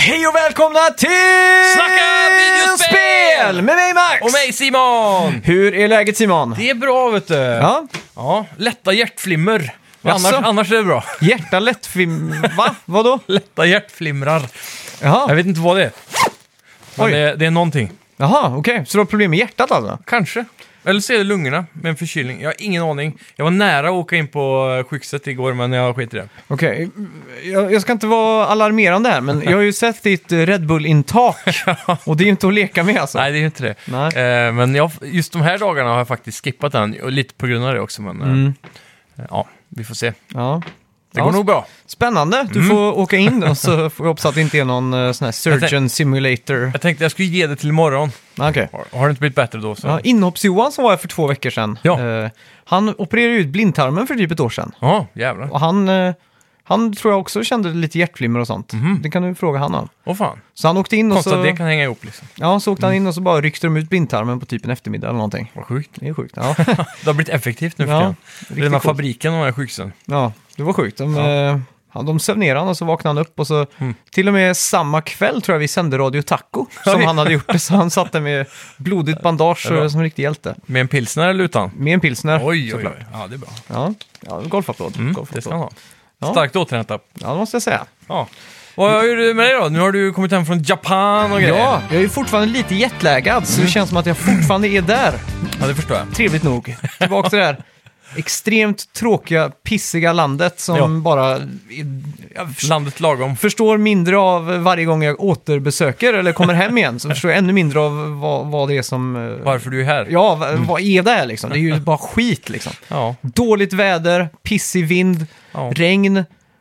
Hej och välkomna till Snacka videospel! Med mig Max! Och mig Simon! Hur är läget Simon? Det är bra vet du. Ja, Ja, lätta hjärtflimmer. Jaså? Annars är det bra. hjärta lättfim... Va? Vadå? Lätta hjärtflimrar. Jag Jaha, vet inte vad det är. Men Oj. det är någonting. jaha okej. Så du har problem med hjärtat alltså? Kanske. Eller så är det lungorna med en förkylning. Jag har ingen aning. Jag var nära att åka in på sjukhuset igår, men jag skit i det. Okej, jag ska inte vara alarmerande här, men jag har ju sett ditt Red Bull-intag. Och det är ju inte att leka med alltså. Nej, det är ju inte det. Nej. Men just de här dagarna har jag faktiskt skippat den. Och lite på grund av det också, men ja, vi får se. Ja. Det går nog bra. Spännande. Du får åka in och så får jag hoppas att det inte är någon sån här surgeon simulator. Jag tänkte jag skulle ge det till imorgon. Okej. Har det inte blivit bättre då så? Ja, Inhopps-Johan som var här för 2 veckor sedan. Ja. Han opererade ut blindtarmen för typ ett år sedan. Ja, jävlar. Och han tror jag också kände lite hjärtflimmer och sånt. Det kan du fråga han om. Åh fan. Så han åkte in och Konstigt så... att det kan hänga ihop liksom. Ja, så åkte han in och så bara ryckte de ut blindtarmen på typ en eftermiddag eller någonting. Vad sjukt. Det är sjukt. Ja, Det har blivit effektivt nu för ja tiden. Rena riktigt coolt. fabriken av de här sjukhusen. Ja, det var sjukt. De söv ner han och så vaknade han upp och så till och med samma kväll tror jag vi sände Radio Taco som Oj. han hade gjort det. Så han satt där med blodigt bandage bra. som en riktig hjälte. Med en pilsner eller utan? Med en pilsner. Oj. såklart. Ja, det är bra. Ja, golfapplåd. Det golfapplåd. ska han ha. Ja. Starkt återhämtat. Ja, det måste jag säga. Ja. Vad gör du med dig då? Nu har du kommit hem från Japan och grejer. Ja, jag är fortfarande lite jetlaggad så det känns som att jag fortfarande är där. Ja, det förstår jag. Trevligt nog. Tillbaka till det här extremt tråkiga, pissiga landet som Ja. bara... Jag Landet lagom. förstår mindre av varje gång jag återbesöker eller kommer hem igen. Så förstår jag ännu mindre av vad det är som... Varför du är här. Ja, vad är det här liksom? Det är ju bara skit liksom. Ja. Dåligt väder, pissig vind, Ja. regn,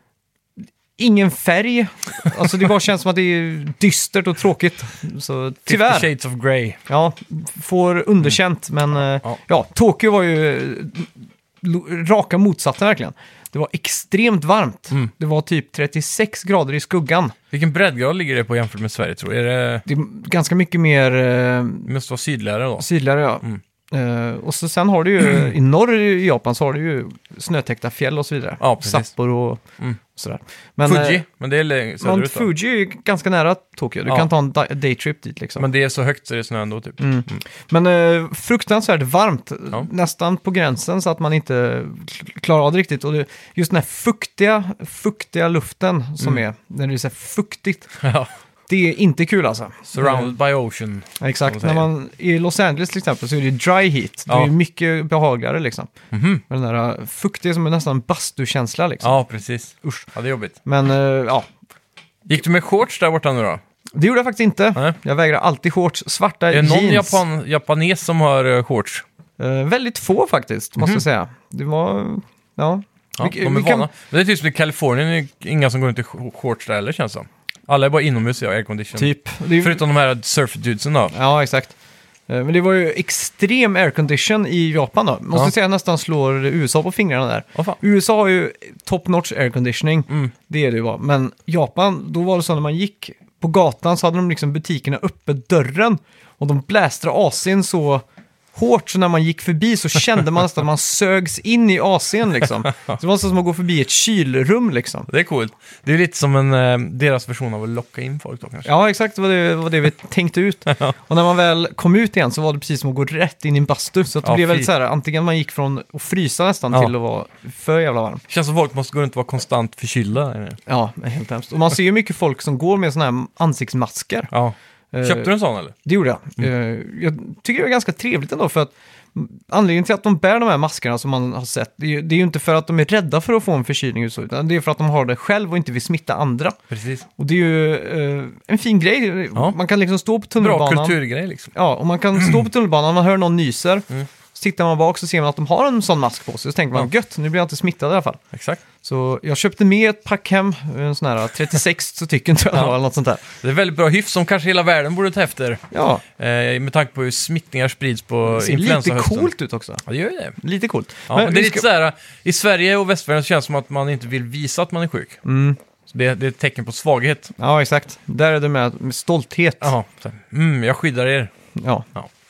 ingen färg. Alltså det bara känns som att det är dystert och tråkigt. Så 50 tyvärr. Shades of Grey. Ja, får underkänt. Men ja, Tokyo var ju raka motsatsen verkligen. Det var extremt varmt. Det var typ 36 grader i skuggan. Vilken breddgrad ligger det på jämfört med Sverige tror jag? Det är ganska mycket mer Det måste vara sydligare då. sydligare. Ja. Och så sen har du ju, i norr i Japan så har du ju snötäckta fjäll och så vidare. Ja, precis. Sapporo och sådär. Men, Fuji, men det är Mount söderut då. Fuji är ganska nära Tokyo. Du Ja. kan ta en daytrip dit liksom. Men det är så högt så det är snö ändå typ. Men fruktansvärt varmt, Ja. nästan på gränsen så att man inte klarar av det riktigt. Och just den här fuktiga luften som är, när det är så här fuktigt, Ja. det är inte kul alltså. Surrounded by ocean. Ja, exakt, som man när säger. man i Los Angeles till exempel så är det dry heat. Det Ja. är mycket behagligare liksom. Mhm. Men den där fuktiga som är nästan en bastukänsla liksom. Ja, precis. Usch. Ja, det är jobbigt. Men ja, Gick du med shorts där borta nu då? det gjorde jag faktiskt inte. Nej. Jag vägrar alltid shorts, svarta Är det någon jeans. japanes som har shorts? Väldigt få faktiskt, måste jag säga. Det var, ja. Ja, Vi- de är vi kan- vana. Men det är typ som i Kalifornien, är det inga som går runt i shorts där heller känns det som. Alla är bara inomhus i aircondition. Typ. Det är ju, Förutom de här surfdudesen då. ja, exakt. Men det var ju extrem aircondition i Japan då. Måste Ja. säga nästan slår USA på fingrarna där. Vad fan? USA har ju top-notch airconditioning. Det är det ju bara. Men Japan, då var det så när man gick på gatan så hade de liksom butikerna uppe dörren. Och de blästrade AC'n så hårt så när man gick förbi så kände man nästan att man sögs in i AC'n liksom. Så det var så som att gå förbi ett kylrum liksom. Det är coolt. Det är lite som deras version av att locka in folk då kanske. Ja, exakt. Det var det vi tänkte ut. Och när man väl kom ut igen så var det precis som att gå rätt in i en bastu. Så att det Ja, blev fy. väldigt så här, antingen man gick från att frysa nästan Ja. till att vara för jävla varm. Känns som folk måste gå runt och vara konstant förkylda. Ja, helt hemskt. Och man ser ju mycket folk som går med såna här ansiktsmasker. Ja. Köpte du en sån eller? Det gjorde jag. Jag tycker det är ganska trevligt ändå för att anledningen till att de bär de här maskerna som man har sett, det är ju inte för att de är rädda för att få en förkylning utan det är för att de har det själv och inte vill smitta andra. Precis. Och det är ju en fin grej. Ja. Man kan liksom stå på Bra tunnelbanan. kulturgrej liksom. Ja, och man kan stå på tunnelbanan, man hör någon nyser. Så tittar man bak så ser man att de har en sån mask på sig. Så tänker man, gött, nu blir jag inte smittad i alla fall. Exakt. Så jag köpte med ett pack hem, en sån här 36 stycken tror jag det var, eller något sånt där. Det är väldigt bra hyfs som kanske hela världen borde ta efter. Ja, Med tanke på hur smittningar sprids på det ser lite influensahösten. coolt ut också. Ja, det gör ju det. Lite coolt. Ja, men det är vi lite så här, i Sverige och västvärlden så känns det som att man inte vill visa att man är sjuk. Så det är ett tecken på svaghet. Ja, exakt. Där är det med stolthet. Jaha, så här, jag skyddar er. Ja. Ja.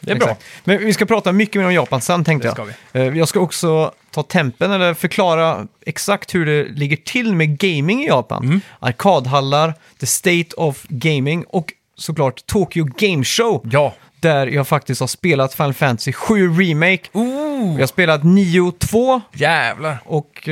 Det är bra. Exakt. Men vi ska prata mycket mer om Japan sen, tänkte Det ska jag. Jag ska också ta tempen, eller förklara exakt hur det ligger till med gaming i Japan. Arkadhallar, the state of gaming och såklart Tokyo Game Show. Ja. Där jag faktiskt har spelat Final Fantasy 7 Remake. Jag har spelat 9-2 Jävlar. och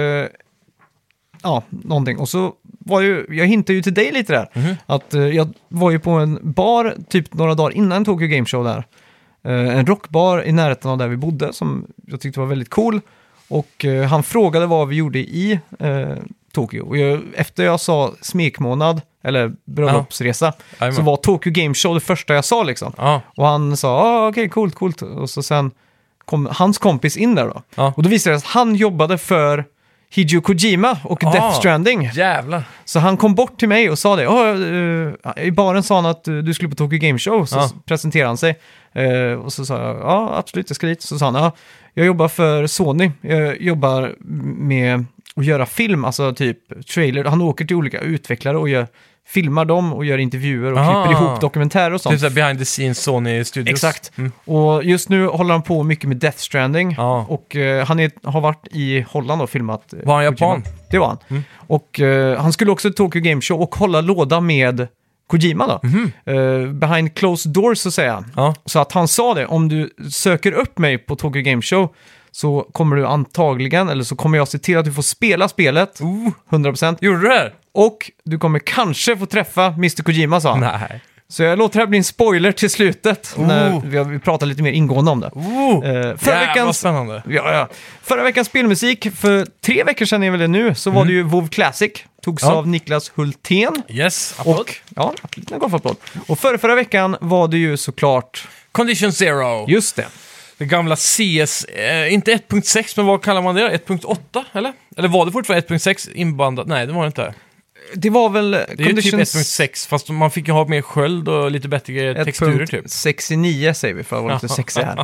någonting. Och så var jag hintade ju till dig lite där. Att jag var ju på en bar typ några dagar innan Tokyo Game Show där. En rockbar i närheten av där vi bodde som jag tyckte var väldigt cool. Och han frågade vad vi gjorde i Tokyo. Och efter jag sa smekmånad, eller bröllopsresa, så var Tokyo Game Show det första jag sa liksom. Och han sa, okej, coolt. Och så sen kom hans kompis in där då. Och då visade det sig att han jobbade för Hideo Kojima och Death Stranding. Jävlar. Så han kom bort till mig och sa det. I baren sa han att du skulle på Tokyo Game Show. Så presenterade han sig. Och så sa jag, ja absolut, jag ska dit. Så sa han, jag jobbar för Sony. Jag jobbar med att göra film, alltså typ trailer. Han åker till olika utvecklare och filmar dem och gör intervjuer och klipper ihop dokumentärer och sånt. Typ så behind the scenes Sony Studios. Exakt. Och just nu håller han på mycket med Death Stranding. Och han har varit i Holland och filmat. Var han japan? Det var han. Och han skulle också till Tokyo Game Show och hålla låda med Kojima då. Behind closed doors så säger han. Så att han sa det, om du söker upp mig på Tokyo Game Show så kommer du antagligen, eller så kommer jag se till att du får spela spelet 100%. Gjorde du det? Och du kommer kanske få träffa Mr. Kojima, sa han. Nej. Så jag låter det här bli en spoiler till slutet när vi pratar lite mer ingående om det. Spännande. Förra veckans spelmusik, för 3 veckor sedan är väl det nu, så var det ju WoW Classic. Togs av Niklas Hultén. Yes, applåd. En golfapplåd. Och förra veckan var det ju såklart Condition Zero. Just det. Det gamla CS, inte 1.6, men vad kallar man det? 1.8, eller? Eller var det fortfarande 1.6 inbandat? Nej, det var det inte. Det var väl... Det är ju typ 1.6, fast man fick ju ha mer sköld och lite bättre texturer typ. 1.69 säger vi för att vara lite sexig här.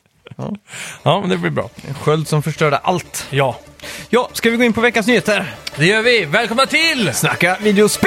Ja, men det blir bra. En sköld som förstörde allt. Ja, ska vi gå in på veckans nyheter? det gör vi. Välkomna till Snacka videospel!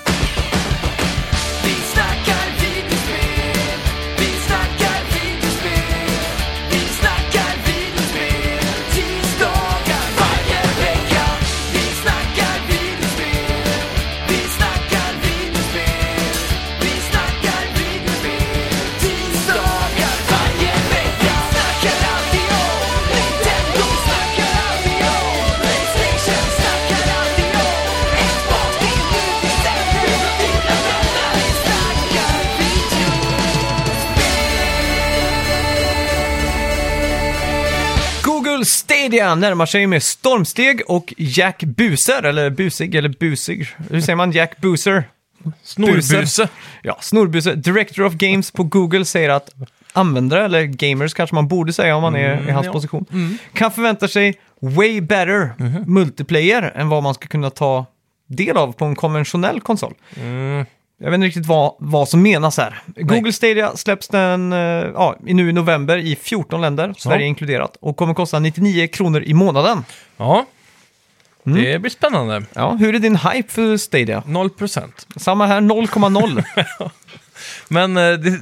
Vi snackar videospel, vi snackar videospel, vi snackar videospel, tisdagar varje vecka. Vi snackar videospel, vi snackar videospel, vi snackar videospel, tisdagar varje vecka. Snackar alltid om Nintendo, snackar alltid om PlayStation, snackar alltid om Xbox, det är nu vi sätter dina vänner. Vi snackar Google Stadia närmar sig med stormsteg och Jack Buser, eller busig. Hur säger man? Jack Buser? Snorbuse. Ja, Snorbuse. Director of Games på Google säger att användare, eller gamers kanske man borde säga om man är i hans position, kan förvänta sig way better multiplayer än vad man ska kunna ta del av på en konventionell konsol. Jag vet inte riktigt vad som menas här. Google Stadia släpps nu i november i 14 länder, Sverige inkluderat, och kommer kosta 99 kronor i månaden. Ja, det blir spännande. Ja, hur är din hype för Stadia? 0%. Samma här, 0,0. Men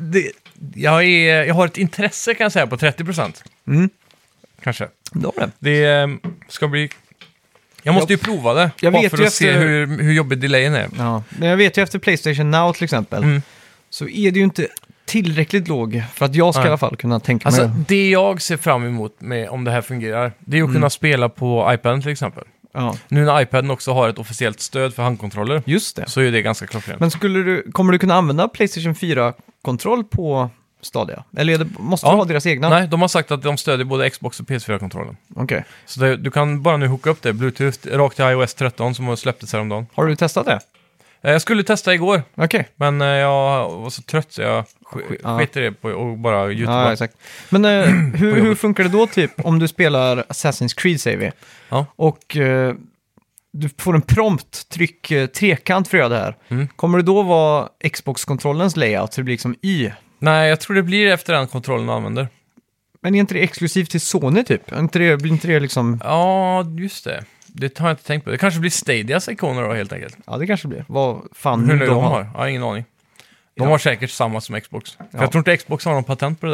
jag har ett intresse kan jag säga på 30%. Kanske. Då är det. Det ska bli... Jag måste ju prova det. Jag bara vet för ju att se hur jobbig delayen är. Ja, men jag vet ju efter PlayStation Now till exempel, så är det ju inte tillräckligt låg för att jag ska i alla fall kunna tänka mig. Alltså, det jag ser fram emot med om det här fungerar, det är att kunna spela på iPaden till exempel. Ja. Nu när iPaden också har ett officiellt stöd för handkontroller, Just det. så är det ganska klockrent. Men kommer du kunna använda PlayStation 4-kontroll på Stadia? Eller måste du ha deras egna? Nej, de har sagt att de stödjer både Xbox och PS4-kontrollen. Okej. Så du kan bara nu hooka upp det, Bluetooth, rakt till iOS 13 som har släppts häromdagen. Har du testat det? Jag skulle testa igår, Okej. men jag var så trött så jag skit i det på och bara YouTube. Ja, exakt. Men hur funkar det då typ om du spelar Assassin's Creed, säger vi? Ja. Och du får en prompt, tryck trekant för att göra det här. Kommer det då vara Xbox-kontrollens layout så det blir liksom Y? Nej, jag tror det blir efter den kontrollen du använder. Men är inte det exklusivt till Sony typ? Blir inte det liksom... Ja, just det. Det har jag inte tänkt på. Det kanske blir Stadias ikoner då helt enkelt. Ja, det kanske blir. Vad fan Hur nu de har? Jag har ingen aning. De har säkert samma som Xbox. För jag tror inte Xbox har någon patent på det där.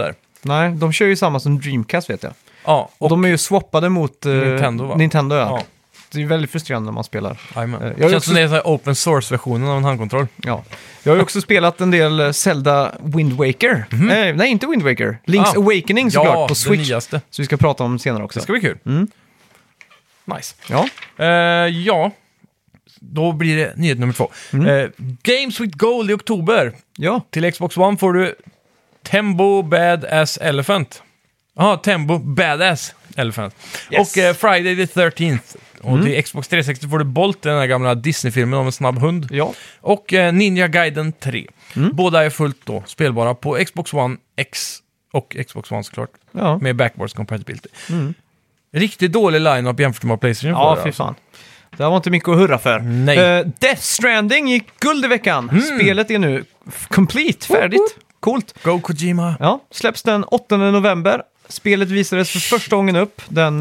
Nej, de kör ju samma som Dreamcast vet jag. Ja, Och de är ju swappade mot Nintendo, va? Nintendo, ja. Ja. Det är ju väldigt frustrerande när man spelar. Jajamän. Jag Det har känns också- som det är så här open source-versionen av en handkontroll. Ja. Jag har ju också spelat en del Zelda Wind Waker. Nej, inte Wind Waker. Link's Ah. Awakening såklart Ja, på det Switch. nyaste. Så vi ska prata om senare också. Det ska bli kul. Mm. Nice. Ja. Ja, då blir det nyhet nummer 2. Games with Gold i oktober. Ja. Till Xbox One får du Tembo Badass Elephant. Ja, Tembo Badass Elephant. Yes. Och Friday the 13th. Och till Xbox 360 får du Bolt, den här gamla Disney-filmen om en snabb hund. Ja. Och Ninja Gaiden 3. Båda är fullt då spelbara på Xbox One X och Xbox One såklart. Ja. Med backwards compatibility. Riktigt dålig line-up jämfört med PlayStation. Ja, förra, fy alltså. fan. Det här var inte mycket att hurra för. Nej. Death Stranding gick guld i veckan. Spelet är nu complete, färdigt. Coolt. Go Kojima! Ja, släpps den 8 november. Spelet visades för första gången upp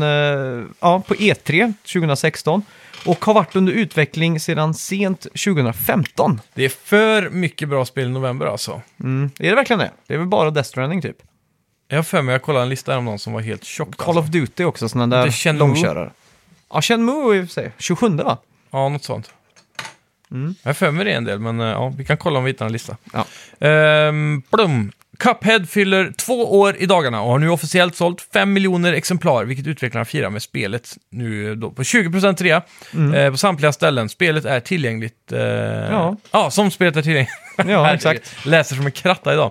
på E3 2016 och har varit under utveckling sedan sent 2015. Det är för mycket bra spel i november alltså. Är det verkligen det? Det är väl bara Death Stranding typ. Jag har för mig, jag kollade en lista om någon som var helt tjock. Call of Duty också, sådana Det där är Shenmue. långkörare. Ja, Shenmue i och för sig. 27 va? Ja, något sånt. Jag har för mig det en del, men ja, vi kan kolla om vi hittar en lista. Ja. Plum. Cuphead fyller 2 år i dagarna och har nu officiellt sålt 5 miljoner exemplar, vilket utvecklarna firar med spelet nu då på 20% rea på samtliga ställen. Spelet är tillgängligt. Som spelet är tillgängligt. Ja, Herregud. exakt. Läser som en kratta idag.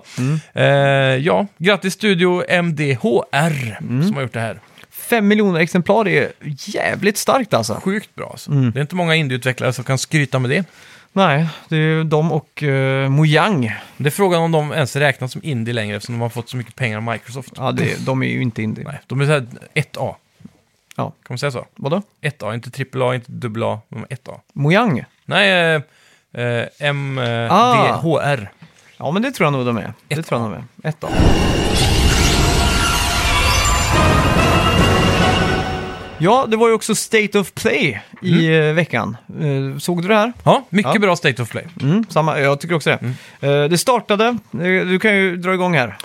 Grattis Studio MDHR som har gjort det här. 5 miljoner exemplar är jävligt starkt alltså. Sjukt bra alltså. Det är inte många indieutvecklare som kan skryta med det. Nej, det är ju de och Mojang. Det är frågan om de ens räknas som indie längre eftersom de har fått så mycket pengar av Microsoft. Ja, de är ju inte indie. Nej, de är så här 1A. Ja. Kan man säga så? Vadå? 1A, inte AAA, inte AA, de är 1A. Mojang? Nej, MDHR. Ja, men det tror jag nog de är. Det 1A. tror jag de är. 1A. Ja, det var ju också State of Play i veckan. Såg du det här? Ja, mycket Ja. bra State of Play. Samma, jag tycker också det. Det startade, du kan ju dra igång här.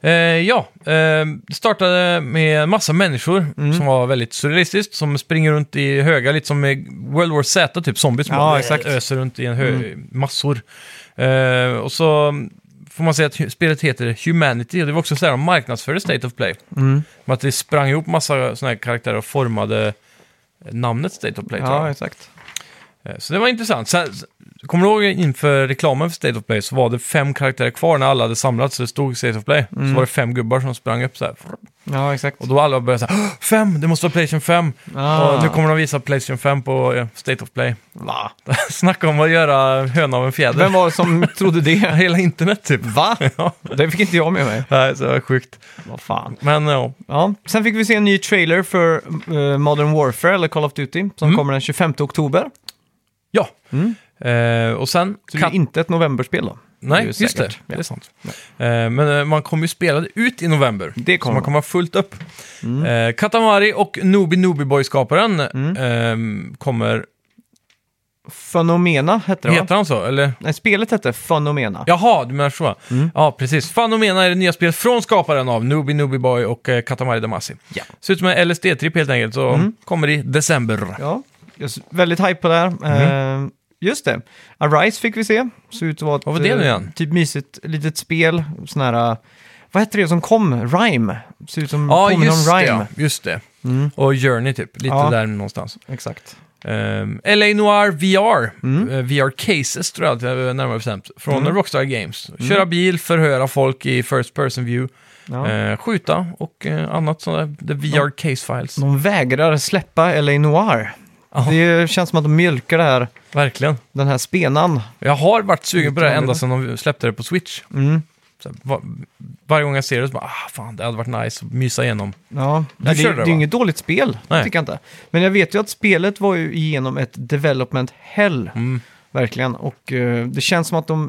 Det startade med en massa människor som var väldigt surrealistiskt, som springer runt i höga, lite som med World War Z, typ zombies som Ja, bara exakt. öser runt i en massor. Och så får man säga att spelet heter Humanity, och det var också så här de marknadsförde State of Play. Att det sprang ihop massa såna här karaktärer och formade namnet State of Play, tror jag. Ja, exakt. Så det var intressant. Kommer du ihåg inför reklamen för State of Play så var det 5 karaktärer kvar när alla hade samlats, så det stod State of Play. Så var det 5 gubbar som sprang upp så här. Ja, exakt. Och då alla började säga 5, det måste vara PlayStation 5. Och nu kommer de visa PlayStation 5 på State of Play. Va? Snacka om att göra höna av en fjäder. Vem var det som trodde det? Hela internet typ. Va? Ja. Det fick inte jag med mig. Nej, så det var sjukt. Vad fan. Men ja, Ja. Sen fick vi se en ny trailer för Modern Warfare, eller Call of Duty, som kommer den 25 oktober. ja. Och sen... Så det är inte ett novemberspel då? Nej, ju just det. säkert. Det är sant. Men man kommer ju spela det ut i november. Det kommer så man kommer ha fullt upp. Katamari och Noobi Boy-skaparen kommer... Phenomena hette det, va? Heter han så? Eller? Nej, spelet hette Phenomena. Jaha, du menar så. Ja, precis. Phenomena är det nya spelet från skaparen av Noobi Boy och Katamari Damacy. Ja. Ser ut som en LSD-tripp helt enkelt, så kommer i december. Ja, jag är väldigt hype på det här. Just det. Arise fick vi se. Såg ut att vara ett Vad var det nu igen? typ mysigt litet spel. Sån här... Vad hette det som kom? Rime. Ser ut som Ja, påminner just om det. Rime. Ja, just det. Och Journey typ, lite Ja. där någonstans. Exakt. LA Noir VR. VR Cases tror jag att jag närmare bestämt. Från Rockstar Games. Köra bil, förhöra folk i first person view. Ja. Skjuta och annat sådant där. The VR Case Files. De vägrar släppa LA Noir. Ja. Det känns som att de mjölkar det här, Verkligen. den här spenan. Jag har varit sugen på det här ända sedan de släppte det på Switch. Så här, varje gång jag ser det så bara, fan, det hade varit nice att mysa igenom. Ja, Du det körde är det, ju va? inget dåligt spel, Nej. tycker jag inte. Men jag vet ju att spelet var ju igenom ett development hell, verkligen. Och det känns som att de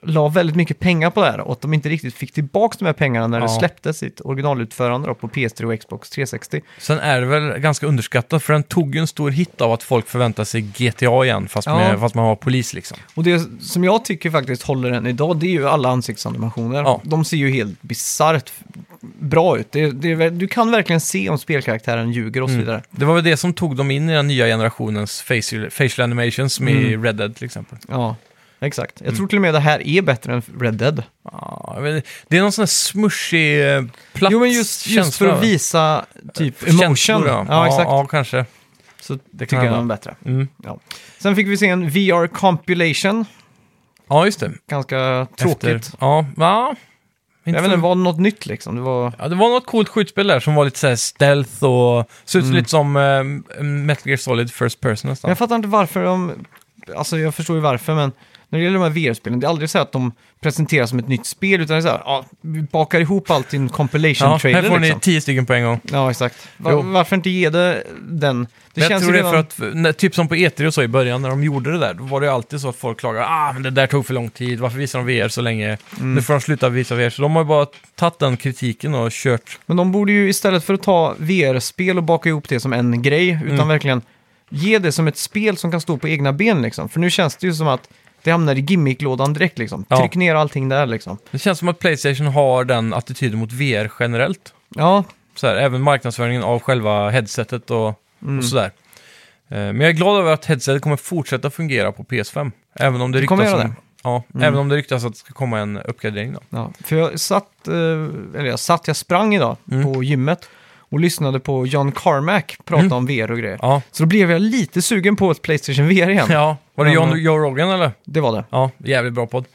la väldigt mycket pengar på det här och att de inte riktigt fick tillbaka de här pengarna när det Ja. släppte sitt originalutförande då, på PS3 och Xbox 360. Sen är det väl ganska underskattat, för den tog ju en stor hit av att folk förväntar sig GTA igen, fast man har polis liksom. Och det som jag tycker faktiskt håller den idag, det är ju alla ansiktsanimationer. Ja. De ser ju helt bisarrt bra ut. Du kan verkligen se om spelkaraktären ljuger och så vidare. Det var väl det som tog dem in i den nya generationens facial animations som i Red Dead till exempel. Ja, exakt. Jag tror till och med det här är bättre än Red Dead. Ja, jag vet, det är någon sån här smushig, platt Jo, men just för att visa typ emotion. känslor, Ja, exakt. Ja, kanske. Så Det tycker kan jag vara. den är bättre. Mm. Ja. Sen fick vi se en VR compilation. Ja, just det. Ganska tråkigt. Ja, va? Jag vet inte, var det något nytt liksom? Det var... Ja, det var något coolt skjutspel där som var lite så här stealth och såg ut lite som Metal Gear Solid First Person Men nästan. jag fattar inte varför de... Alltså jag förstår ju varför, men när det gäller de här VR-spelen, det är aldrig så att de presenteras som ett nytt spel, utan det är så här, ja, vi bakar ihop allt i en Ja, compilation-trailer här får liksom. ni 10 stycken på en gång. Ja, exakt. Jo. Varför inte ge det den? Det Jag känns tror ju det är redan... för att, typ som på E3 och så i början när de gjorde det där, då var det alltid så att folk klagade, men det där tog för lång tid, varför visar de VR så länge? Nu får de sluta visa VR. Så de har ju bara tagit den kritiken och kört. Men de borde ju istället för att ta VR-spel och baka ihop det som en grej, utan verkligen ge det som ett spel som kan stå på egna ben liksom. För nu känns det ju som att det hamnar i gimmicklådan direkt liksom. Ja. Tryck ner allting där liksom. Det känns som att PlayStation har den attityden mot VR generellt. Ja, Så här, även marknadsföringen av själva headsetet och sådär. Men jag är glad över att headsetet kommer fortsätta fungera på PS5. Även om det kommer ryktas göra om, ja, även om det ryktas att det ska komma en uppgradering då. ja. För jag sprang idag på gymmet och lyssnade på John Carmack prata om VR och grejer. Ja, Så då blev jag lite sugen på ett PlayStation VR igen. ja. Var det Ja. Joe Rogan eller? Det var det. Ja, jävligt bra podd.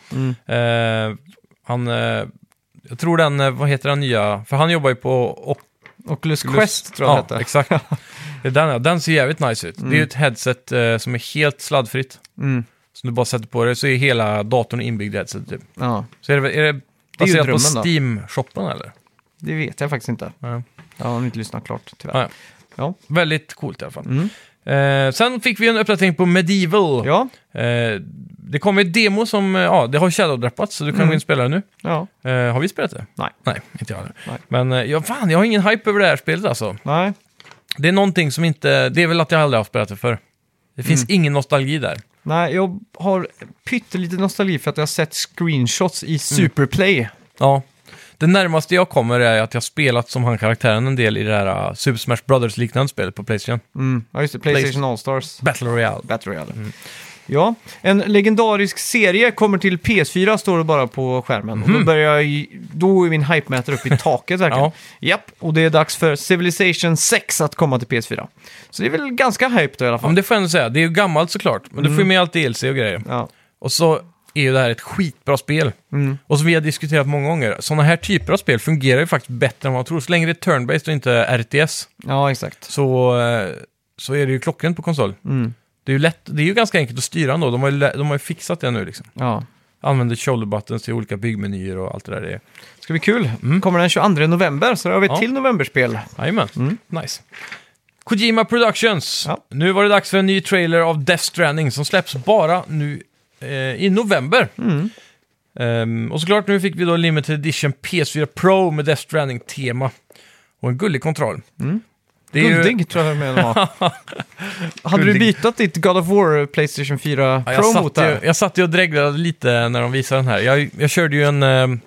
Jag tror den, vad heter den nya? För han jobbar ju på Oculus Quest tror jag det ja, hette. exakt. Det är den, ja. Den ser jävligt nice ut. Det är ju ett headset som är helt sladdfritt. Mm. Så du bara sätter på det så är hela datorn inbyggd i headset typ. Ja, Så är det ju baserat på drömmen då. Steam-shoppen eller? det vet jag faktiskt inte. Ja. Jag har inte lyssnat klart tyvärr. Ja, ja. Ja. Väldigt coolt i alla fall. Sen fick vi en uppdatering på Medieval. Ja, Det kom ett demo som, det har shadow-drappats så du kan gå in och spela det nu. ja. Har vi spelat det? Nej. Nej, inte jag heller. Nej. Men jag har ingen hype över det här spelet alltså. Nej. Det är någonting som inte, det är väl att jag aldrig har spelat det för. Det finns ingen nostalgi där. Nej, jag har pyttelite nostalgi för att jag har sett screenshots i Superplay. Ja. Det närmaste jag kommer är att jag spelat som han karaktären en del i det här Super Smash Brothers-liknande spelet på PlayStation. Ja, just det. PlayStation All-Stars. Battle Royale. Battle Royale. Ja, en legendarisk serie kommer till PS4 står det bara på skärmen. Och då är min hype-mätare upp i taket verkligen. Ja. Japp, och det är dags för Civilization 6 att komma till PS4. Så det är väl ganska hype då i alla Ja, fall. men det får jag ändå säga. Det är ju gammalt såklart. Men du får ju med allt DLC och grejer. Ja, Och så är ju det här ett skitbra spel. Och som vi har diskuterat många gånger, sådana här typer av spel fungerar ju faktiskt bättre än vad man tror. Så länge det är turn-based och inte RTS ja exakt. så är det ju klockrent på konsol. Det är ju lätt, det är ju ganska enkelt att styra ändå. De har ju fixat det nu liksom. Ja. Använder shoulder buttons till olika byggmenyer och allt det där. Det är... Ska bli kul. Kommer den 22 november, så då har vi ett Ja. till novemberspel. Jajamän, nice. Kojima Productions. Ja. Nu var det dags för en ny trailer av Death Stranding som släpps bara nu i november. Och såklart nu fick vi då Limited Edition PS4 Pro med Death Stranding-tema. Och en gullig kontroll. Det är ju- Guldig tror jag med den var. Hade du Guldig. bytt ditt God of War PlayStation 4 Ja, Pro mot det? jag satt ju och dreglade lite när de visade den här. Jag körde ju en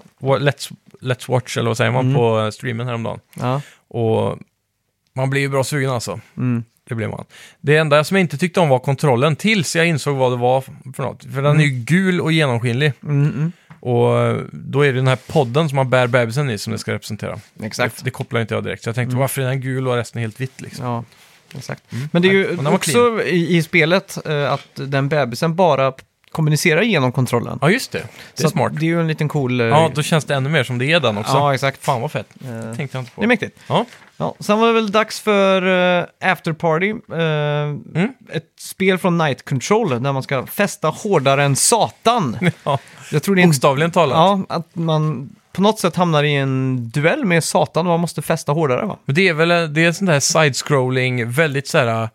Let's Watch, eller vad säger man, på streamen häromdagen. Ja. Och man blir ju bra sugen alltså. Det blir man. Det enda som jag inte tyckte om var kontrollen, tills jag insåg vad det var för något. För den är ju gul och genomskinlig. Och då är det den här podden som man bär bebisen i som det ska representera. Exakt. Det kopplar inte jag direkt. Så jag tänkte, varför är den gul och resten är helt vitt liksom? Ja, exakt. Men det är ju Men den var också i spelet att den bebisen bara kommunicerar genom kontrollen. Ja, just det. Det är Så smart. Det är ju en liten cool... Ja, då känns det ännu mer som det är den också. Ja, exakt. Fan vad fett. Tänkte jag inte på. Det är mäktigt. Ja. Ja, sen var det väl dags för After Party. Ett spel från Night Control där man ska festa hårdare än satan. Ja. Jag tror det är en, Bokstavligen talat. ja, att man på något sätt hamnar i en duell med satan och man måste fästa hårdare va? Men det är väl det är sån där side-scrolling, väldigt så här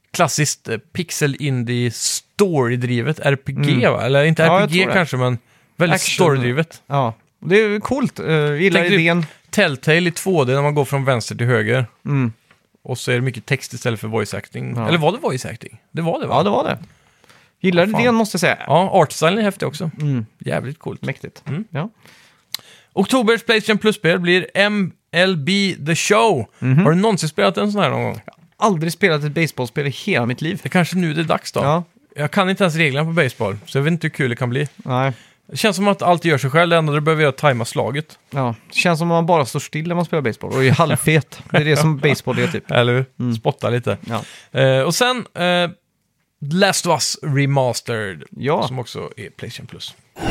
klassiskt pixel-indie story-drivet RPG va? Eller inte Ja, jag RPG tror det. kanske, men Väldigt Action. storydrivet. Ja, det är coolt. Gillar Tänk dig- idén. Telltale i 2D när man går från vänster till höger. Mm. Och så är det mycket text istället för voice acting. Ja. Eller var det voice acting? Det var det va? Ja, det var det. Gillar Fan. idén måste jag säga. Ja, artstylen är häftig också. Mm. Jävligt coolt. Mäktigt. Mm. Ja. Oktobers PlayStation Plus-spel blir MLB The Show. Mhm. Har du någonsin spelat en sån här någon gång? Aldrig spelat ett baseballspel i hela mitt liv. Det är kanske nu det är dags då. Ja, Jag kan inte ens reglerna på baseball, så jag vet inte hur kul det kan bli. nej. Det känns som att allt gör sig själv, det enda du behöver göra är att tajma slaget. Ja. Det känns som att man bara står still när man spelar baseball och är halvfet. Det är det som baseball är typ. Eller hur? Spotta lite. Ja. Och sen Last of Us Remastered, Ja. som också är PlayStation Plus.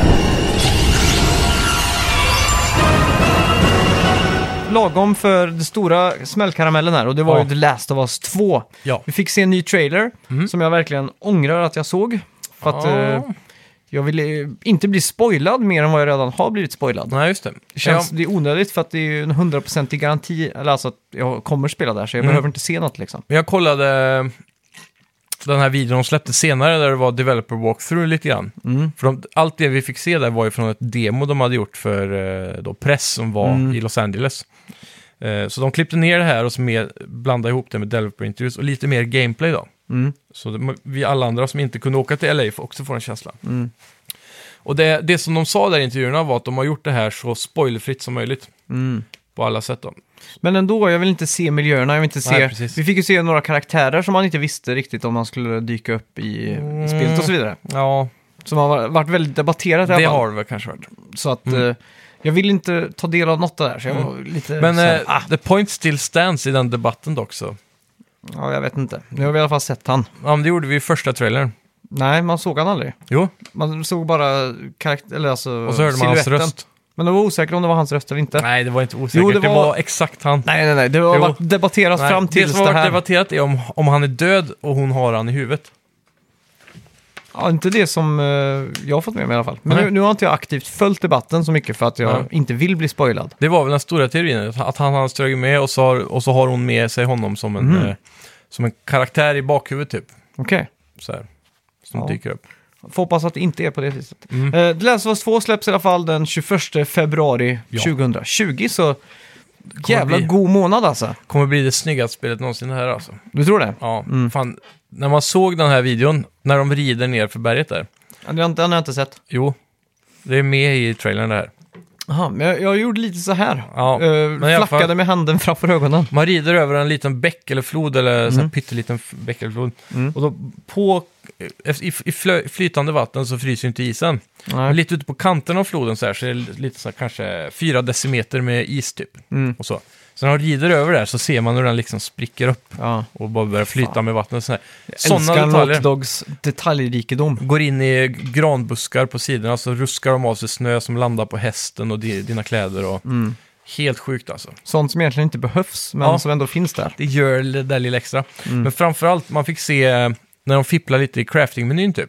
Lagom för det stora smällkaramellen här och det var Ja. ju The Last of Us 2. Ja. Vi fick se en ny trailer som jag verkligen ångrar att jag såg. För att Ja. jag ville inte bli spoilad mer än vad jag redan har blivit spoilad. Nej, just det. Det är onödigt för att det är ju en 100% garanti, eller alltså att jag kommer spela där så jag behöver inte se något liksom. Jag kollade den här videon de släppte senare där det var developer walkthrough lite grann. För allt det vi fick se där var ju från ett demo de hade gjort för då press som var i Los Angeles. Så de klippte ner det här och så blandade ihop det med developer interviews och lite mer gameplay då. Så vi alla andra som inte kunde åka till LA får också få en känsla. Och det som de sa där i intervjuerna var att de har gjort det här så spoilerfritt som möjligt. På alla sätt då. Men ändå, jag vill inte se miljöerna, jag vill inte Nej, se... precis. Vi fick ju se några karaktärer som man inte visste riktigt om man skulle dyka upp i spelet och så vidare. Ja, Som har varit väldigt debatterat i alla det fall. har det väl kanske varit. Så att jag vill inte ta del av något där, så jag var lite... Men så här, the point still stands i den debatten dock så. ja, jag vet inte. Nu har vi i alla fall sett han. Ja, men det gjorde vi i första trailern. Nej, man såg han aldrig. Jo, Man såg bara eller alltså och så hörde man hans silhuetten. röst. Men de var osäkra om det var hans röst eller inte. Nej, det var inte osäkert. Jo, det det var var exakt han. Nej. Det har Jo. varit debatterat Nej, fram det tills som har det varit här. debatterat är om han är död och hon har han i huvudet. Ja, inte det som jag har fått med mig i alla fall. Men Nej. nu har inte jag aktivt följt debatten så mycket för att jag Nej. inte vill bli spoilad. Det var väl den stora teorin, att han har strögit med och så har hon med sig honom som en karaktär i bakhuvudet typ. Okej. Så här, som Ja. dyker upp. Får hoppas att det inte är på det viset. The Last of Us 2 släpps i alla fall den 21 februari Ja. 2020, så jävla bli- god månad alltså. Kommer bli det snyggaste spelet någonsin här alltså. Du tror det? Ja, fan. När man såg den här videon, när de rider ner för berget där. Ja, den har jag inte sett. Jo, det är med i trailern det här. Jaha, men jag gjorde lite så här. Ja, men i alla Flackade fall- med handen framför ögonen. Man rider över en liten bäck eller flod eller så här pytteliten bäck eller flod. Och då i flytande vatten så fryser ju inte isen. Nej. Men lite ute på kanten av floden så är det lite så här, kanske 4 decimeter med is typ. Och så. Så när de rider över där så ser man hur den liksom spricker upp Ja. och bara börjar flyta med vattnet. Såna Älskar detaljer. Naughty Dogs detaljrikedom. Går in i granbuskar på sidorna så ruskar de av sig snö som landar på hästen och dina kläder. Och helt sjukt alltså. Sånt som egentligen inte behövs, men Ja. som ändå finns där. Det gör det där lilla extra. Men framförallt, man fick se när de fipplar lite i crafting-menyn typ.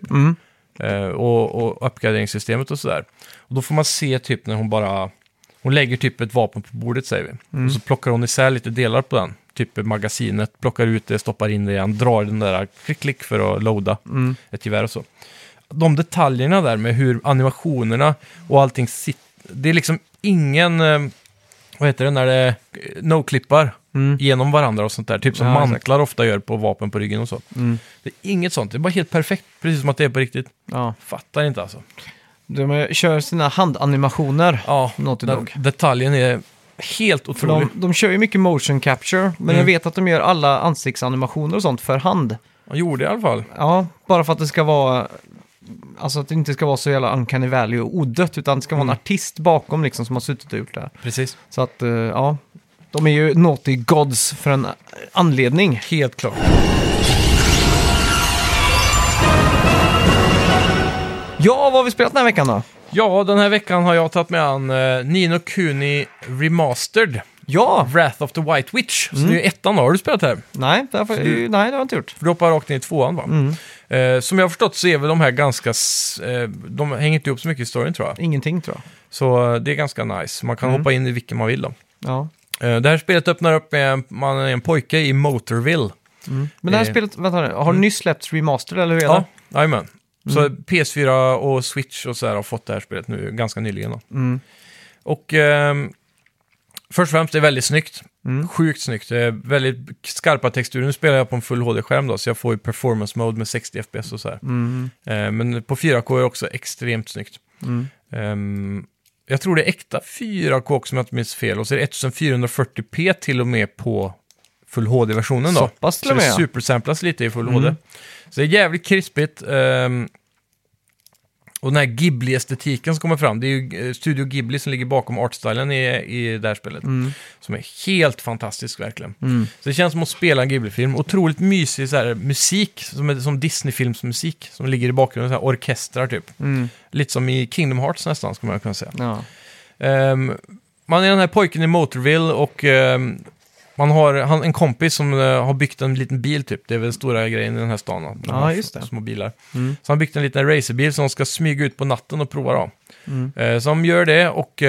Och uppgraderingssystemet och sådär. Och då får man se typ när hon lägger typ ett vapen på bordet säger vi. Och så plockar hon isär lite delar på den. Typ magasinet, plockar ut det, stoppar in det igen, drar den där klick för att loada ett gevär och så. De detaljerna där med hur animationerna och allting sitter. Det är liksom ingen, vad heter det, när det no-klippar genom varandra och sånt där. Typ som Ja, exakt. mantlar ofta gör på vapen på ryggen och så. Det är inget sånt, det är bara helt perfekt. Precis som att det är på riktigt. Ja. Fattar inte alltså. De kör sina handanimationer. Ja, Naughty den Dog. detaljen är helt För otrolig. de kör ju mycket motion capture, men jag vet att de gör alla ansiktsanimationer och sånt för hand. Man gjorde i alla fall. Ja, bara för att det ska vara... Alltså att det inte ska vara så jävla uncanny valley och odött, utan det ska vara en artist bakom liksom som har suttit och gjort det här. Precis. Så att, ja, de är ju Naughty Gods för en anledning. Helt klart. Ja, vad har vi spelat den här veckan då? Ja, den här veckan har jag tagit med an Ni no Kuni Remastered. Ja! Wrath of the White Witch. Så det är ju ettan då. Har du spelat här? Nej, nej, det har jag inte gjort. För du hoppar rakt in i tvåan va? Som jag har förstått så är väl de här ganska... de hänger inte ihop så mycket i storyn tror jag. Ingenting tror jag. Så det är ganska nice. Man kan hoppa in i vilken man vill då. Ja. Det här spelet öppnar upp med man är en pojke i Motorville. Men det här spelet, vänta nu, har nyss släppts remastered eller hur är Ja, det? jajamän. Så PS4 och Switch och så här har fått det här spelet nu ganska nyligen då. Och först och främst är det väldigt snyggt. Sjukt snyggt. Det är väldigt skarpa texturer. Nu spelar jag på en full HD-skärm då, så jag får ju performance mode med 60 FPS och så här. Men på 4K är det också extremt snyggt. Jag tror det är äkta 4K också om jag inte minns fel. Och så är det 1440p till och med på full HD-versionen då. Så pass till och med, det ja. supersamplas lite i full HD. Så det är jävligt krispigt. Och den här Ghibli-estetiken som kommer fram, det är ju Studio Ghibli som ligger bakom artstylen i det här spelet. Som är helt fantastisk verkligen. Så det känns som att spela en Ghibli-film. Otroligt mysig så här, musik, som Disney-filmsmusik, som ligger i bakgrunden, så här, orkestrar typ. Lite som i Kingdom Hearts nästan, skulle man kunna säga. Ja. Man är den här pojken i Motorville och man har en kompis som har byggt en liten bil typ. Det är väl den stora grejen i den här stan. Ja, just det. Små bilar. Så han har byggt en liten racerbil som ska smyga ut på natten och prova då. Så de gör det och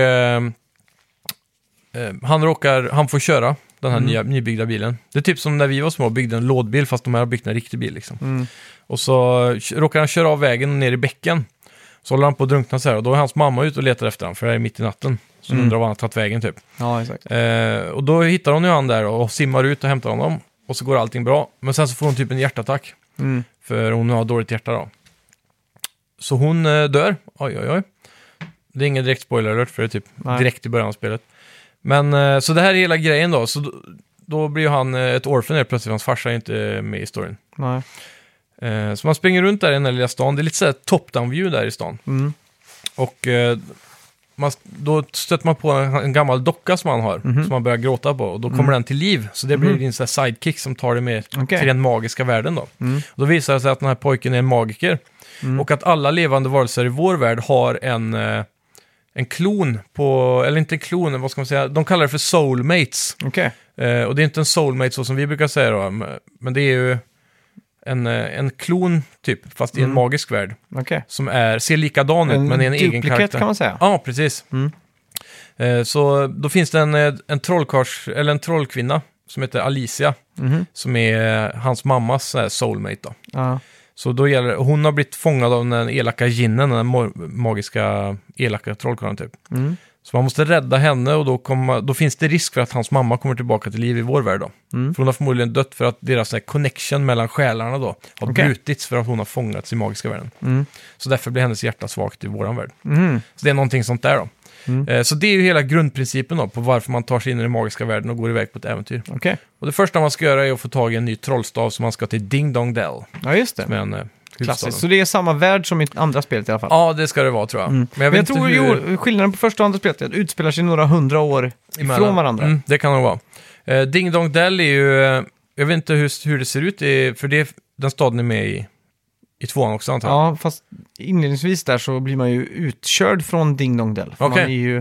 han får köra den här nybyggda bilen. Det är typ som när vi var små och byggde en lådbil fast de här har byggt en riktig bil liksom. Och så råkar han köra av vägen ner i bäcken. Så håller han på att drunkna så här och då är hans mamma ute och letar efter honom för det är mitt i natten. Så undrar vad han har tagit vägen typ. Ja, exakt. Och då hittar hon ju han där och simmar ut och hämtar honom. Och så går allting bra. Men sen så får hon typ en hjärtattack. För hon har dåligt hjärta då. Så hon dör. Oj. Det är ingen direkt spoiler alert för det är typ direkt i början av spelet. Men så det här är hela grejen då. Så då blir ju han ett orphan där plötsligt. Hans farsa är inte med i storyn. Nej. Så man springer runt där i den här lilla stan. Det är lite så här top-down view där i stan. Och då stöter man på en gammal docka som man har. Som man börjar gråta på. Och då kommer den till liv. Så det blir din så här sidekick som tar det med till den magiska världen då. Och då visar det sig att den här pojken är en magiker. Och att alla levande varelser i vår värld har en klon på... Eller inte en klon, vad ska man säga? De kallar det för soulmates. Okej. Och det är inte en soulmate så som vi brukar säga då. Men det är ju en klon typ, fast i en magisk värld. Okej. Som ser likadan ut, men är en egen karaktär. Kan man säga. Ja, precis. Så då finns det en trollkars, eller en trollkvinna som heter Alicia. Som är hans mammas soulmate då. Ja. Så då hon har blivit fångad av den elaka ginnen, den magiska elaka trollkarlen typ. Så man måste rädda henne och då finns det risk för att hans mamma kommer tillbaka till liv i vår värld då. För hon har förmodligen dött för att deras connection mellan själarna då har brutits för att hon har fångats i magiska världen. Så därför blir hennes hjärta svagt i våran värld. Så det är någonting sånt där då. Så det är ju hela grundprincipen då på varför man tar sig in i den magiska världen och går iväg på ett äventyr. Okej. Och det första man ska göra är att få tag i en ny trollstav som man ska till Ding Dong Dell. Ja, just det. Som är en Klassiskt. Så det är samma värld som i andra spelet i alla fall? Ja, det ska det vara tror jag. Men jag vet tror inte hur... skillnaden på första och andra spelet är att det utspelar sig några 100 år ifrån varandra. Det kan det vara. Ding Dong Dell är ju... jag vet inte hur det ser ut, för den staden är med i tvåan också antar jag. Ja, fast inledningsvis där så blir man ju utkörd från Ding Dong Dell. För man är ju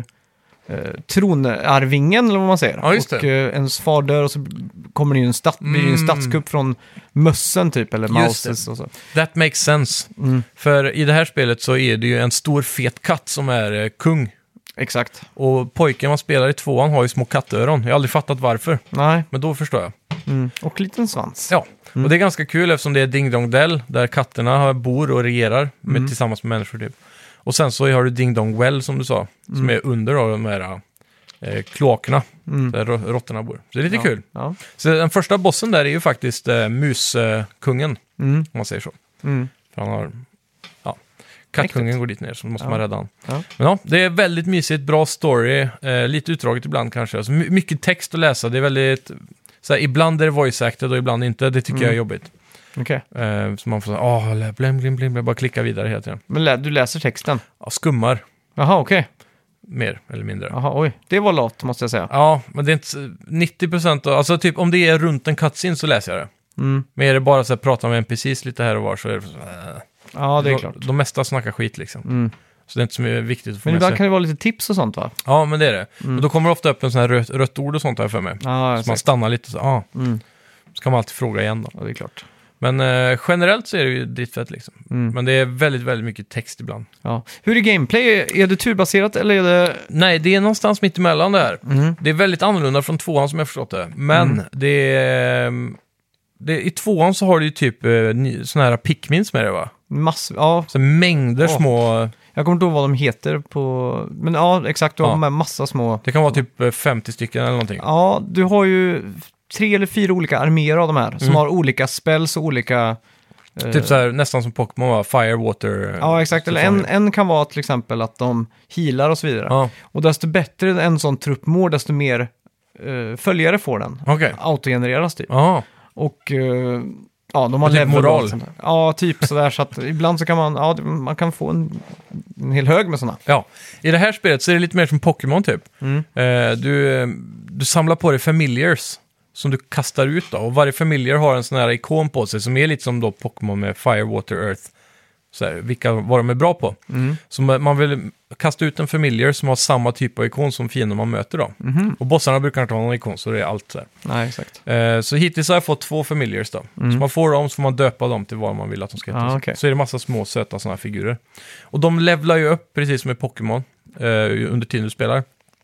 tronarvingen, eller vad man säger. Ja, just det. Och ens far dör och så kommer det ju en statskupp från mössen typ, eller Mouses och så. That makes sense. För i det här spelet så är det ju en stor fet katt som är kung. Exakt. Och pojken man spelar i tvåan har ju små kattöron. Jag har aldrig fattat varför. Nej. Men då förstår jag. Och liten svans. Ja, och det är ganska kul eftersom det är Ding Dong Dell där katterna bor och regerar tillsammans med människor typ. Och sen så har du Ding Dong Well som du sa, som är under då, de här kloakerna där råttorna bor. Så det är lite kul. Ja. Så den första bossen där är ju faktiskt muskungen, om man säger så. För han har... Kattkungen går dit ner, så måste man rädda han. Ja. Men ja, det är väldigt mysigt, bra story, lite utdraget ibland kanske. Alltså, mycket text att läsa, det är väldigt... Såhär, ibland är det voice acted och ibland inte, det tycker jag är jobbigt. Okej. Så man får blim, bara klicka vidare hela tiden. Men du läser texten? Ja, skummar. Jaha, okej. Mer eller mindre. Jaha, oj. Det var lat, måste jag säga. Ja, men det är inte 90% alltså typ om det är runt en cutscene så läser jag det. Men är det bara så att prata med NPCs lite här och var så är det ja, det är klart. De mesta snackar skit liksom. Så det är inte så viktigt att få men med ibland sig. kan det vara lite tips och sånt va? Ja, men det är det. Men då kommer det ofta upp en sån här rött ord och sånt här för mig. Ja, så man stannar lite så, så kan man alltid fråga igen då. Ja, det är klart. Men generellt så är det ju ditfett liksom. Men det är väldigt, väldigt mycket text ibland. Ja. Hur är gameplay? Är det turbaserat eller är det... Nej, det är någonstans mitt emellan det här. Det är väldigt annorlunda från tvåan som jag förstått det. Men det är... I 2:an så har du ju typ såna här Pikmins med det, va? Ja, Så mängder små... jag kommer inte ihåg vad de heter på... Men ja, exakt, du har med massa små... Det kan vara typ 50 stycken eller någonting. Ja, du har ju 3 eller 4 olika arméer av de här som har olika spells och olika... Typ så här, nästan som Pokémon, va? Fire, Water... Ja, exakt. Eller en kan vara till exempel att de healar och så vidare. Ja. Och desto bättre en sån trupp mår, desto mer följare får den. Okej. Autogenereras typ. Ja. Och ja, de har typ level moral. och sånt där. Ja, typ sådär. Så att ibland så kan man kan få en hel hög med sådana. Ja, i det här spelet så är det lite mer som Pokémon typ. Du samlar på dig familiars som du kastar ut då. Och varje familiar har en sån här ikon på sig som är lite som då Pokémon med Fire, Water, Earth. Så här, vad de är bra på. Så man vill kasta ut en familiar som har samma typ av ikon som fienden man möter då. Och bossarna brukar inte ha någon ikon, så det är allt så här. Nej, exakt. Så hittills har jag fått 2 familiars då. Så man får dem, så får man döpa dem till vad man vill att de ska heta. Okay. Så är det massa små söta sådana här figurer. Och de levlar ju upp precis som i Pokémon under tiden du spelar.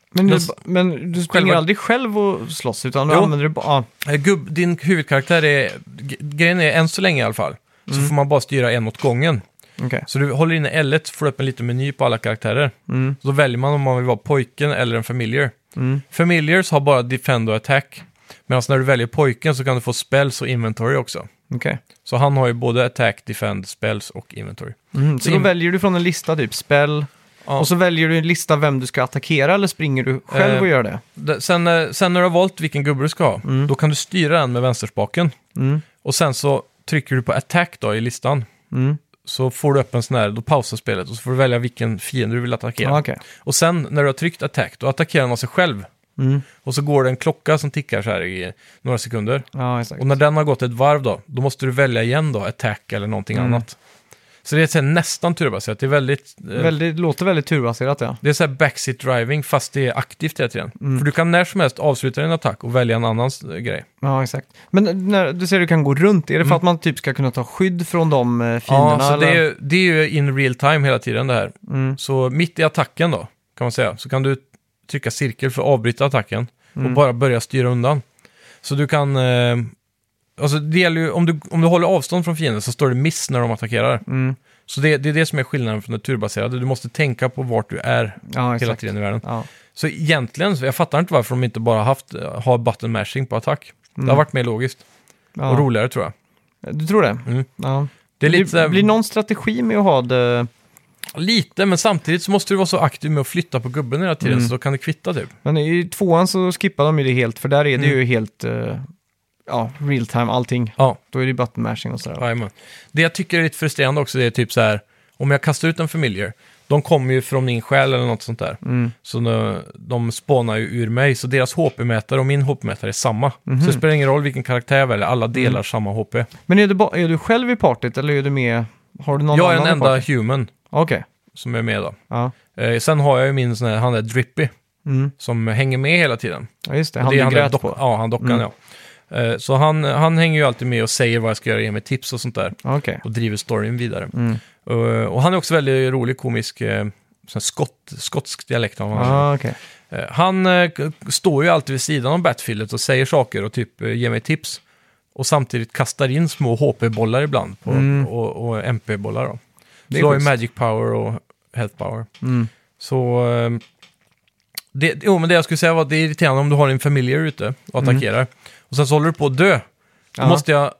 Men du springer aldrig själv och slåss, utan du använder det bara... Din huvudkaraktär är... Grejen är, än så länge i alla fall, så får man bara styra en åt gången. Okay. Så du håller inne L1 så får du upp en liten meny på alla karaktärer. Så då väljer man om man vill vara pojken eller en familiar. Familiars har bara defend och attack. Medan när du väljer pojken så kan du få spells och inventory också. Okay. Så han har ju både attack, defend, spells och inventory. Så då väljer du från en lista typ spell... Ja. Och så väljer du en lista vem du ska attackera, eller springer du själv och gör det? Sen när du har valt vilken gubbe du ska ha, då kan du styra den med vänsterspaken. Och sen så trycker du på attack då i listan. Så får du upp en sån här, då pausar spelet och så får du välja vilken fiende du vill attackera. Okay. Och sen när du har tryckt attack, då attackerar den sig själv. Och så går det en klocka som tickar så här i några sekunder. Ja, exakt. Och när den har gått ett varv då måste du välja igen då, attack eller någonting annat. Så det är nästan turbaserat. Det är låter väldigt turbaserat, ja. Det är så här backseat driving fast det är aktivt hela tiden. För du kan när som helst avsluta din attack och välja en annan grej. Ja, exakt. Men när du säger att du kan gå runt, är det för att man typ ska kunna ta skydd från de fienderna? Ja, så eller? det är ju in real time hela tiden det här. Så mitt i attacken då, kan man säga, så kan du trycka cirkel för att avbryta attacken och bara börja styra undan. Så du kan... Alltså det gäller ju, om du håller avstånd från fienden så står det miss när de attackerar. Så det är det som är skillnaden från det turbaserade. Du måste tänka på vart du är hela tiden i världen. Ja. Så egentligen, jag fattar inte varför de inte bara har button mashing på attack. Det har varit mer logiskt och roligare, tror jag. Du tror det? Ja. Det är lite, blir någon strategi med att ha det... Lite, men samtidigt så måste du vara så aktiv med att flytta på gubben hela tiden, så då kan det kvitta typ. Men i 2:an så skippar de ju det helt, för där är det ju helt... real time, allting. Ja. Då är det button mashing och sådär. Jajamän. Det jag tycker är lite frustrerande också, det är typ så här, om jag kastar ut en familiar, de kommer ju från min själ eller något sånt där. Så de spånar ju ur mig, så deras HP-mätare och min HP-mätare är samma. Så det spelar ingen roll vilken karaktär jag väljer, alla delar samma HP. Men är du själv i partyt, eller är du med... Har du någon jag är annan en enda party? human som är med då. Ja. Sen har jag ju min sån här, han är Drippy, som hänger med hela tiden. Ja, just det. Han du grät på. Ja, han dockan, ja. Så han hänger ju alltid med och säger vad jag ska göra, ge mig tips och sånt där. Okay. Och driver storyn vidare. Och han är också väldigt rolig, komisk, skotsk dialekt. Okay. Han står ju alltid vid sidan av Battlefieldet och säger saker och typ ger mig tips. Och samtidigt kastar in små HP-bollar ibland och MP-bollar då. Så du har ju Magic Power och Health Power. Så... men det jag skulle säga var att det är irriterande om du har en familiar ute och attackerar. Och sen så håller du på att dö. Då måste jag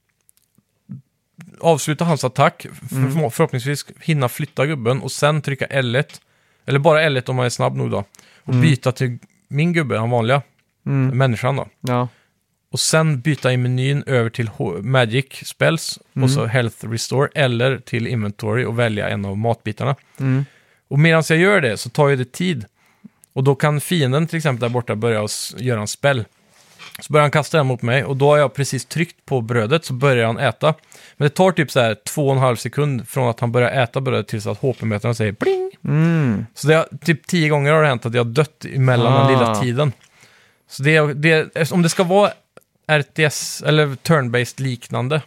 avsluta hans attack. Förhoppningsvis hinna flytta gubben och sen trycka L1. Eller bara L1 om man är snabb nog då. Och byta till min gubbe, han vanliga. Människan då. Ja. Och sen byta i menyn över till Magic Spells. Och så Health Restore. Eller till Inventory och välja en av matbitarna. Och medan jag gör det så tar ju det tid. Och då kan fienden till exempel där borta börja göra en spell. Så börjar han kasta den mot mig och då har jag precis tryckt på brödet så börjar han äta. Men det tar typ så här 2,5 sekund från att han börjar äta brödet tills att HP-mätaren säger bling. Så det har, typ 10 gånger har det hänt att jag har dött emellan den lilla tiden. Så om det ska vara RTS eller turn-based liknande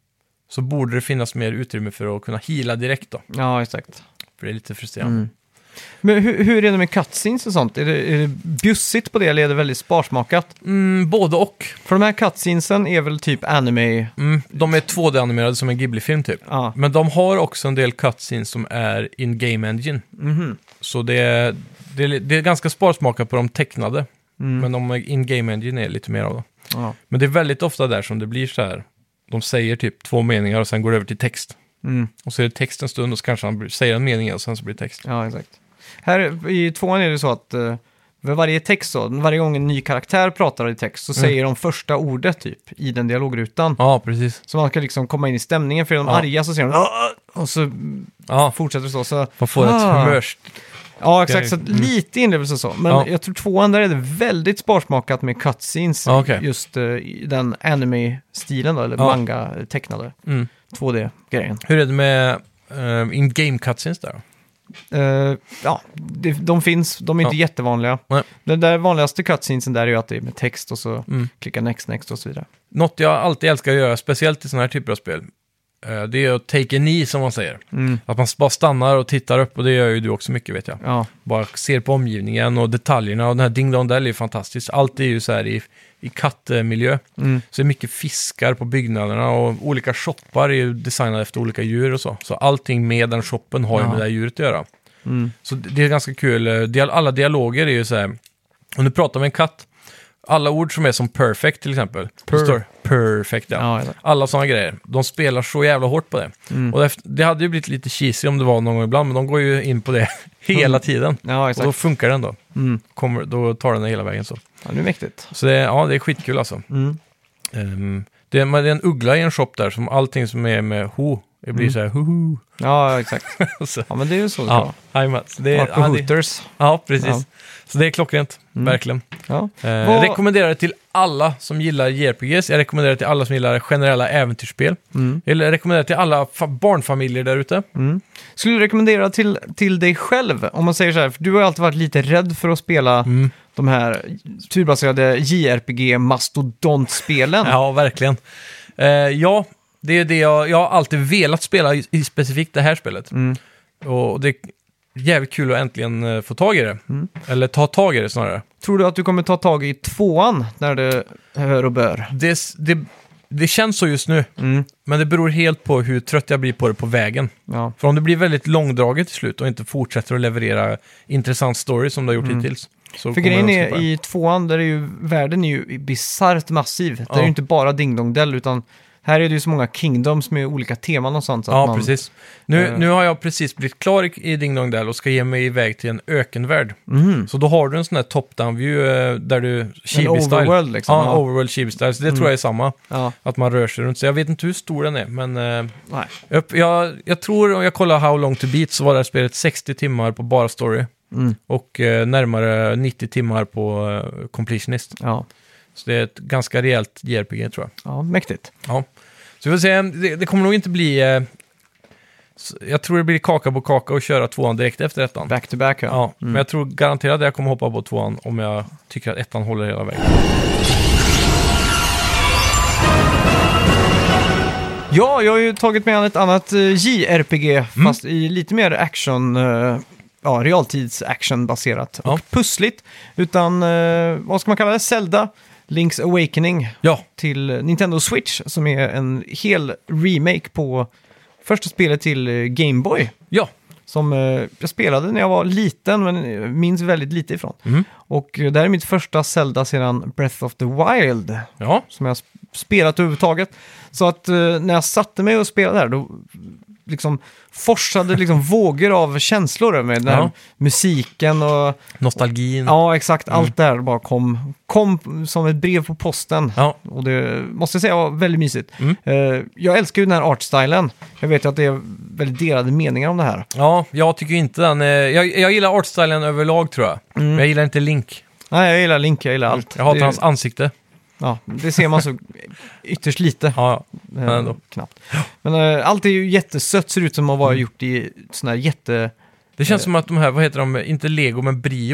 så borde det finnas mer utrymme för att kunna heala direkt då. Ja, exakt. För det är lite frustrerande. Men hur är det med cutscenes och sånt? Är det bjussigt på det eller är det väldigt sparsmakat? Både och. För de här cutscenesen är väl typ anime... De är 2D-animerade som en Ghibli-film typ. Ja. Men de har också en del cutscenes som är in-game engine. Så det är ganska sparsmakat på de tecknade. Men de in-game engine är lite mer av det. Ja. Men det är väldigt ofta där som det blir så här. De säger typ 2 meningar och sen går det över till text. Och så är det text en stund och så kanske han säger en mening och sen så blir det text. Ja, exakt. Här i 2:an är det så att vid varje text så, varje gång en ny karaktär pratar i text så säger de första ordet typ i den dialogrutan. Ja, precis. Så man ska liksom komma in i stämningen, för är de arga så säger de och så fortsätter det så. Man får ett humörs... Ja, exakt. Så lite inlevelse så. Men jag tror 2:an där är det väldigt sparsmakat med cutscenes. Just i den anime-stilen då, eller manga-tecknade 2D-grejen. Hur är det med in-game cutscenes där då? De finns. De är inte jättevanliga. Nej. Den där vanligaste cutscenesen där är ju att det är med text och så klicka next och så vidare. Något jag alltid älskar att göra, speciellt i sådana här typer av spel, det är att take a knee som man säger. Att man bara stannar och tittar upp, och det gör ju du också mycket vet jag. Ja. Bara ser på omgivningen och detaljerna, och den här Ding Dong Dell är fantastiskt. Allt är ju så här i kattmiljö. Så det är mycket fiskar på byggnaderna och olika shoppar är ju designade efter olika djur och så. Så allting med den shoppen har ju med det här djuret att göra. Så det är ganska kul. Alla dialoger är ju så här, om du pratar med en katt, alla ord som är som perfect till exempel. Det står perfect, ja. Alla sådana grejer. De spelar så jävla hårt på det. Och det hade ju blivit lite cheesy om det var någon gång ibland, men de går ju in på det hela tiden. Ja, exakt. Och då funkar den då. Då tar den hela vägen så. Ja, det är mäktigt. Så det är skitkul alltså. Det är en uggla i en shop där, som allting som är med det blir så här ho. Ja, exakt. Så. Ja, men det är ju så det ska vara. Det är Hooters. Ja, precis. Ja. Så det är klockrent, verkligen. Ja. Jag rekommenderar det till alla som gillar JRPGs. Jag rekommenderar det till alla som gillar generella äventyrsspel. Jag rekommenderar det till alla barnfamiljer där ute. Skulle du rekommendera till dig själv? Om man säger så här, för du har alltid varit lite rädd för att spela de här turbaserade JRPG-mastodontspelen. Ja, verkligen. Det är det jag har alltid velat spela i specifikt det här spelet. Och det är jävligt kul att äntligen få tag i det. Eller ta tag i det snarare. Tror du att du kommer ta tag i 2:an när det hör och bör? Det känns så just nu. Men det beror helt på hur trött jag blir på det på vägen. Ja. För om det blir väldigt långdraget till slut och inte fortsätter att leverera intressant story som det har gjort hittills. Så för grejen är i 2:an, där är ju världen är ju bisarrt massiv. Det är ju inte bara Ding Dong Dell, utan här är det ju så många kingdoms med olika teman och sånt. Så precis. Nu har jag precis blivit klar i Ding Dong Dell och ska ge mig iväg till en ökenvärld. Så då har du en sån här top-down view där du chibi-style. Overworld liksom. Ja, overworld chibi-style. Så det tror jag är samma. Ja. Att man rör sig runt. Så jag vet inte hur stor den är, men jag tror, om jag kollar How Long To Beat, så var det här spelet 60 timmar på bara story. Och närmare 90 timmar på completionist. Ja. Så det är ett ganska rejält JRPG, tror jag. Ja, mäktigt. Ja. Så vi får se, det kommer nog inte bli... jag tror det blir kaka på kaka och köra 2:an direkt efter 1:an. Back to back, ja. Men jag tror garanterat att jag kommer hoppa på 2:an om jag tycker att 1:an håller hela vägen. Ja, jag har ju tagit med ett annat JRPG, fast i lite mer action... realtids-action-baserat och pussligt. Utan, vad ska man kalla det? Zelda, Link's Awakening till Nintendo Switch, som är en hel remake på första spelet till Game Boy. Ja. Som jag spelade när jag var liten, men minns väldigt lite ifrån. Och det här är mitt första Zelda sedan Breath of the Wild. Ja. Som jag spelat överhuvudtaget. Så att när jag satte mig och spelade där, då liksom forsade liksom vågor av känslor med den här musiken och... nostalgin. Ja, exakt. Allt där bara kom som ett brev på posten. Ja. Och det måste jag säga var väldigt mysigt. Jag älskar ju den här artstylen. Jag vet ju att det är väldigt delade meningar om det här. Ja, jag tycker inte den. Jag gillar artstylen överlag, tror jag. Men jag gillar inte Link. Nej, jag gillar Link. Jag gillar allt. Jag hatar hans ansikte. Ja, det ser man så ytterst lite. Ja, men ändå. Knappt. Men allt är ju jättesött, ser ut som att vara gjort i sån här jätte... Det känns som att de här, vad heter de, inte Lego men Brio.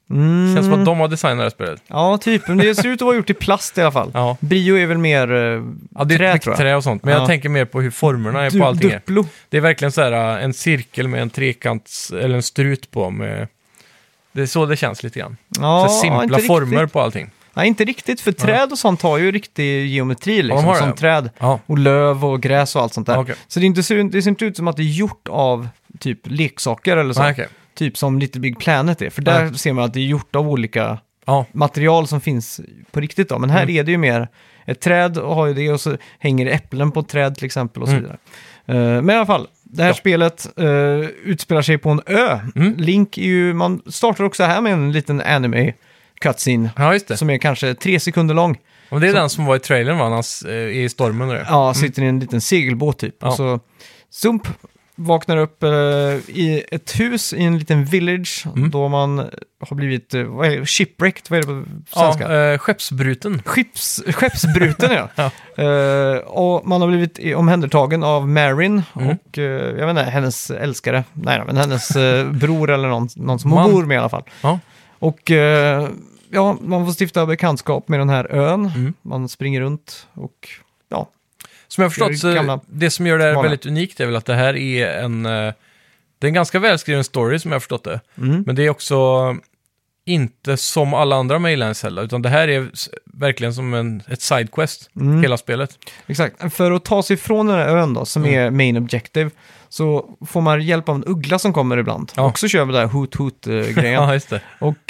Känns som att de har designat det här spelet. Ja, typ. Men det ser ut att vara gjort i plast i alla fall. Ja. Brio är väl mer Ja, det är trä, mycket tror jag. trä och sånt. Men Ja. jag tänker mer på hur formerna är på allting. Duplo. Det är verkligen så här en cirkel med en trekant eller en strut på. Det är så det känns lite grann. Ja, Så simpla inte former riktigt. på allting. Nej, inte riktigt. För träd och sånt har ju riktig geometri liksom. de har det. Som träd. Ja. Och löv och gräs och allt sånt där. Ja, okej. Så det ser inte ut som att det är gjort av typ leksaker eller så. Nej, okej. Typ som Little Big Planet är. För där ser man att det är gjort av olika Ja, material som finns på riktigt då. Men här är det ju mer ett träd och har ju det och så hänger det äpplen på ett träd till exempel och så vidare. Men i alla fall, det här spelet utspelar sig på en ö. Link är ju, man startar också här med en liten anime cutscene ja just det. som är kanske 3 sekunder lång. Och det är den som var i trailern, va? Är i stormen och det. Ja, sitter i en liten segelbåt typ. Ja. Och så Sump vaknar upp i ett hus i en liten village då man har blivit vad är det? Shipwrecked, vad är det på svenska? Ja, skeppsbruten. Skeppsbruten, ja. Och man har blivit omhändertagen av Marin och jag vet inte, hennes älskare. Nej, men hennes bror eller någon som hon bor med i alla fall. Ja. Och ja, man får stifta bekantskap med den här ön. Man springer runt och ja. Som jag har förstått så Gamla det som gör det här smala. väldigt unikt är väl att det här är det är en ganska välskriven story som jag har förstått det. Men det är också inte som alla andra Mainlands heller, utan det här är verkligen som ett sidequest, hela spelet. Exakt. För att ta sig från den här ön då, som är main objective, så får man hjälp av en uggla som kommer ibland. Ja. Och så kör vi där hoot-hoot-grejen. Ja, just det. Och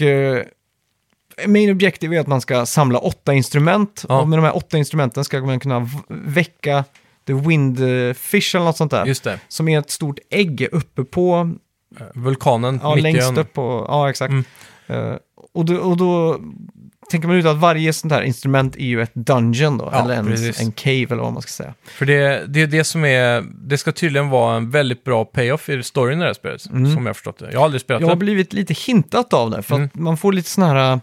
main objective är att man ska samla 8 instrument. Ja. Och med de här 8 instrumenten ska man kunna väcka the windfish eller något sånt där. Just det. Som är ett stort ägg uppe på, Vulkanen ja, mitt i längst ön. upp på, ja exakt. Och då tänker man ut att varje sånt här instrument är ju ett dungeon då, Ja, eller precis. en cave eller vad man ska säga. För det är det som är, det ska tydligen vara en väldigt bra payoff i storyn i det här spelet, som jag har förstått det. Jag har aldrig spelat Jag har det. blivit lite hintat av det, för att man får lite såna här,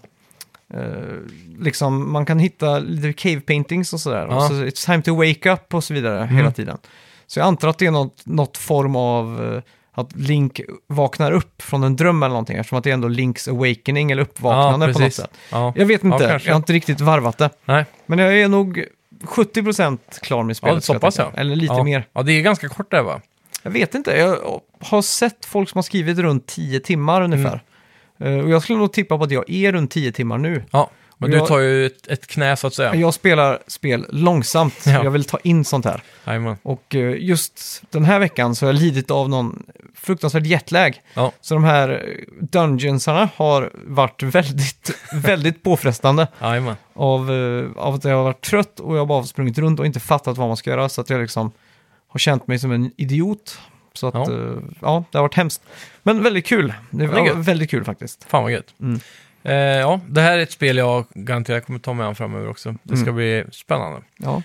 liksom, man kan hitta lite cave paintings och sådär. Ja. Och så it's time to wake up och så vidare hela tiden. Så jag antar att det är något form av att Link vaknar upp från en dröm eller någonting, eftersom att det är ändå Links awakening eller uppvaknande på något precis. sätt. Ja. Jag vet inte, kanske. jag har inte riktigt varvat det. Nej. Men jag är nog 70% klar med spelet. Ja, ska jag så pass, tänka. ja. Eller lite Ja. mer. Ja, det är ganska kort där, va? Jag vet inte, jag har sett folk som har skrivit runt 10 timmar ungefär. Och jag skulle nog tippa på att jag är runt 10 timmar nu. Ja, men Och du jag- tar ju ett knä så att säga. Jag spelar spel långsamt, Ja. jag vill ta in sånt här. Jajamän. Och just den här veckan så har jag lidit av någon fruktansvärd jetlag. Ja. Så de här dungeonsarna har varit väldigt, väldigt påfrestande. Jajamän. Av att jag har varit trött och jag bara har sprungit runt och inte fattat vad man ska göra. Så att jag liksom har känt mig som en idiot. Så att, Ja. ja, det har varit hemskt. Men väldigt kul. Det är var gött. väldigt kul faktiskt. Fan vad gött. Ja, det här är ett spel jag garanterat kommer ta med an framöver också. Det ska bli spännande. Ja.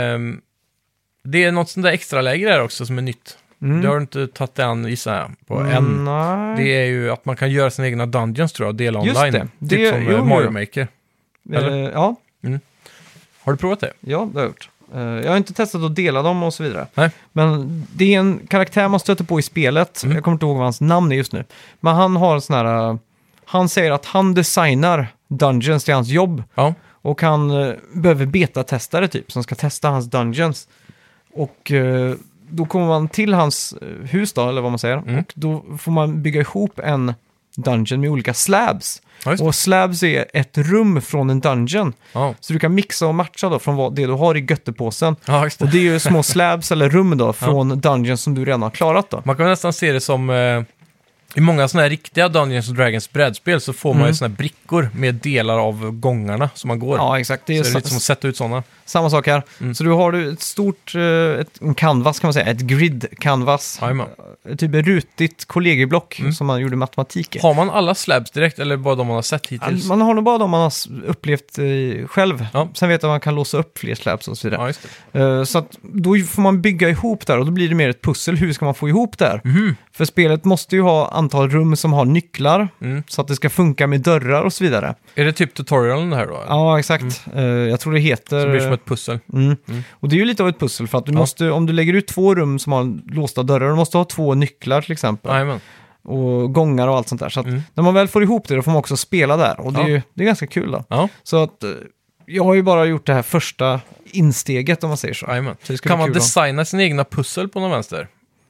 Det är något sånt där extra läge där också som är nytt. Det har du inte tagit det an, gissar jag, på än. Nej. Det är ju att man kan göra sina egna dungeons, tror jag, och dela Just online. det. Typ Det- som jo, Mario jo. Maker. eller? Ja, Har du provat det? ja, det har jag gjort. Jag har inte testat att dela dem och så vidare. Nej. Men det är en karaktär man stöter på i spelet. Jag kommer inte ihåg vad hans namn är just nu. Men han har en sån här... Han säger att han designar dungeons till hans jobb. Ja. Och han behöver betatestare typ, som ska testa hans dungeons. Och då kommer man till hans hus då, eller vad man säger. Och då får man bygga ihop en dungeon med olika slabs. Ja, just det. Och slabs är ett rum från en dungeon. Ja. Så du kan mixa och matcha då från det du har i göttepåsen. Ja, just det. Och det är ju små slabs eller rum då från dungeons som du redan har klarat då. Man kan nästan se det som... I många sådana här riktiga Dungeons & Dragons brädspel så får man ju sådana här brickor med delar av gångarna som man går. Ja, exakt. Det är Så det är lite som att sätta ut sådana. samma sak här. Så du har ett stort en canvas kan man säga, ett grid-canvas. Jajamän. Typ ett rutigt kollegieblock som man gjorde matematik i. Har man alla slabs direkt eller bara de man har sett hittills? Man har nog bara de man har upplevt själv. Ja. Sen vet jag att man kan låsa upp fler slabs och så vidare. Ja, just det. Så att då får man bygga ihop där och då blir det mer ett pussel. Hur ska man få ihop det här? För spelet måste ju ha antal rum som har nycklar så att det ska funka med dörrar och så vidare. Är det typ tutorialen här då? Ja, exakt. Jag tror det heter... Så det blir som ett pussel. Och det är ju lite av ett pussel för att du måste, om du lägger ut 2 rum som har låsta dörrar, du måste ha 2 nycklar till exempel. Jajamän. och gångar och allt sånt där. Så att när man väl får ihop det, då får man också spela där. Och det är ganska kul då. Ja. Så att jag har ju bara gjort det här första insteget om man säger så. Jajamän. Så det ska Kan bli man kul då. designa sina egna pussel på någon vänster?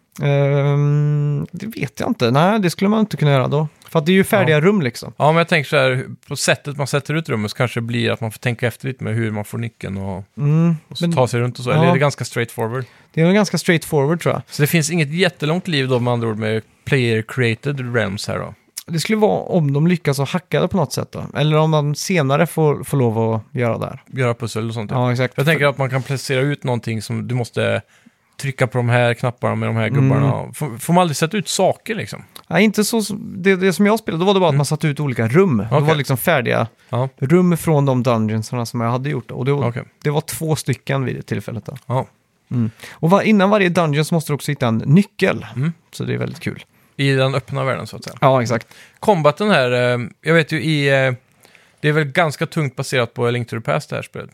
Det vet jag inte. Nej, det skulle man inte kunna göra då. För att det är ju färdiga rum liksom. Ja, men jag tänker så här, på sättet man sätter ut rummet så kanske det blir att man får tänka efter lite med hur man får nyckeln och så ta sig runt och så. Eller är det ganska straightforward? Det är nog ganska straightforward tror jag. Så det finns inget jättelångt liv då med andra ord med player-created realms här då? Det skulle vara om de lyckas att hacka det på något sätt då. Eller om man senare får lov att göra det här. Göra pussel och sånt. Ja, exakt. Jag tänker att man kan placera ut någonting som du måste trycka på de här knapparna med de här gubbarna. Får man aldrig sätta ut saker liksom? Nej, inte så. Det som jag spelade, då var det bara att man satte ut olika rum. Det var liksom färdiga rum från de dungeonsarna som jag hade gjort. Och det var 2 stycken vid det tillfället då. Ja. Och innan varje dungeon så måste du också hitta en nyckel. Så det är väldigt kul. I den öppna världen så att säga. Ja, exakt. Combaten här, jag vet ju det är väl ganska tungt baserat på A Link to the Past det här spelet.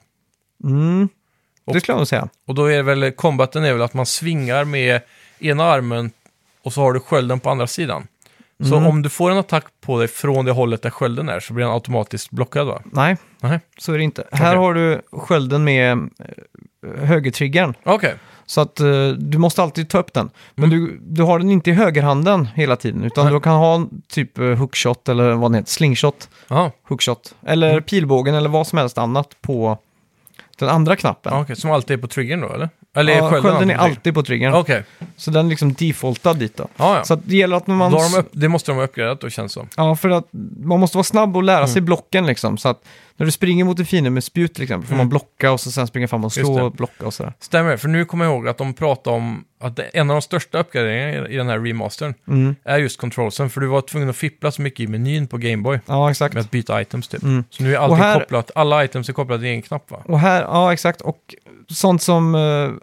Det skulle jag nog säga. Och då är väl combaten är väl att man svingar med ena armen och så har du skölden på andra sidan. Så om du får en attack på dig från det hållet där skölden är så blir den automatiskt blockad va? Nej, så är det inte. Här har du skölden med högertriggern. Okej. Så att du måste alltid ta upp den. Men du har den inte i högerhanden hela tiden. Utan du kan ha typ hookshot eller vad det heter, slingshot, hookshot. Eller pilbågen eller vad som helst annat på den andra knappen. Okej, som alltid är på triggern då eller? Eller Ja, skölden skölden är alltid på triggern. Okej. Så den är liksom defaultad dit då. Ja. Så att det gäller att när man... Då har det måste de ha uppgraderat då känns det som. Ja, för att man måste vara snabb och lära sig blocken liksom. Så att när du springer mot en fiende med spjut till exempel får man blocka och så sen springa fram och slå och blocka och sådär. Stämmer, för nu kommer jag ihåg att de pratade om att en av de största uppgraderingarna i den här remastern är just controlsen. För du var tvungen att fippla så mycket i menyn på Game Boy. Ja, exakt. Med att byta items typ. Så nu är allting kopplat, alla items är kopplade i en knapp va? Och här, ja exakt. Och sånt som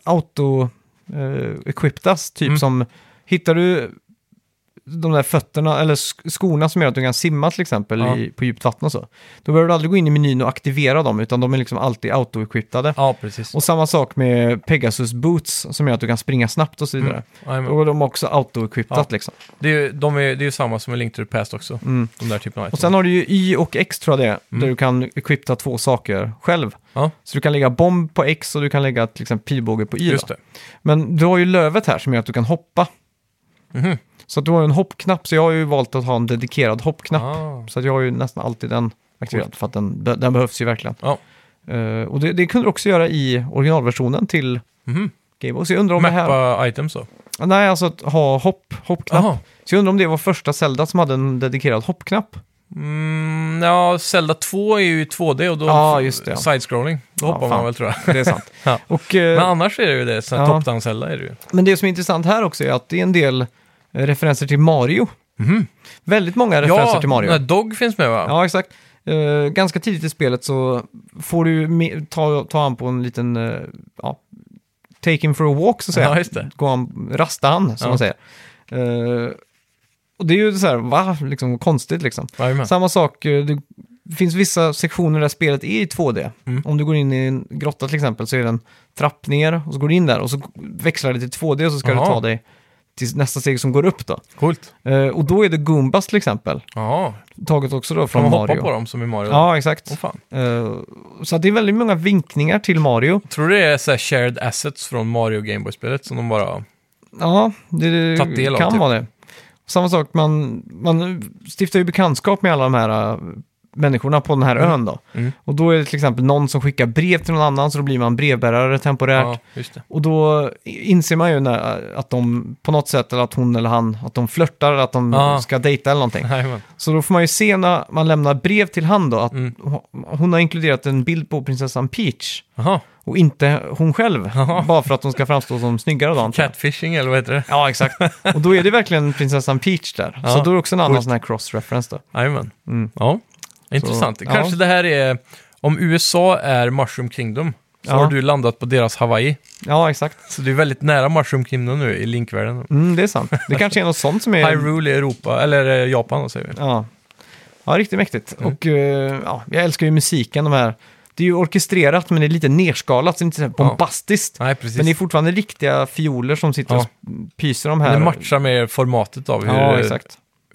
auto-equiptas, typ som hittar du de där fötterna eller skorna som gör att du kan simma till exempel på djupt vatten och så. Då behöver du aldrig gå in i menyn och aktivera dem utan de är liksom alltid auto-equippade. Ja, precis. Och samma sak med Pegasus Boots som gör att du kan springa snabbt och så vidare. Då är de också auto-equiptat liksom. Det är ju samma som med Link to the Past också. De där typen av items. Och sen har du ju Y och X tror jag det är, där du kan equipta 2 saker själv. Ja. Så du kan lägga bomb på X och du kan lägga till exempel pilbåge på Y. Just det. Men du har ju lövet här som gör att du kan hoppa. Så att du har en hoppknapp, så jag har ju valt att ha en dedikerad hoppknapp. Så att jag har ju nästan alltid den aktiverad, för att den behövs ju verkligen. Ja. Och det kunde du också göra i originalversionen till Game Boy. Så jag undrar om det här... Mappa items då? Nej, alltså att ha hoppknapp. Aha. Så jag undrar om det var första Zelda som hade en dedikerad hoppknapp. Ja, Zelda 2 är ju 2D och då just det, side-scrolling. Då hoppar man väl tror jag. Det är sant. Ja. Och, Men annars är det ju det, så top-down Zelda är det ju. Men det som är intressant här också är att det är en del referenser till Mario. Väldigt många referenser till Mario. Ja, Dog finns med va? Ja, exakt. Ganska tidigt i spelet så får du ta han på en liten... take him for a walk, så att säga. Ja, just det. Rasta han, som man säger. Och det är ju så här, liksom konstigt liksom. Samma sak, det finns vissa sektioner där spelet är i 2D. Om du går in i en grotta till exempel så är det en trapp ner och så går du in där och så växlar det till 2D och så ska du ta dig till nästa steg som går upp då. Coolt. Och då är det Goombas till exempel. Taget också då från Mario. Man hoppar på dem som i Mario. Ja, exakt. Fan. Så att det är väldigt många vinkningar till Mario. Tror du det är så här shared assets från Mario Game Boy-spelet som de bara... Ja, det tagit del av, kan typ. vara det. Samma sak, man stiftar ju bekantskap med alla de här människorna på den här ön då. Och då är det till exempel någon som skickar brev till någon annan, så då blir man brevbärare temporärt. Ja, just det. Och då inser man ju att de på något sätt, eller att hon eller han, att de flörtar eller att de ska dejta eller någonting. Så då får man ju se när man lämnar brev till han då, att hon har inkluderat en bild på prinsessan Peach. Och inte hon själv, bara för att hon ska framstå som snyggare då. Catfishing eller vad heter det? Ja, exakt. Och då är det verkligen prinsessan Peach där. Så då är det också en annan sån här cross-reference då. Jajamän. Ja, intressant. Kanske det här är, om USA är Mushroom Kingdom, så har du landat på deras Hawaii. Ja, exakt. Så det är väldigt nära Mushroom Kingdom nu i Link-världen. Det är sant. Det kanske är något sånt som är... Hyrule i Europa, eller Japan då, säger vi. Ja, riktigt mäktigt. Och jag älskar ju musiken, de här... Det är ju orkestrerat, men det är lite nerskalat, så det är inte så bombastiskt. Nej, precis. Men det är fortfarande riktiga fioler som sitter och pyser de här. Det matchar med formatet av hur... Ja, exakt.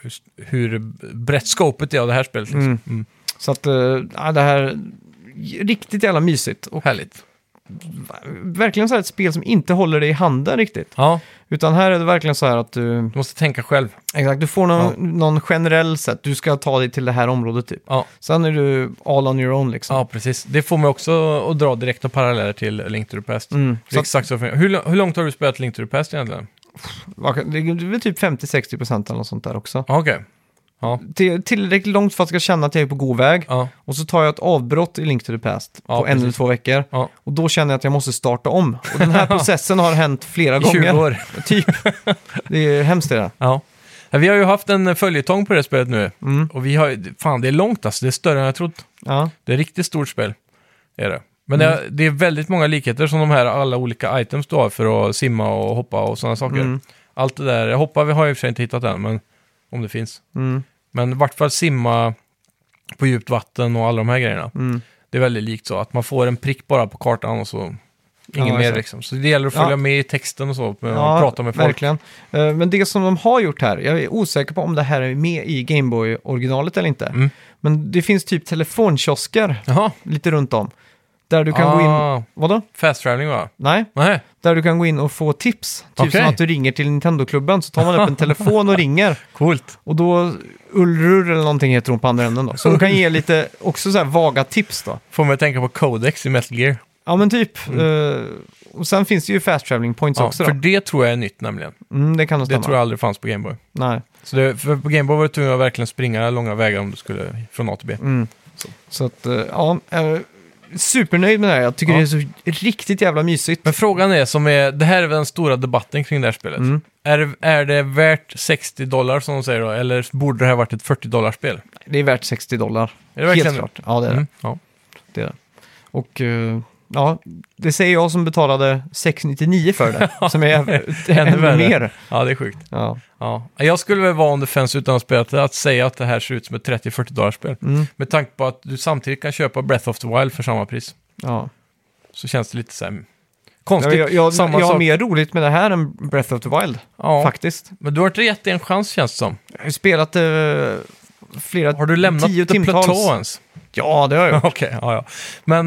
hur brett scopet är av det här spelet. Liksom. Så att det här riktigt jävla mysigt. Och Härligt. verkligen så här ett spel som inte håller dig i handen riktigt. Ja, Utan här är det verkligen så här att du måste tänka själv. exakt, du får någon generell sätt. Du ska ta dig till det här området typ. Ja. Sen är du all on your own liksom. Ja, precis. Det får mig också att dra direkta paralleller till Link to the Past. Det är Så exakt så. Hur långt har du spelat Link to the Past egentligen? det är väl typ 50-60% eller något sånt där också. Ja, okej. Ja. Tillräckligt långt för att jag ska känna att jag är på god väg. Ja. Och så tar jag ett avbrott i Link to the Past Ja, på 1 eller precis. 2 veckor. Ja. Och då känner jag att jag måste starta om. Och den här processen har hänt flera 20 gånger. år. Typ. Det är hemskt det där. Ja. Ja, vi har ju haft en följetong på det spelet nu. Och vi har fan, det är långt alltså. Det är större än jag trott. Ja. Det är ett riktigt stort spel. Är det. Men det är väldigt många likheter som de här alla olika items du har för att simma och hoppa och sådana saker. Allt det där. Hoppa vi har i och för sig inte hittat än, men om det finns. Men i vart fall simma på djupt vatten och alla de här grejerna. Det är väldigt likt så att man får en prick bara på kartan och så inget mer exakt. liksom. Så det gäller att följa med i texten och så och prata med folk. Verkligen. Men det som de har gjort här, jag är osäker på om det här är med i Game Boy-originalet eller inte. Men det finns typ telefonkiosker Jaha. lite runt om. Där du kan gå in... Vadå? Fast traveling va? Nej. Nej. Där du kan gå in och få tips. Typ Okej. som att du ringer till Nintendo-klubben, så tar man upp en telefon och ringer. Coolt. Och då Ulrur eller någonting heter hon på andra änden då. Så hon kan ge lite också så här vaga tips då. Får mig att tänka på Codex i Metal Gear. Ja men typ. Och sen finns det ju fast traveling points Ja, också för då. det tror jag är nytt nämligen. Det kan nog stämma. Det tror jag aldrig fanns på Game Boy. Nej. Så för på Game Boy var du tvungen att verkligen springa långa vägar om du skulle från A till B. Så att, ja. Supernöjd med det här. Jag tycker det är så riktigt jävla mysigt. Men frågan är, det här är väl den stora debatten kring det här spelet. Är det värt $60 som de säger då? Eller borde det här varit ett $40-spel? Det är värt $60. Är det verkligen Helt klart. Ja, det är det. Ja. Det är det. Och ja, det säger jag som betalade $699 för det. Som är ännu värre. mer. Ja, det är sjukt. Ja. Ja. Jag skulle väl vara on the fence utan att spela det, att säga att det här ser ut som ett $30-40-spel. Med tanke på att du samtidigt kan köpa Breath of the Wild för samma pris. Ja. Så känns det lite så här konstigt. Jag Samma har sak. mer roligt med det här än Breath of the Wild. Ja. Faktiskt. Men du har inte gett det en chans känns det som. Jag har ju spelat flera Har du lämnat 10 The timtals. Plateau ens? Ja, det har jag gjort. Okej, ja. Men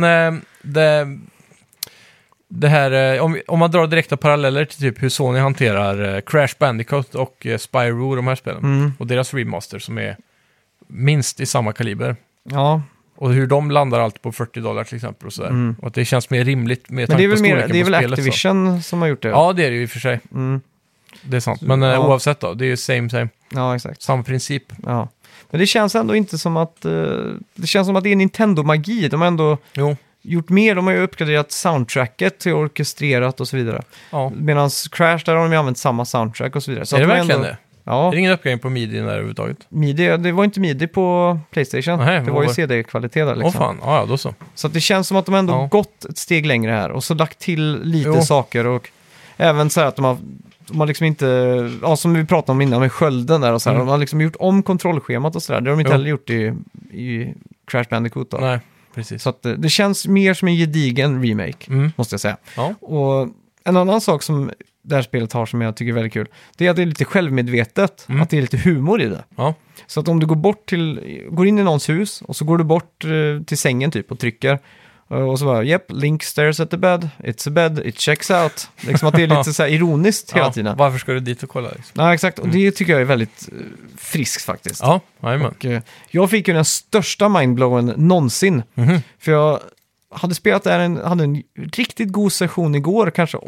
det här, om man drar direkta paralleller till typ hur Sony hanterar Crash Bandicoot och Spyro, de här spelen. Och deras remaster som är minst i samma kaliber. Ja, Och hur de landar alltid på $40 till exempel och sådär. Och att det känns mer rimligt med men det är väl, storleken det är på väl spelet, Activision som har gjort det? Ja, det är det ju i och för sig. Det är sant. Men Ja. oavsett då, det är ju same. Ja, exakt. Samma princip. Ja. Men det känns ändå inte som att... det känns som att det är Nintendo-magi. De har ändå Jo. gjort mer. De har ju uppgraderat soundtracket till orkestrerat och så vidare. Ja. Medan Crash, där har de ju använt samma soundtrack och så vidare. Så Är det att de verkligen ändå, det? Ja, Är det ingen uppgradering på midi där överhuvudtaget? MIDI, det var inte MIDI på PlayStation. Nej, det vad var ju var- CD-kvalitet där Åh liksom. fan, ja då så. Så att det känns som att de ändå Ja. gått ett steg längre här. Och så lagt till lite Jo. saker. Och även så här att de har liksom inte... Ja, som vi pratade om innan med skölden där och så här. De har liksom gjort om kontrollschemat och så där. Det har de inte Jo. heller gjort i Crash Bandicoot då. Nej, precis. Så att det känns mer som en gedigen remake, måste jag säga. Ja. Och en annan sak som det här spelet har som jag tycker är väldigt kul, det är att det är lite självmedvetet, att det är lite humor i det. Ja. Så att om du går in i någons hus och så går du bort till sängen typ och trycker och så bara, yep, Link stares at the bed, it's a bed, it checks out. Liksom att det är lite så här ironiskt hela tiden. Varför ska du dit och kolla? Liksom? Ja, exakt. Och det tycker jag är väldigt friskt faktiskt. Ja, jajamän. Och, jag fick ju den största mindblowen någonsin. För jag hade spelat där hade en riktigt god session igår, kanske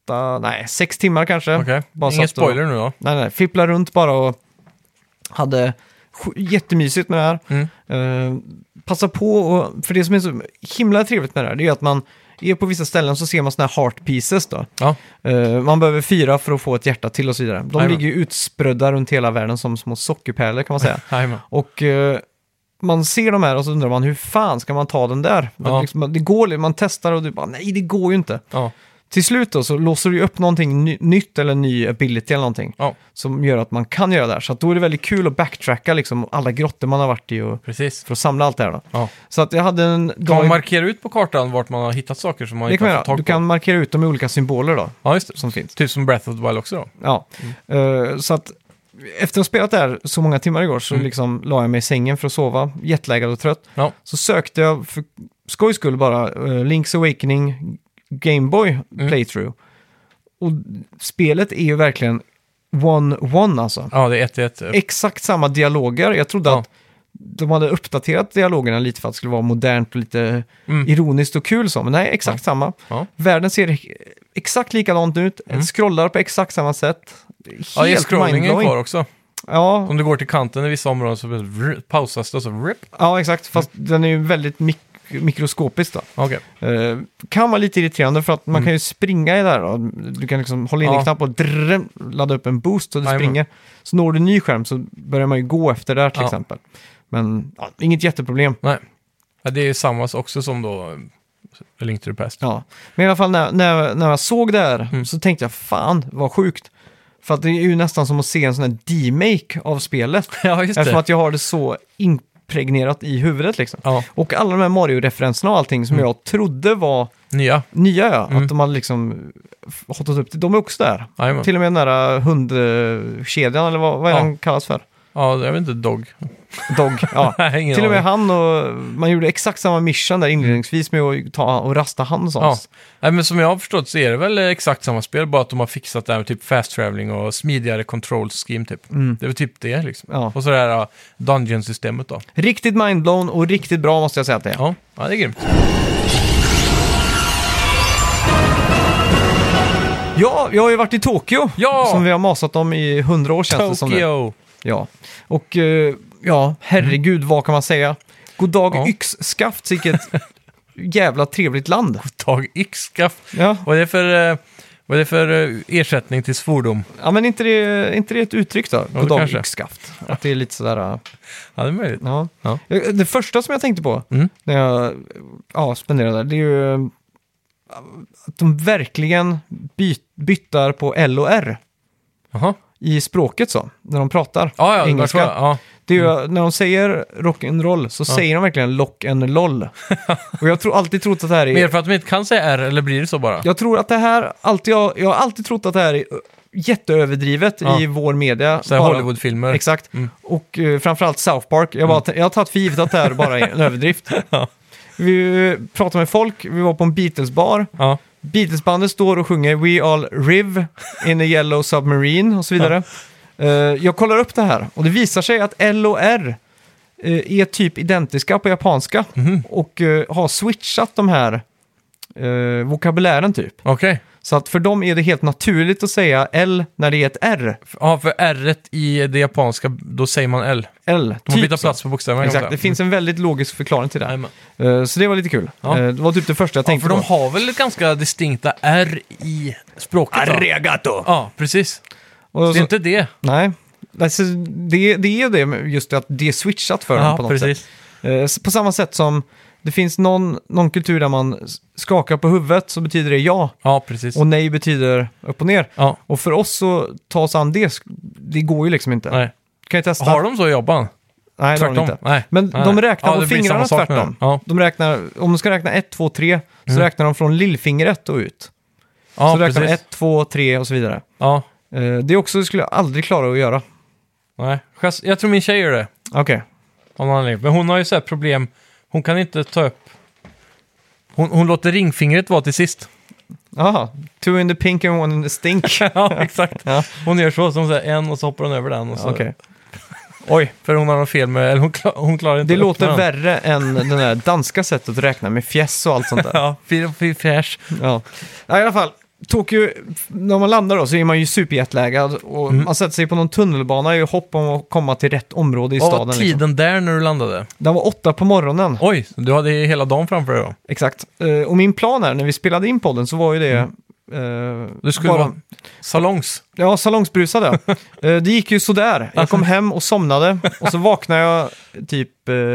6 timmar kanske. Okej, Bara ingen satt och- spoiler nu då? Nej, fippla runt bara och hade jättemysigt med det här. Passa på, och, för det som är så himla trevligt med det här, det är att man är på vissa ställen så ser man såna här heart pieces då. Ja, Man behöver 4 för att få ett hjärta till och så vidare. De Jajamän. ligger ju utsprödda runt hela världen som små sockerpärlor kan man säga. jajamän. Och man ser de här och så undrar man hur fan ska man ta den där? Ja. Liksom, det går, man testar och du bara nej det går ju inte. Ja, Till slut då så låser du upp någonting nytt eller ny ability eller någonting ja, som gör att man kan göra det här. Så att då är det väldigt kul att backtracka liksom alla grottor man har varit i och precis. för att samla allt det här då. Ja. Så att jag hade en Kan dag... man markera ut på kartan vart man har hittat saker som man det inte kan man har göra. fått tag Du på? kan markera ut dem med olika symboler då, Ja, just det. som finns. Typ som Breath of the Wild också då? Ja, så att efter att ha spelat där så många timmar igår så liksom la jag mig i sängen för att sova, jetlaggad och trött. Ja. Så sökte jag för skojs skull bara Link's Awakening Game Boy playthrough. Och spelet är ju verkligen one alltså. Ja, det är 1-1. Exakt samma dialoger. Jag trodde att de hade uppdaterat dialogerna lite för att det skulle vara modernt och lite ironiskt och kul så. Men nej, exakt samma. Ja. Världen ser exakt likadant ut. Scrollar på exakt samma sätt. Ja, det är Helt scrollingen mindblowing. kvar också. Ja, Om du går till kanten i vissa områden så pausas det och så rip. ja, exakt. Fast den är ju väldigt mikroskopisk då. Okej. Kan vara lite irriterande för att man kan ju springa i där. Och du kan liksom hålla in en knapp och ladda upp en boost och du Jajamän. springer. Så når du en ny skärm så börjar man ju gå efter där till Ja. exempel. Men inget jätteproblem. Nej. Ja, det är ju samma också som då A Link to the Past. Ja. Men i alla fall när jag såg det här så tänkte jag fan vad sjukt. För att det är ju nästan som att se en sån här demake av spelet. Ja, just Eftersom det. att jag har det så impregnerat i huvudet liksom. Ja, Och alla de här Mario-referenserna och allting som jag trodde var nya. nya, att de hade liksom hotat upp det. De är också där. Jajamän. Till och med den där hundkedjan, eller vad är Ja. den kallas för? Ja, jag vet inte, Dog. Dog, ja. Nej, ingen Till och med aning. han och man gjorde exakt samma mission där inledningsvis med att ta och rasta han och sånt. Ja. Nej, men som jag har förstått så är det väl exakt samma spel, bara att de har fixat det här med typ fast traveling och smidigare control scheme typ. Det är väl typ det liksom. Ja. Och så det här dungeon-systemet då. Riktigt mindblown och riktigt bra måste jag säga att det är. Ja, det är grymt. Ja, jag har ju varit i Tokyo. Ja! Som vi har masat om i 100 år känns det som det. Tokyo! Ja. Och ja, herregud, vad kan man säga? God dag Ja. yxskaft, vilket jävla trevligt land. Tag yxskaft. Ja. Vad är det för ersättning till svordom? Ja, men inte det ett uttryck då? God dag kanske. yxskaft. Att det är lite sådär... Ja, det är möjligt. Ja. Ja. Det första som jag tänkte på när jag spenderade där, det är ju att de verkligen byttar på L och R Jaha. i språket så, när de pratar Ja, engelska. Ja. Det är ju, när de säger rock'n'roll så säger de verkligen lock and loll. Och jag tror alltid trott att det här är... Mer för att de inte kan säga R, eller blir det så bara? Jag tror att det här, jag har alltid trott att det här är jätteöverdrivet i vår media. Så här Bara- Hollywoodfilmer. Exakt. Och framförallt South Park. Jag har tagit för givet att det här bara är en överdrift. Ja. Vi pratade med folk, vi var på en Beatles-bar. Ja. Beatles-bandet står och sjunger We All Riv in a Yellow Submarine och så vidare. Jag kollar upp det här och det visar sig att L och R är typ identiska på japanska. Och har switchat de här vokabulären typ. Okej. Så att för dem är det helt naturligt att säga L när det är ett R. Ja, för R i det japanska, då säger man L. L. De har bytt så. plats på bokstäverna. Exakt, det finns en väldigt logisk förklaring till det. Jajamän. Så det var lite kul. Ja. Det var typ det första jag Ja, tänkte för de på. har väl ett ganska distinkta R i språket då? Arigato! Ja, precis. Och Så det är så, inte det. nej, alltså, det är det med just att det är switchat för dem Ja, på något precis. sätt. På samma sätt som det finns någon kultur där man skakar på huvudet så betyder det ja. Ja, precis. Och nej betyder upp och ner. Ja, Och för oss så ta oss an det går ju liksom inte. nej. Kan jag testa? Har de så i Japan? Nej, det har de Tvärtom? inte. Nej. Men Nej. de räknar Ja, på det blir fingrarna samma sak tvärtom. med det. Ja. De räknar, om de ska räkna 1, 2, 3 så räknar de från lillfingret och ut. Ja, Så räknar de precis. 1, 2, 3 och så vidare. Ja, Det också skulle jag aldrig klara att göra. nej. Jag tror min tjej gör det. Okej. Av någon anledning. Men hon har ju så här problem. Hon kan inte ta upp... Hon låter ringfingret vara till sist. Jaha. 2 in the pink and 1 in the stink. Ja, exakt. Ja. Hon gör så, som säger en och så hoppar hon över den. Och så. Okej. Oj, för hon har något fel med... Eller hon klarar inte Det att låter öppna den. värre än det där danska sättet att räkna med fjäss och allt sånt där. Ja, fyra fräsch. Ja. Ja, i alla fall. Tokyo, när man landar då så är man ju superjetlaggad och man sätter sig på någon tunnelbana i hopp om att komma till rätt område i Vad staden. var tiden där när du landade? Den var 8 på morgonen. Oj, du hade hela dagen framför dig då. Exakt. Och min plan här, när vi spelade in podden så var ju det... Du skulle vara salongs. Ja, salongsbrusad ja. Det gick ju sådär. Jag kom hem och somnade och så vaknade jag typ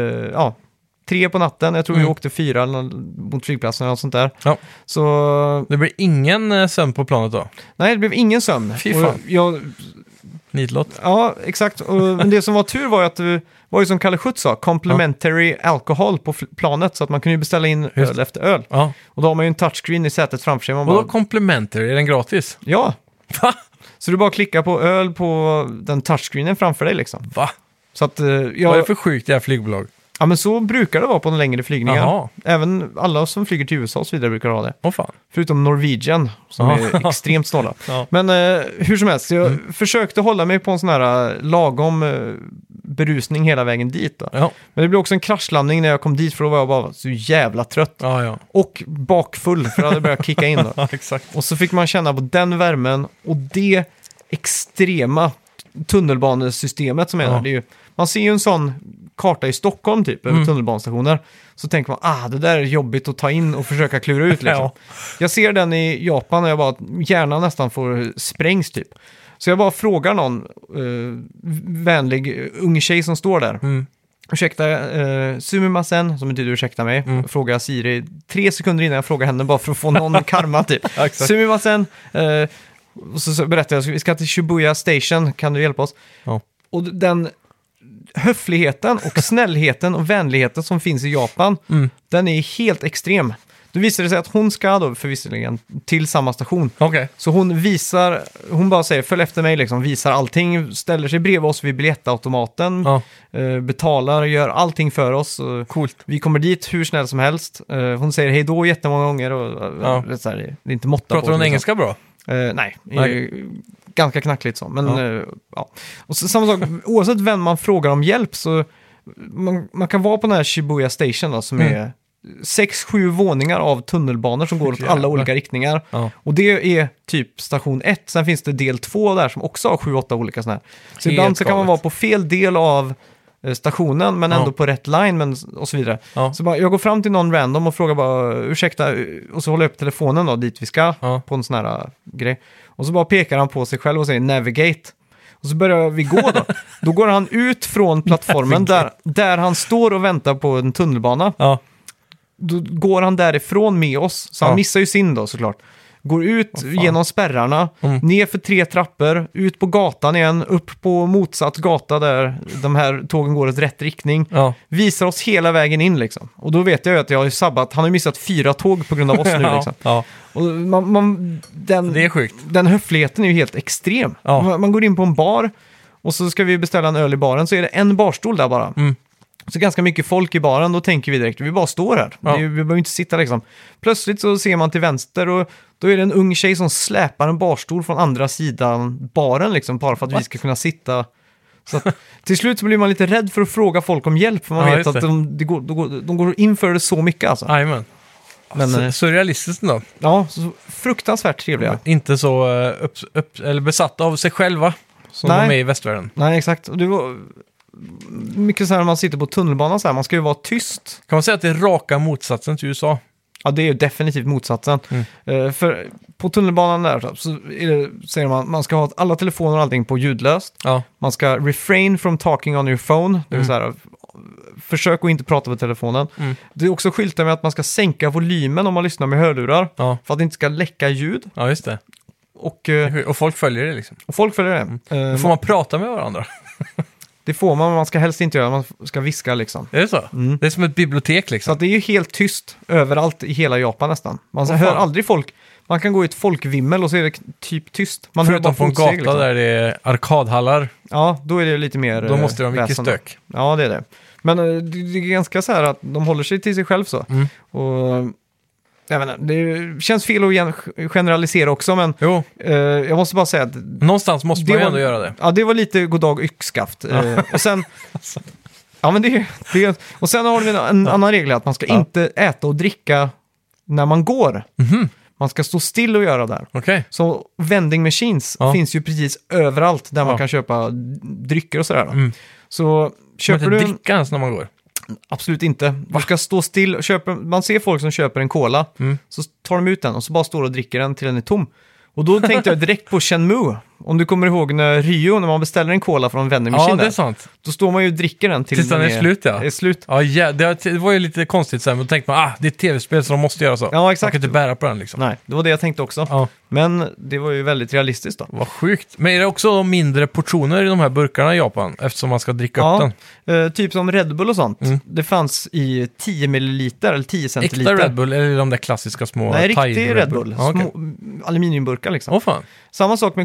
3 på natten. Jag tror vi åkte 4 eller mot flygplatsen eller något sånt där. Ja. Så Det blir ingen sömn på planet då? nej, det blev ingen sömn. Fy fan. Och Nitlott. ja, exakt. Men det som var tur var ju att det var ju som Kalle Schütz sa, complementary alcohol på planet så att man kunde ju beställa in öl efter öl. Ja. Och då har man ju en touchscreen i sätet framför sig. Man Vadå bara, complementary? Är den gratis? ja. Va? Så du bara klickar på öl på den touchscreenen framför dig liksom. Va? Så att Vad är jag... det för sjukt det här flygbolag? Ja, men så brukar det vara på de längre flygningar. Jaha. Även alla som flyger till USA och så vidare brukar ha det. Åh fan. Förutom Norwegian, som är extremt snåla. Ja. Men hur som helst, jag försökte hålla mig på en sån här lagom berusning hela vägen dit. Då. Ja. Men det blev också en kraschlandning när jag kom dit, för då var jag bara så jävla trött. Ja. Och bakfull, för jag hade börjat kicka in. Då. Ja, exakt. Och så fick man känna på den värmen och det extrema tunnelbanesystemet som är där. Det är ju, man ser ju en sån karta i Stockholm typ, över tunnelbanestationer. Så tänker man, det där är jobbigt att ta in och försöka klura ut liksom. Ja. Jag ser den i Japan och jag bara, hjärnan nästan får sprängs typ. Så jag bara frågar någon vänlig ung tjej som står där. Ursäkta, sumimasen, som betyder ursäkta mig. Frågar Siri 3 sekunder innan jag frågar henne bara för att få någon karma typ. Sumimasen, och så berättar jag, vi ska till Shibuya Station, kan du hjälpa oss? Ja. Och den höfligheten och snällheten och vänligheten som finns i Japan, den är helt extrem. Då visar det sig att hon ska då förvisserligen till samma station. Okej. Så hon bara säger följ efter mig liksom, visar allting, ställer sig bredvid oss vid biljettautomaten, betalar, gör allting för oss. Coolt. Vi kommer dit hur snäll som helst. Hon säger hej då jättemånga gånger och det är inte måtta Pratar på. hon Liksom. engelska bra? Nej. Ganska knackligt så. Men, ja. Och så, samma sak, oavsett vem man frågar om hjälp så man kan vara på den här Shibuya Station då, som är 6-7 våningar av tunnelbanor som går åt alla olika riktningar. Ja. Och det är typ station 1. Sen finns det del 2 där som också har 7-8 olika sådana här. Så Helt ibland så kan man galet. vara på fel del av stationen men ändå på rätt line och så vidare. Ja. Så bara, jag går fram till någon random och frågar bara ursäkta, och så håller jag upp telefonen då, dit vi ska på en sån här grej. Och så bara pekar han på sig själv och säger navigate. Och så börjar vi gå då. Då går han ut från plattformen där han står och väntar på en tunnelbana. Ja. Då går han därifrån med oss. Så han missar ju sin då såklart. Går ut genom spärrarna, ner för 3 trappor, ut på gatan igen, upp på motsatt gata där de här tågen går i rätt riktning. Ja. Visar oss hela vägen in liksom. Och då vet jag ju att jag har sabbat. Han har ju missat 4 tåg på grund av oss nu liksom. Ja. Och Det är sjukt. den höfligheten är ju helt extrem. Ja. Man går in på en bar och så ska vi beställa en öl i baren, så är det en barstol där bara. Så ganska mycket folk i baren, då tänker vi direkt, vi bara står här. Ja. Vi behöver inte sitta liksom. Plötsligt så ser man till vänster och då är det en ung tjej som släpar en barstol från andra sidan baren liksom, bara för att vi ska kunna sitta. Så att, till slut så blir man lite rädd för att fråga folk om hjälp, för man vet att de går in för det så mycket alltså. Jajamän. Men, Surrealistiskt då. ja, så fruktansvärt trevliga. Inte så eller besatta av sig själva som de är i västvärlden. Nej, exakt. Och det var mycket så här när man sitter på tunnelbanan så här, man ska ju vara tyst. Kan man säga att det är raka motsatsen till USA? Ja, det är ju definitivt motsatsen. För på tunnelbanan där så säger man ska ha alla telefoner och allting på ljudlöst. Ja. Man ska refrain from talking on your phone. Det vill säga, försök att inte prata på telefonen. Det är också skyltar med att man ska sänka volymen om man lyssnar med hörlurar. Ja. För att det inte ska läcka ljud. Ja, just det. Och folk följer det liksom. folk följer det. Får man prata med varandra? Det får man, men man ska helst inte göra. Man ska viska liksom. Är det så? Det är som ett bibliotek Så liksom. att det är ju helt tyst överallt i hela Japan nästan. Man hör aldrig folk. Man kan gå i ett folkvimmel och så är det typ tyst. Man hör bara Förutom på en fotsteg, gata liksom. där det är arkadhallar. Ja, då är det lite mer Då måste det vara mycket väsen. stök. Ja, det är det. Men det är ganska så här att de håller sig till sig själv så. Och jag menar, det känns fel att generalisera också, men Jo, jag måste bara säga att någonstans måste man ju ändå göra det. Ja, det var lite goddag yxskaft. Och sen... Ja, men det och sen har vi en annan regel, att man ska inte äta och dricka när man går. Man ska stå still och göra där. Okej. Så vending machines finns ju precis överallt där man kan köpa drycker och sådär. Så köper Man du inte dricka ens när man går. Absolut inte. Du ska stå still och köpa. Man ser folk som köper en cola, så tar de ut den och så bara står och dricker den till den är tom. Och då tänkte jag direkt på Shenmue. Om du kommer ihåg när Rio, när man beställer en cola från en vending machine Ja, det är där, sant. då står man ju och dricker den Tills den är slut, ja. Är slut. Ja, det var ju lite konstigt sen, men då tänkte man, det är ett tv-spel så de måste göra så. Ja, exakt. Man kan inte bära på den liksom. Nej, det var det jag tänkte också. Ja. Men det var ju väldigt realistiskt då. Vad sjukt. Men är det också mindre portioner i de här burkarna i Japan, eftersom man ska dricka upp den? Typ som Red Bull och sånt. Det fanns i 10 milliliter eller 10 centiliter. Äkta Red Bull eller de där klassiska små Nej, Thai riktig Red Bull. Ja, okej. Små aluminiumburkar liksom. Åh fan. Samma sak med cola.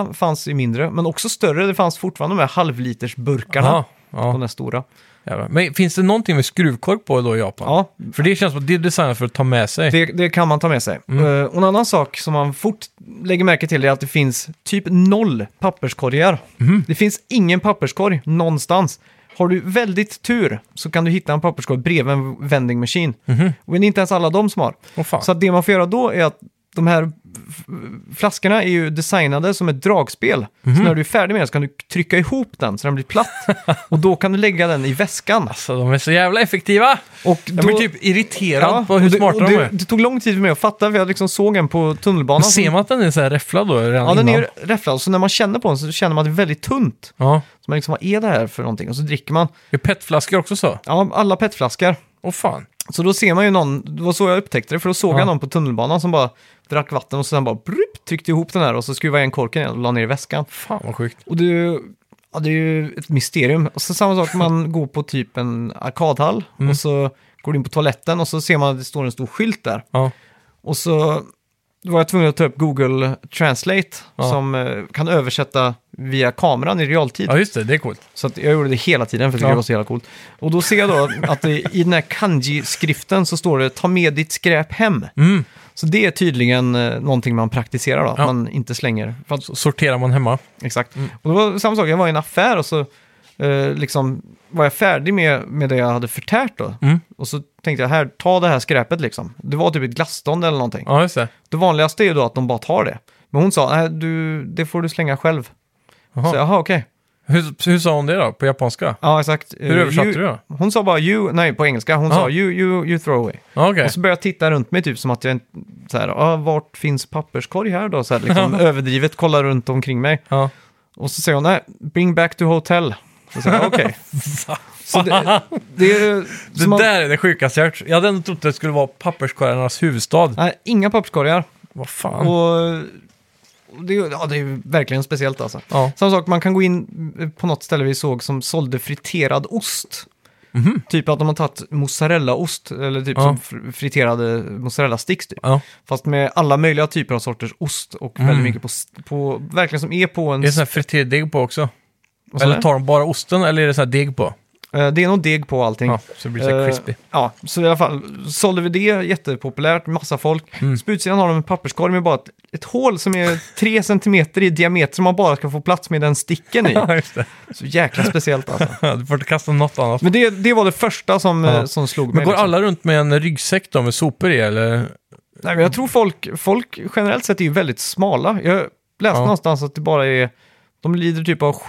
fanns i mindre, men också större. Det fanns fortfarande de här halvlitersburkarna Aha, på ja. den här stora. Jävlar. Men finns det någonting med skruvkork på då i Japan? Ja, För det känns som att det är designat för att ta med sig. det kan man ta med sig. Och en annan sak som man fort lägger märke till är att det finns typ 0 papperskorgar. Det finns ingen papperskorg någonstans. Har du väldigt tur så kan du hitta en papperskorg bredvid en vending machine. Och det är inte ens alla de som har. Åh, fan. Så att det man får göra då är att de här flaskorna är ju designade som ett dragspel. Så när du är färdig med den så kan du trycka ihop den så den blir platt. Och då kan du lägga den i väskan. Alltså, de är så jävla effektiva! Och Jag blir typ irriterad på hur och smarta de är. det tog lång tid för mig att fatta, för jag liksom såg en på tunnelbanan. Men ser man att den är så här räfflad då? Redan Ja, den innan? är räfflad. Så när man känner på den så känner man att det är väldigt tunt. Ja. Så man liksom, vad är det här för någonting? Och så dricker man. Är petflaskor också så? Ja, alla petflaskor. Åh fan. Så då ser man ju någon, det var så jag upptäckte det, för då såg jag någon på tunnelbanan som bara drack vatten och sen bara tryckte ihop den här och så skruvade jag en korken igen och la ner i väskan. Fan vad sjukt. Och det är ju ett mysterium. Och så samma sak, man går på typ en arkadhall och så går du in på toaletten och så ser man att det står en stor skylt där. Ja. Och så var jag tvungen att ta upp Google Translate som kan översätta via kameran i realtid. Ja, just det. Det är coolt. Så att jag gjorde det hela tiden för att det var så jävla coolt. Och då ser jag då att i den här kanji-skriften så står det ta med ditt skräp hem. Så det är tydligen någonting man praktiserar då, man inte slänger. För att, Så sorterar man hemma. exakt. Och det var samma sak, jag var i en affär och så liksom var jag färdig med det jag hade förtärt då. Och så tänkte jag, här, ta det här skräpet liksom. Det var typ ett glasstånd eller någonting. Ja, just det. Det vanligaste är ju då att de bara tar det. Men hon sa, nej, det får du slänga själv. Jaha. Så jaha, okej. Hur sa hon det då? På japanska? Ja, exakt. Hur översatte du då? Hon sa bara nej, på engelska. Hon sa you throw away. Ja, okej. Och så började jag titta runt mig typ som att jag så här, vart finns papperskorg här då? Så här, liksom, överdrivet, kolla runt omkring mig. Ja. Och så säger hon, nej, bring back to hotel. Så säger jag, okej. Så det är... Det där är det sjukaste jag hört. Jag hade ändå trott att det skulle vara papperskorgarnas huvudstad. Nej, inga papperskorgar. Vad fan? Och det är verkligen speciellt alltså. Ja. Samma sak, man kan gå in på något ställe vi såg som sålde friterad ost. Typ att de har tagit mozzarellaost eller typ som friterade mozzarella-sticks typ. Ja. Fast med alla möjliga typer av sorters ost och väldigt mycket på verkligen som är på en... Är det sån här friteردeg på också? Vad sa Eller du? tar de bara osten eller är det sån här deg på? Det är nog deg på allting. Ja, så det blir så här crispy. Ja, så i alla fall sålde vi det, jättepopulärt, massa folk. Så på utsidan har de en papperskorg med bara ett hål som är 3 centimeter i diameter som man bara ska få plats med den sticken i. Ja, just det. Så jäkla speciellt alltså. Du får inte kasta något annat. Men det var det första som slog mig. Men går liksom. alla runt med en ryggsäck då med sopor i eller? Nej, men jag tror folk generellt sett är ju väldigt smala. Jag läste någonstans att det bara är... De lider typ av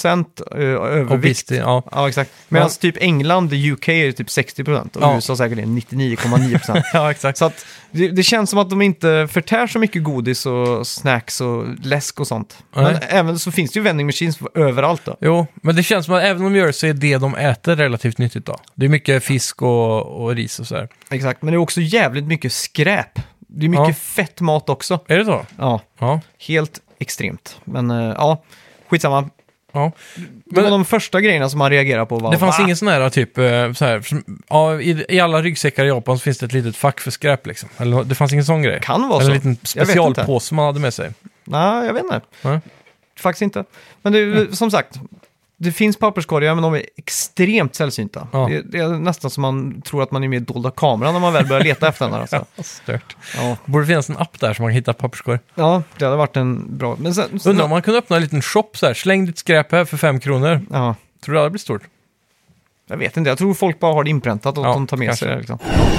7% övervikt. Obesity, ja. Ja, exakt. Medan typ England, UK är typ 60% och USA säkert är 99,9%. Ja, exakt. Så att det känns som att de inte förtär så mycket godis och snacks och läsk och sånt. Nej. Men även så finns det ju vending machines överallt då. Jo, men det känns som att även om de gör det så är det de äter relativt nyttigt då. Det är mycket fisk och ris och så här. Exakt, men det är också jävligt mycket skräp. Det är mycket fett mat också. Är det så? Ja, Ja. helt extremt. Men ja, skitsamma. Ja. Det var de första grejerna som man reagerar på. Det fanns ingen sån här typ, så här, i alla ryggsäckar i Japan så finns det ett litet fack för skräp liksom. Eller det fanns ingen sån grej. Kan vara eller så. en liten Jag vet inte. specialpåse man hade med sig. Nej, jag vet inte. Nej. Faktiskt inte. Men det är som sagt, det finns papperskorgar men de är extremt sällsynta. Ja. Det är nästan som man tror att man är med i dolda kameran när man väl börjar leta efter den. Alltså. Stört. Ja. Borde finnas en app där som man kan hitta papperskorg. Ja, det hade varit en bra... Men sen, Undrar om man kunde öppna en liten shop så här. Släng ditt skräp här för 5 kronor. Ja, Tror du det hade blivit stort? jag vet inte. Jag tror folk bara har det inpräntat och Ja, de tar med kanske. sig det. Liksom.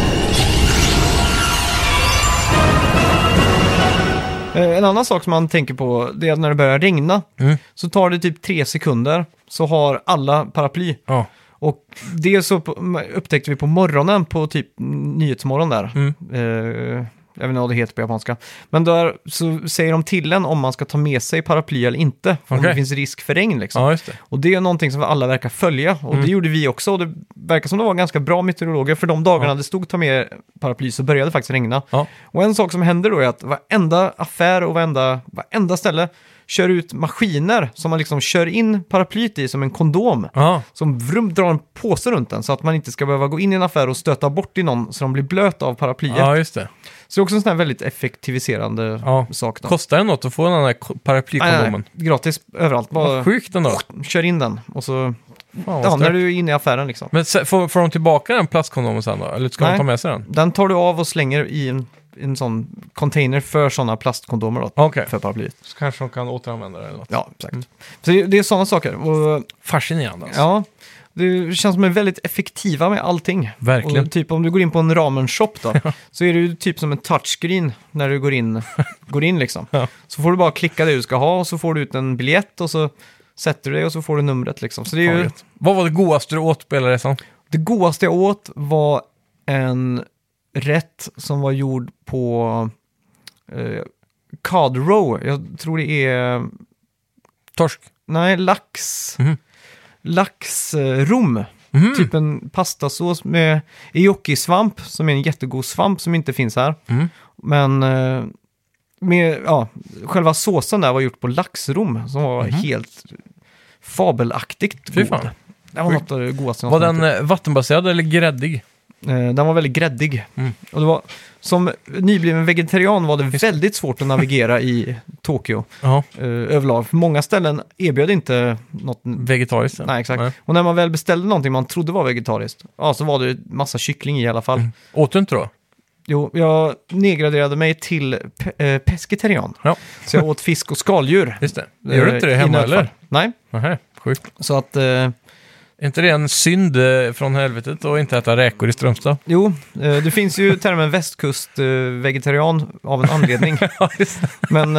En annan sak som man tänker på det är att när det börjar regna så tar det typ 3 sekunder så har alla paraply. Ja. Och det så upptäckte vi på morgonen på typ Nyhetsmorgon där. Jag vet inte vad det heter på japanska. Men där så säger de till en om man ska ta med sig paraply eller inte. Om Okej. det finns risk för regn liksom. Ja, just det. Och det är någonting som alla verkar följa. Och det gjorde vi också. Och det verkar som det var ganska bra meteorologer. För de dagarna det stod ta med paraply så började det faktiskt regna. Ja. Och en sak som händer då är att varenda affär och varenda ställe kör ut maskiner som man liksom kör in paraplyt i som en kondom. Ja, Som drar en påse runt den så att man inte ska behöva gå in i en affär och stöta bort i någon så de blir blöt av paraplyet. ja, just det. Så det är också en sån här väldigt effektiviserande Ja. sak. Då. Kostar det något att få den här paraplykondomen? Nej, gratis överallt. Bara Vad sjukt ändå. kör in den och så Fan, vad när stört. du är inne i affären liksom. Men får de tillbaka den plastkondomen sen då? Eller ska de Nej. ta med sig den? Den tar du av och slänger i en sån container för sådana plastkondomer då, Okej. för paraplyet. Så kanske de kan återanvända det eller något. Ja, exakt. Så det är sådana saker. Och, Fascinerande alltså. ja, det känns som är väldigt effektiva med allting. Verkligen. Och typ om du går in på en ramen-shop då, så är det ju typ som en touchscreen när du går in liksom. Ja. Så får du bara klicka det du ska ha och så får du ut en biljett och så sätter du det och så får du numret liksom. Så det är Fan, ju, vet. Vad var det godaste du åt på hela resan? det godaste jag åt var en rätt som var gjord på cod roe. Jag tror det är, Torsk? nej, lax. Mhm. Laxrom. Mhm. Typ en pastasås med gnocchi-svamp som är en jättegod svamp som inte finns här. Mm. Men själva såsen där var gjort på laxrom som var helt fabelaktigt Fy god. fan. Det var något av det godaste. Var den vattenbaserad eller gräddig? Den var väldigt gräddig. Mm. Och det var, som nybliven vegetarian var det väldigt svårt att navigera i Tokyo Ja. överlag. För många ställen erbjöd inte något. Vegetariskt? ja. Nej, exakt. Nej. Och när man väl beställde någonting man trodde var vegetariskt, ja, så var det massa kyckling i alla fall. Åt du inte då? Jo, jag nedgraderade mig till pescetarian. Ja. Så jag åt fisk och skaldjur. Just det. Gör du inte det i hemma nödfall. eller? Nej, Nähä, sjukt. så att Är inte det en synd från helvetet att inte äta räkor i Strömstad? jo, det finns ju termen västkust-vegetarian av en anledning. Ja, just det. Men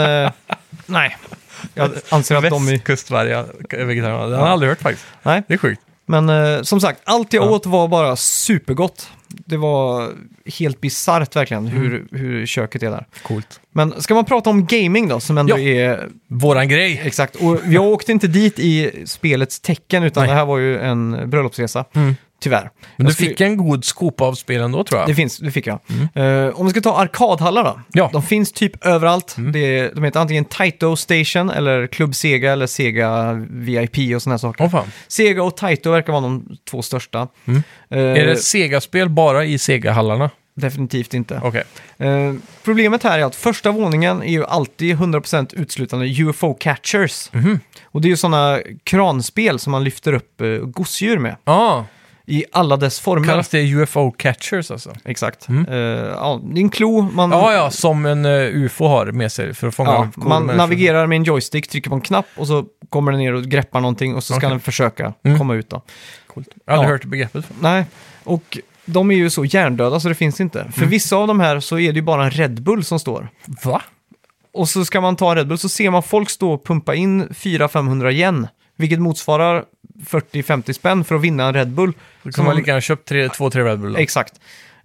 nej, jag anser att de är... Västkustvarga vegetarianer. Det har jag aldrig hört faktiskt. Nej, Det är sjukt. men som sagt, allt jag Ja. åt var bara supergott. Det var helt bisarrt verkligen hur köket är där. Coolt. Men ska man prata om gaming då, som ändå Ja. är... Våran grej. Exakt, och jag åkte inte dit i spelets tecken, utan Nej. det här var ju en bröllopsresa, tyvärr. Men du Jag skulle- fick en god skopa av spelen då tror jag. Det fick jag. Om vi ska ta arkadhallar då. Ja. De finns typ överallt. De heter antingen Taito Station eller Club Sega eller Sega VIP och sådana saker. Åh fan. Sega och Taito verkar vara de två största. Är det Sega-spel bara i Sega-hallarna? Definitivt inte. Okej. Problemet här är att första våningen är ju alltid 100% utslutande UFO-catchers. Och det är ju sådana kranspel som man lyfter upp gosedjur med. Ja, I alla dess former. kallas det UFO-catchers alltså? Exakt. Ja, det är en klo. Man, Ja, som en UFO har med sig för att fånga Ja, coola man människor. navigerar med en joystick, trycker på en knapp och så kommer den ner och greppar någonting och så ska Okej. den försöka komma ut då. Coolt. Jag har aldrig Ja. hört begreppet. Nej, och de är ju så hjärndöda så det finns inte. För vissa av de här så är det ju bara en Red Bull som står. Va? Och så ska man ta en Red Bull så ser man folk stå och pumpa in 400-500 yen. Vilket motsvarar 40-50 spänn för att vinna en Red Bull. Då kan man lika gärna köpt 2-3 Red Bull då. Exakt.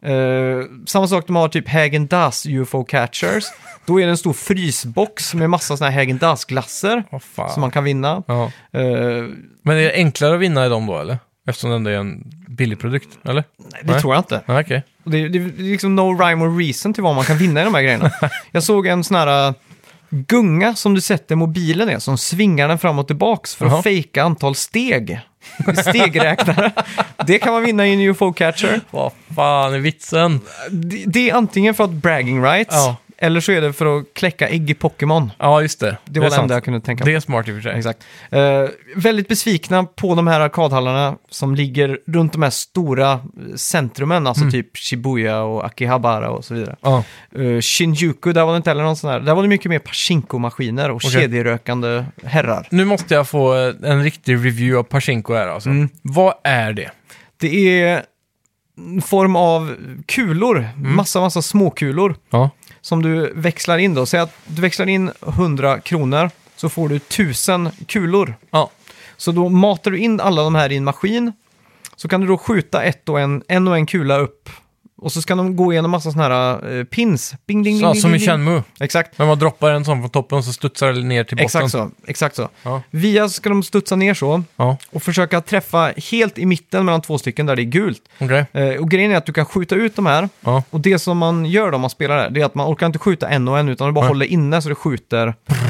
Samma sak, de har typ Häagen-Dazs UFO Catchers. Då är det en stor frysbox med massa såna här Häagen-Dazs-glasser Åh, fan. som man kan vinna. Ja. Eh, Men är det enklare att vinna i dem då, eller? Eftersom det ändå är en billig produkt, eller? nej, det tror jag inte. Ja, okej. Och det är liksom no rhyme or reason till vad man kan vinna i de här grejerna. Jag såg en sån här gunga som du sätter mobilen i, som svingar den fram och tillbaks för Jaha. att fejka antal steg. Stegräknare. Det kan man vinna i en UFO-catcher. Vad fan är vitsen? Det är antingen för att bragging rights, Ja. eller så är det för att kläcka ägg i Pokémon. Ja, just det. Det var är det sant. enda jag kunde tänka Det på. är smart i och för sig. Exakt. Väldigt besvikna på de här arkadhallarna som ligger runt de här stora centrumen, alltså typ Shibuya och Akihabara och så vidare. Ja. Shinjuku, där var det inte heller någon sån här. Där var det mycket mer pachinko-maskiner och Okej. kedjerökande herrar. Nu måste jag få en riktig review av Pachinko här alltså. Vad är det? Det är en form av kulor, massa småkulor Ja. som du växlar in då. Säg att du växlar in 100 kronor så får du 1000 kulor. Ja. Så då matar du in alla de här i en maskin. Så kan du då skjuta en och en kula upp. Och så ska de gå igenom massa sådana här pins. Bing, ding, Så, ding, som ding, i ding. Shenmue. Exakt. Men man droppar en sån från toppen så studsar det ner till botten. Exakt så. Ja. Via ska de studsa ner så Ja, och försöka träffa helt i mitten mellan två stycken där det är gult. okej. Och grejen är att du kan skjuta ut de här. Ja. Och det som man gör då om man spelar det är att man orkar inte skjuta en och en utan du bara Nej. håller inne så det skjuter.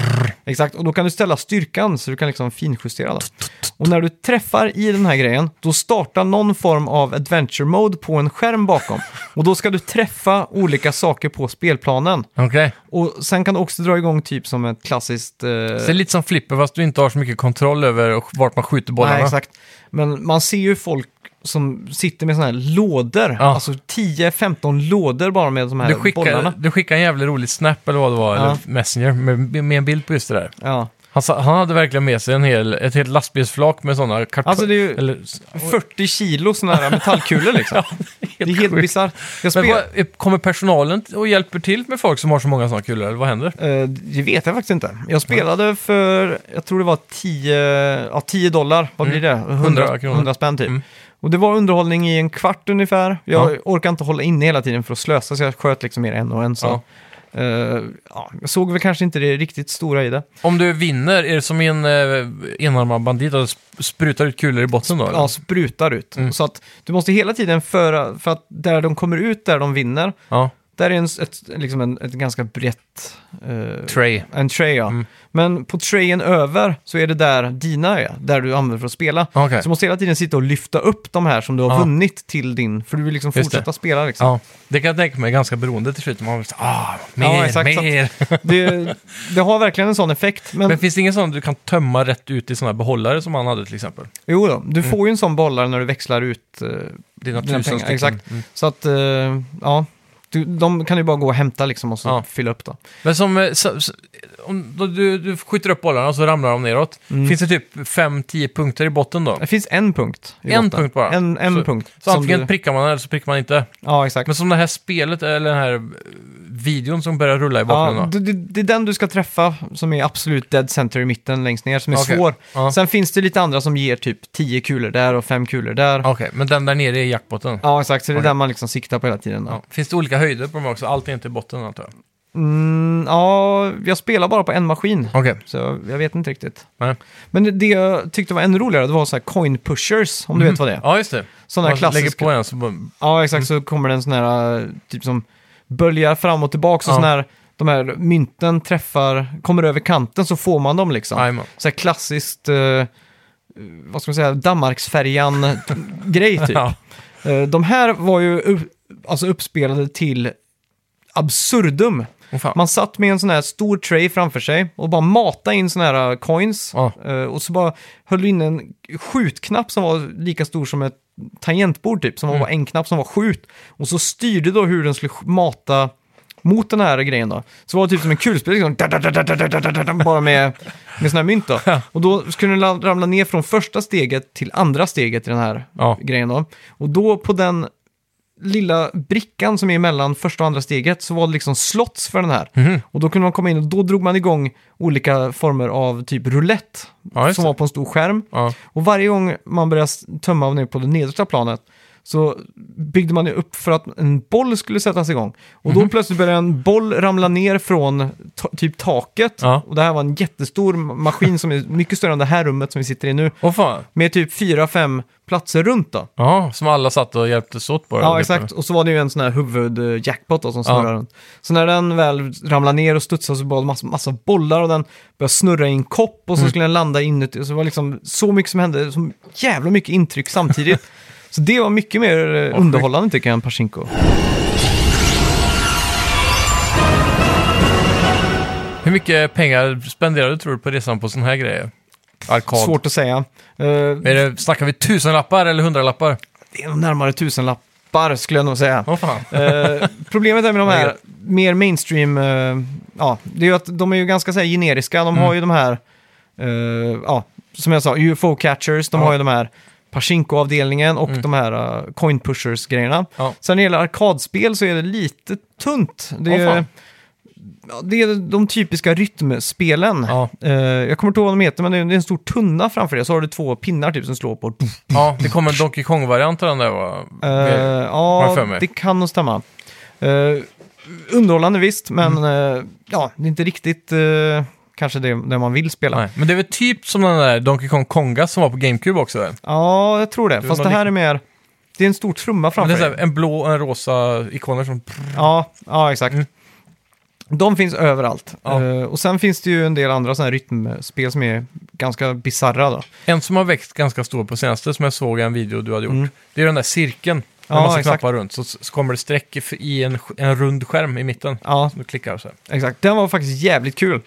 Exakt, och då kan du ställa styrkan så du kan liksom finjustera då. Och när du träffar i den här grejen, då startar någon form av adventure mode på en skärm bakom. Och då ska du träffa olika saker på spelplanen. Okej. Och sen kan du också dra igång typ som ett klassiskt... Så det är lite som flipper fast du inte har så mycket kontroll över vart man skjuter bollarna. Nej, exakt. Men man ser ju folk som sitter med såna här lådor. Ja. Alltså 10-15 lådor bara med de här bollarna. Du skickade en jävligt rolig snap eller vad det var, eller Messenger, med en bild på just det där. Ja. Han hade verkligen med sig ett helt lastbilsflak med sådana Alltså det är ju 40 kilo sådana här metallkulor liksom. Det är helt bisarrt. Kommer personalen och hjälper till med folk som har så många sådana kulor, eller vad händer? Det vet jag faktiskt inte. Jag spelade för, jag tror det var $10. Vad blir det? 100 spänn typ. Och det var underhållning i en kvart ungefär. Jag orkar inte hålla inne hela tiden för att slösa, så jag sköt liksom mer en och en. Så. Jag såg väl kanske inte det riktigt stora i det. Om du vinner, är det som i en enarmad bandit och sprutar ut kulor i botten då? Eller? Ja, sprutar ut. Så att du måste hela tiden för att där de kommer ut, där de vinner, där är ett ganska brett... tray. En tray, ja. Men på trayen över så är det där dina är, där du använder för att spela. Okay. Så du måste hela tiden sitta och lyfta upp de här som du har vunnit till din, för du vill liksom fortsätta spela liksom. Ja, det kan jag tänka mig ganska beroende till slut. Man vill säga, mer. Det har verkligen en sån effekt. Men finns det ingen sån du kan tömma rätt ut i såna här behållare som han hade till exempel? Jo då, du får ju en sån behållare när du växlar ut dina pengar. stycken. Exakt. Så att, de kan ju bara gå och hämta liksom och så fylla upp då. Men om du skjuter upp bollarna och så ramlar de neråt. Finns det typ 5-10 punkter i botten då? Det finns en punkt i en botten. punkt bara? En punkt. Så antingen prickar man eller så prickar man inte? Ja, exakt. Men som det här spelet eller den här videon som börjar rulla i bakgrunden då? Det är den du ska träffa som är absolut dead center i mitten längst ner, som är svår. Sen finns det lite andra som ger typ 10 kulor där och 5 kulor där. Okej, men den där nere är jackbotten? Ja, exakt. Så det är den man liksom siktar på hela tiden. Ja. Finns det olika höjder på dem också? Allt är inte i botten antar jag? Jag spelar bara på en maskin. Okay. Så jag vet inte riktigt. Nej. Men det jag tyckte var ännu roligare, det var så här coin pushers, om du vet vad det är. Ja, just det. Sådana här klassiska... lägger på en så... Ja, exakt. Så kommer det en sån här typ som böljar fram och tillbaka. Så sån här, de här mynten kommer över kanten så får man dem liksom. Så här klassiskt, vad ska man säga, Danmarksfärjan-grej typ. De här var ju uppspelade till absurdum. Man satt med en sån här stor tray framför sig och bara matade in såna här coins. Och så bara höll in en skjutknapp som var lika stor som ett tangentbord typ. Som var en knapp som var skjut. Och så styrde då hur den skulle mata mot den här grejen då. Så var det typ som en kulspel liksom, bara med sån här mynt då. Och då skulle den ramla ner från första steget till andra steget i den här grejen då. Och då på den lilla brickan som är mellan första och andra steget så var det liksom slots för den här. Och då kunde man komma in och då drog man igång olika former av typ roulette som var på en stor skärm. Och varje gång man började tömma ner på det nedersta planet så byggde man ju upp för att en boll skulle sättas igång. Och då plötsligt började en boll ramla ner från typ taket. Och det här var en jättestor maskin som är mycket större än det här rummet som vi sitter i nu. Med typ 4-5 platser runt då. Ja, som alla satt och hjälptes åt på. Ja, exakt. Och så var det ju en sån här huvudjackpot då, som snurrar runt. Så när den väl ramlade ner och studsade så var det massa bollar och den började snurra i en kopp och så skulle den landa inuti. Och så var det liksom så mycket som hände, så jävla mycket intryck samtidigt. Så det var mycket mer underhållande tycker jag än Pachinko. Hur mycket pengar spenderade du tror du på resan på sån här grejer? Arkad. Svårt att säga. Snackar vi 1000-lappar eller 100-lappar? Det är nog närmare 1000-lappar skulle jag nog säga. Fan. Problemet är med de här mer mainstream, det är ju att de är ju ganska så här generiska. De har ju de här, som jag sa, UFO-catchers, de har ju de här Pachinko-avdelningen och de här coin pushers-grejerna. Sen när det gäller arkadspel så är det lite tunt. Det är de typiska rytmspelen. Jag kommer inte ihåg vad de heter, men det är en stor tunna framför det. Så har du 2 pinnar typ som slår på. Ja, det kommer en Donkey Kong-variant av den där va? Det kan nog stämma. Underhållande visst, men det är inte riktigt... kanske det man vill spela. Nej, men det är väl typ som den där Donkey Kong Konga som var på GameCube också? Eller? Ja, jag tror det. Fast det här är mer... Det är en stor trumma framför dig. Det är en blå och en rosa ikoner som... Ja, exakt. De finns överallt. Ja. Och sen finns det ju en del andra sådana här rytmspel som är ganska bizarra då. En som har växt ganska stor på senaste, som jag såg i en video du hade gjort, det är den där cirkeln. Ja, Ja, man ska exakt. knappa runt, så kommer det streck i en rund skärm i mitten. Ja, Så du klickar så här. exakt. Den var faktiskt jävligt kul.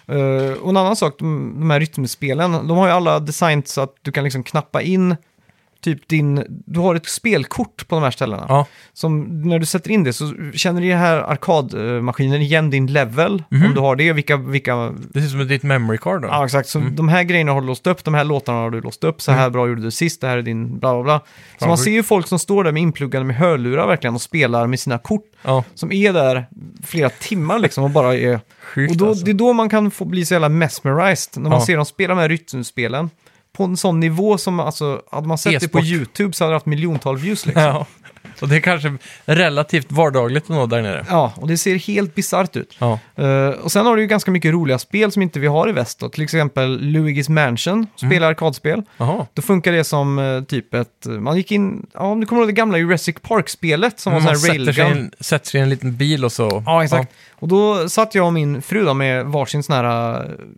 Och en annan sak, de här rytmspelen, de har ju alla design så att du kan liksom knappa in typ du har ett spelkort på de här ställena. Ja, Som när du sätter in det så känner den här arkadmaskinen igen din level, om du har det, vilka det ser ut som ett ditt memory card då. ja, exakt. Så de här grejerna har du låst upp, de här låtarna har du låst upp, så här bra gjorde du sist, det här är din bla bla bla. Så man ser ju folk som står där med inpluggade med hörlurar verkligen och spelar med sina kort, Ja, som är där flera timmar liksom och bara är... sjukt Och då, alltså. det är då man kan få bli så jävla mesmerized, när man Ja. ser dem spela de här rytmspelen på en sån nivå som, alltså, hade man sett det på E-sport. YouTube så hade det haft miljontals views liksom. Ja, och det är kanske relativt vardagligt att nå där nere. Ja, och det ser helt bisarrt ut. Ja, Och sen har du ju ganska mycket roliga spel som inte vi har i väst då. Till exempel Luigi's Mansion, spelar arkadspel. jaha. Då funkar det som typ ett... Man gick in... Ja, om du kommer ihåg det gamla Jurassic Park-spelet som var Man sån här railgun. sätter sig i en liten bil och så. Ja, exakt. Och då satt jag och min fru då med varsin sån här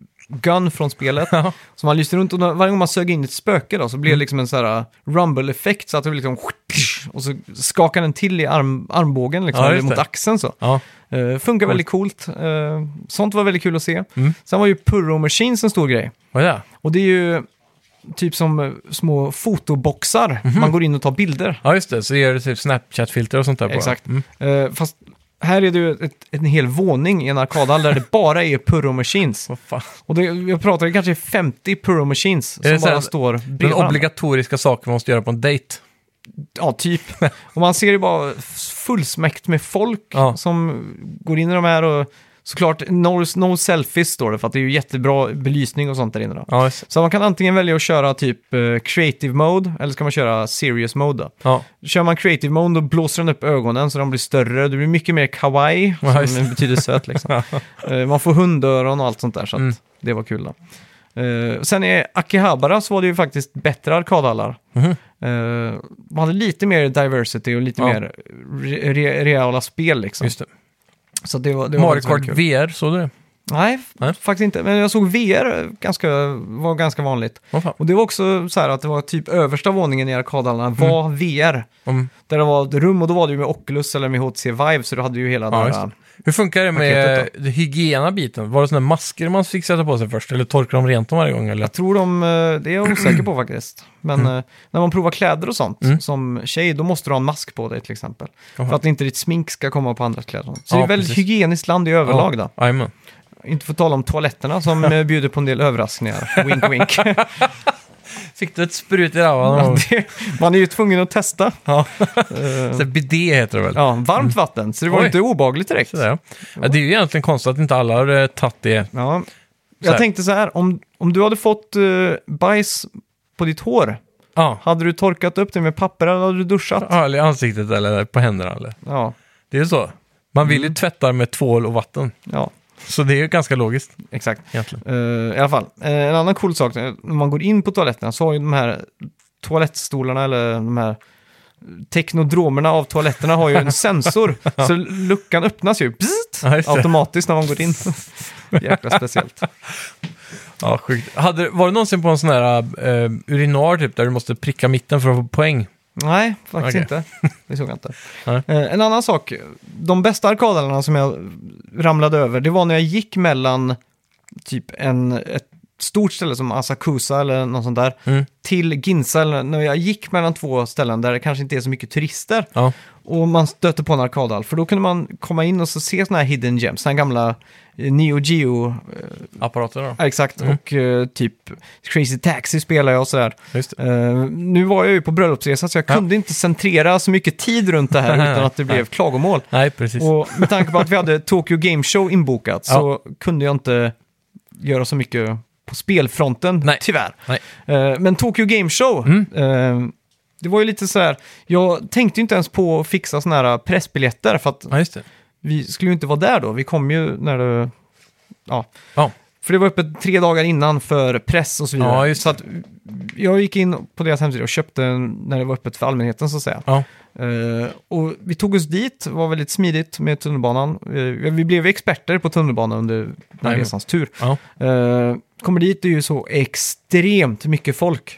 gun från spelet. Ja. Så man lyste runt och varje gång man sög in ett spöke då så blev det liksom en sån här rumble-effekt så att det var liksom... Och så skakade den till i armbågen liksom, Ja, eller just mot det. axeln så. Ja, Funkar väldigt coolt. Sånt var väldigt kul att se. Mm. Sen var ju Purro Machines en stor grej. vad är det? Och det är ju typ som små fotoboxar. Man går in och tar bilder. Ja, just det. Så ger det typ Snapchat-filter och sånt där på. Exakt. Mm. Fast här är det ju en hel våning i en arkadhall där det bara är Purro Machines. Vad fan. Och jag pratar kanske 50 Purro Machines Är det som så här bara står Den bredvid varandra. obligatoriska saken man måste göra på en dejt. Ja, typ. Och man ser ju bara fullsmäckt med folk Ja. som går in i de här och såklart no selfies står det för att det är ju jättebra belysning och sånt där inne då. Ja, just. Så man kan antingen välja att köra typ creative mode eller ska man köra serious mode då. Ja. Kör man creative mode då blåser den upp ögonen så de blir större. Det blir mycket mer kawaii, Ja, just som betyder söt liksom. Man får hundöron och allt sånt där så att det var kul då. Sen i Akihabara så var det ju faktiskt bättre arkadhallar. Mhm. Man hade lite mer diversity och lite Ja. mer reala spel liksom. Just det. Så det var Mario faktiskt Kart väldigt kul. VR, såg du det? Nej, Nej. faktiskt inte. Men jag såg VR var ganska vanligt. Vad fan? Och det var också så här att det var typ översta våningen i arkadhallarna var VR. Mm. Där det var ett rum och då var det ju med Oculus eller med HTC Vive så du hade ju hela Ja, den just där. det. Hur funkar det med Paketet hygiena-biten? Var det sådana masker man fick sätta på sig först? Eller torkar de rent dem varje gång? Eller? Jag tror det är jag osäker på faktiskt. Men när man provar kläder och sånt som tjej, då måste du ha en mask på dig till exempel. Jaha. För att inte ditt smink ska komma på andras kläder. Så Ja, det är väldigt precis. hygieniskt land i överlag då. Jajamän. Inte för att tala om toaletterna som bjuder på en del överraskningar. Wink, wink. Fick du ett sprut i ravan? Man är ju tvungen att testa. Ja. Eh, Så bidé heter det väl? Ja, varmt vatten, så det var Oj. inte obehagligt direkt. Sådär, ja. Ja, det är ju egentligen konstigt att inte alla har tagit det. Ja. Så Jag här. tänkte så här, om du hade fått bajs på ditt hår, Ja. hade du torkat upp det med papper eller hade du duschat? Ja, eller i ansiktet eller på händerna. Eller. Ja, Det är ju så. Man vill ju tvätta med tvål och vatten. ja, Så det är ju ganska logiskt exakt. egentligen. I alla fall, en annan cool sak, när man går in på toaletterna så har ju de här toalettstolarna eller de här teknodromerna av toaletterna har ju en sensor. Så luckan öppnas ju bzzzt, Ja, just det. automatiskt när man går in. Jäkla speciellt. Ja, sjukt. Var det någonsin på en sån här urinar typ, där du måste pricka mitten för att få poäng? Nej, faktiskt Okej. inte. Det såg jag inte. Nej. En annan sak, de bästa arkadhallarna som jag ramlade över, det var när jag gick mellan typ ett stort ställe som Asakusa eller något sånt där, till Ginza, eller när jag gick mellan två ställen där det kanske inte är så mycket turister. Ja. Och man stötte på en arkadhall, för då kunde man komma in och så se såna här hidden gems, såna här gamla Neo Geo, Apparater då? ja, exakt, och typ Crazy Taxi spelar jag och sådär. Just det. Nu var jag ju på bröllopsresa så jag kunde inte centrera så mycket tid runt det här utan att det blev klagomål. Nej, precis. Och med tanke på att vi hade Tokyo Game Show inbokat så kunde jag inte göra så mycket på spelfronten, Nej. tyvärr. Nej. Men Tokyo Game Show, det var ju lite så här, jag tänkte inte ens på att fixa såna här pressbiljetter för att Ja, just det. vi skulle ju inte vara där då. Vi kom ju när det... Ja. Ja. För det var öppet 3 dagar innan för press och så vidare. Ja, just så att jag gick in på deras hemsida och köpte när det var öppet för allmänheten så att säga. Ja. Och vi tog oss dit, var väldigt smidigt med tunnelbanan. Vi blev experter på tunnelbanan under den här resans tur. Ja. Kommer dit, det är ju så extremt mycket folk.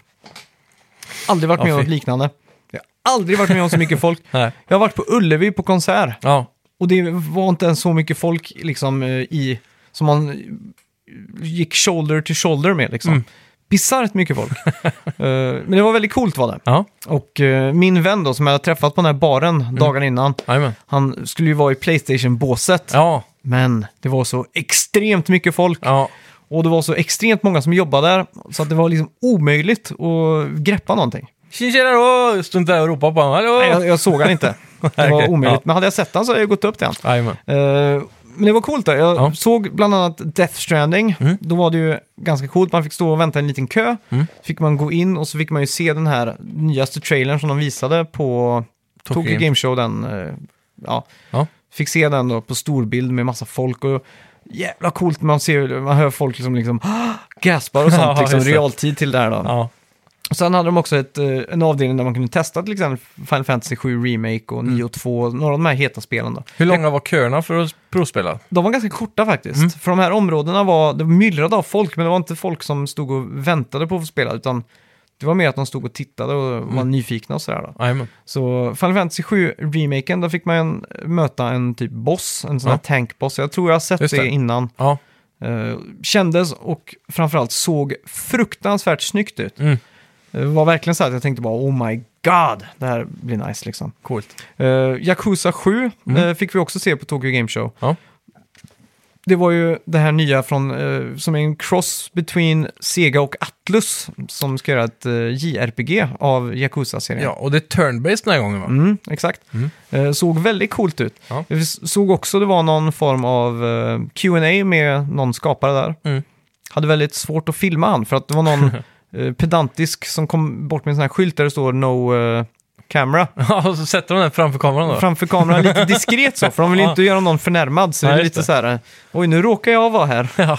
Aldrig varit med om något liknande. Jag har aldrig varit med om så mycket folk. Nej. Jag har varit på Ullevi på konsert. Ja. Och det var inte ens så mycket folk liksom, som man gick shoulder to shoulder med. Liksom. Bisarrt mycket folk. Men det var väldigt coolt var det. Ja. Och min vän då, som jag hade träffat på den här baren dagen innan, Jajamän. han skulle ju vara i PlayStation-båset. Ja. Men det var så extremt mycket folk. Ja. Och det var så extremt många som jobbade där. Så att det var liksom omöjligt att greppa någonting. Tjena då! Stod där och ropade på honom. Hallå! Nej, jag såg han inte. Det var Okej, omöjligt. ja. Men hade jag sett han så hade jag gått upp till han. Jajamän. Men det var coolt där. Jag såg bland annat Death Stranding. Då var det ju ganska coolt. Man fick stå och vänta en liten kö. Fick man gå in och så fick man ju se den här nyaste trailern som de visade på Tokyo Game Show. Ja. Fick se den då på storbild med massa folk. Och jävla coolt man hör folk liksom gaspar och sånt. Liksom, realtid till det här då. Ja. Och sen hade de också en avdelning där man kunde testa till exempel Final Fantasy 7 Remake och 9 och 2, några av de här heta spelen då. Hur långa var köerna för att provspela? De var ganska korta faktiskt. För de här områdena det var myllrade av folk, men det var inte folk som stod och väntade på att få spela, utan det var mer att de stod och tittade och var nyfikna och sådär då. Jajamän. Så Final Fantasy 7 Remaken, då fick man möta en typ boss, en sån här tankboss. Jag tror jag har sett det innan. Ja. Kändes och framförallt såg fruktansvärt snyggt ut. Det var verkligen så att jag tänkte bara, oh my god, det här blir nice liksom. Coolt. Yakuza 7 fick vi också se på Tokyo Game Show. Ja. Det var ju det här nya som är en cross between Sega och Atlus som ska göra ett JRPG av Yakuza-serien. Ja, och det är turn-based den här gången va? Exakt. Såg väldigt coolt ut. Ja. Jag såg också det var någon form av Q&A med någon skapare där. Hade väldigt svårt att filma han för att det var någon pedantisk som kom bort med en sån här skylt där det står no camera. Ja, och så sätter de den framför kameran då. Framför kameran lite diskret så, för de vill inte göra någon förnärmad. Så det är lite så här, oj nu råkar jag vara här. Ja.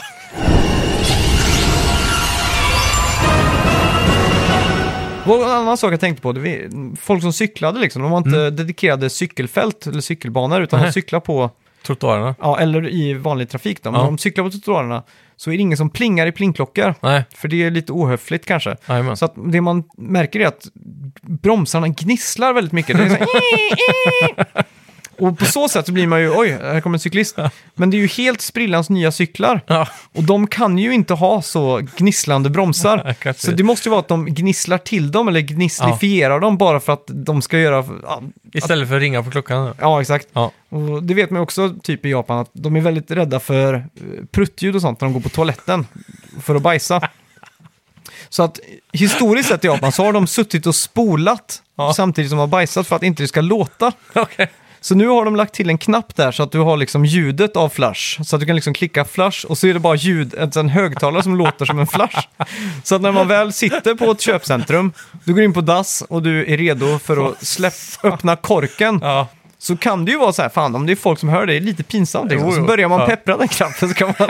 Och en annan sak jag tänkte på, folk som cyklade liksom, de var inte dedikerade cykelfält eller cykelbanor, utan de cyklar på Trottoarerna. Ja, eller i vanlig trafik då. Men om de cyklar på trottoarerna så är det ingen som plingar i plingklockor. Nej. För det är lite ohöfligt kanske. Jajamän. Så att det man märker är att bromsarna gnisslar väldigt mycket. Det är så här, och på så sätt så blir man ju, oj, här kommer en cyklist. Men det är ju helt sprillans nya cyklar. Ja. Och de kan ju inte ha så gnisslande bromsar. Så det måste ju vara att de gnisslar till dem eller gnisslifierar dem bara för att de ska göra... Istället för att ringa på klockan. Ja, exakt. Ja. Och det vet man också typ i Japan att de är väldigt rädda för pruttljud och sånt när de går på toaletten för att bajsa. Så att historiskt sett i Japan så har de suttit och spolat samtidigt som de har bajsat för att inte det ska låta. Okay. Så nu har de lagt till en knapp där så att du har liksom ljudet av flash. Så att du kan liksom klicka flash och så är det bara en högtalare som låter som en flash. Så att när man väl sitter på ett köpcentrum, du går in på dass och du är redo för att öppna korken. Ja. Så kan det ju vara så här, fan om det är folk som hör det, är lite pinsamt. Liksom. Så börjar man peppra den knappen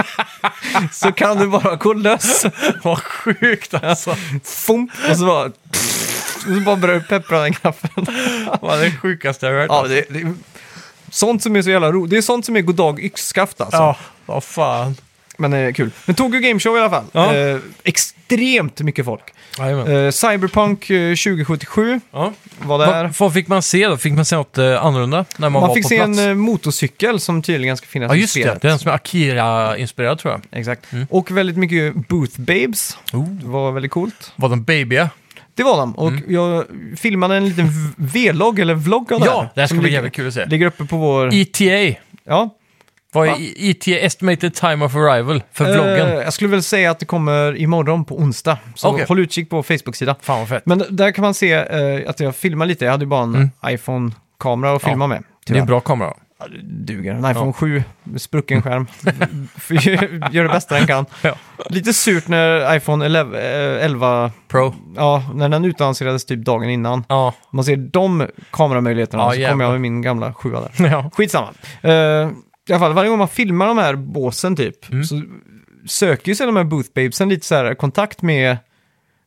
så kan det bara gå lös. Vad sjukt alltså. Fump, och så bara börjar du peppra den knappen. Vad det sjukaste jag har hört. Ja, det är sånt som är så jävla roligt. Det är sånt som är goddag yxskaft alltså. Ja, vad fan. Men det är kul. Men Tokyo Game Show i alla fall. Ja. Extremt mycket folk. Jajamän. Cyberpunk 2077 Ja. var där. Vad fick man se då? Fick man se något annorlunda när man var fick på se plats? en motorcykel som tydligen ska finnas Ja, i just spelet. det. Den som är Akira-inspirerad tror jag. Exakt. Och väldigt mycket Booth Babes. Det var väldigt coolt. Var de babyer? Det var de. Och jag filmade en liten vlogg eller vlogg av det här. Ja, det här ska som bli jävligt kul att se. ligger uppe på vår... ETA. Ja. Vad är ETA Estimated Time of Arrival för vloggen? Jag skulle väl säga att det kommer imorgon på onsdag. Så Okej. håll utkik på Facebook-sida. Fan vad fett. Men där kan man se att jag filmar lite. Jag hade ju bara en iPhone-kamera att filma med. Det är en bra kamera. Ja, det duger. En iPhone 7 med sprucken skärm. Gör det bästa den kan. Ja. Lite surt när iPhone 11 Pro. Ja, när den utannonserades typ dagen innan. Ja. Man ser de kameramöjligheterna Ja, så kommer jävlar. jag med min gamla 7 där. Ja. Skitsamma. I alla fall, varje gång man filmar de här båsen typ så söker ju sig de här Booth Babesen lite så här kontakt med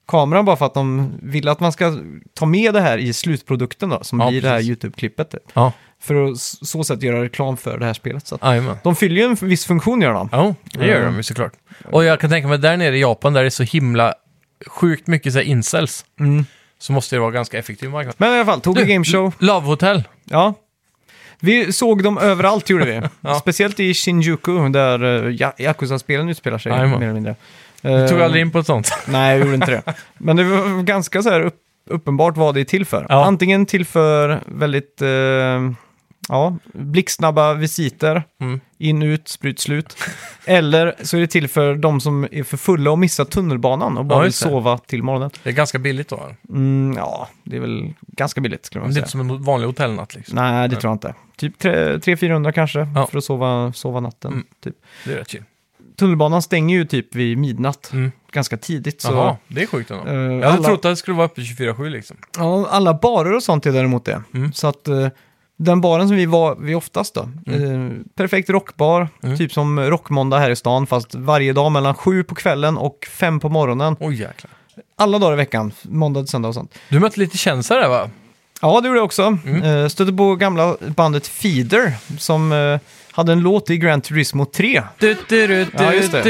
kameran bara för att de vill att man ska ta med det här i slutprodukten då, som Ja, blir det här precis. YouTube-klippet. Typ. Ja, För att så sätt göra reklam för det här spelet. Så att jajamän. de fyller ju en viss funktion, gör de. Ja, det gör de ju såklart. Och jag kan tänka mig där nere i Japan där det är så himla sjukt mycket så här incels. Så måste det vara ganska effektiv marknad. Men i alla fall, Tokyo Game Show. Love Hotel. Ja. Vi såg dem överallt, gjorde vi. Ja. Speciellt i Shinjuku, där Yakuza-spelen utspelar sig, Jajamän. mer eller mindre. Du tog aldrig in på ett sånt. Nej, jag gjorde inte det. Men det var ganska så här uppenbart vad det är till för. Ja. Antingen till för väldigt blixtsnabba visiter, in, ut, sprut, slut. Eller så är det till för de som är för fulla och missar tunnelbanan och bara Ja, vill just det. sova till morgonen. Det är ganska billigt då. Ja, det är väl ganska billigt, skulle man Men det är säga. inte som en vanlig hotellnatt liksom. Nej, det tror jag inte. Typ 300-400 kanske, Ja. för att sova natten. Typ. Det är rätt chill. Tunnelbanan stänger ju typ vid midnatt, ganska tidigt. Så, Jaha, det är sjukt ändå. Jag hade alla- trott att det skulle vara uppe 24/7 liksom. Ja, alla barer och sånt är däremot det. Så att den baren som vi var vid oftast då, perfekt rockbar, typ som Rockmåndag här i stan, fast varje dag mellan 7 på kvällen och 5 på morgonen. Oj jäklar. Alla dagar i veckan, måndag till söndag och sånt. Du mötte lite känsor där va? Ja, det gjorde jag också. Stötte på gamla bandet Feeder, som hade en låt i Gran Turismo 3. Ja, just det.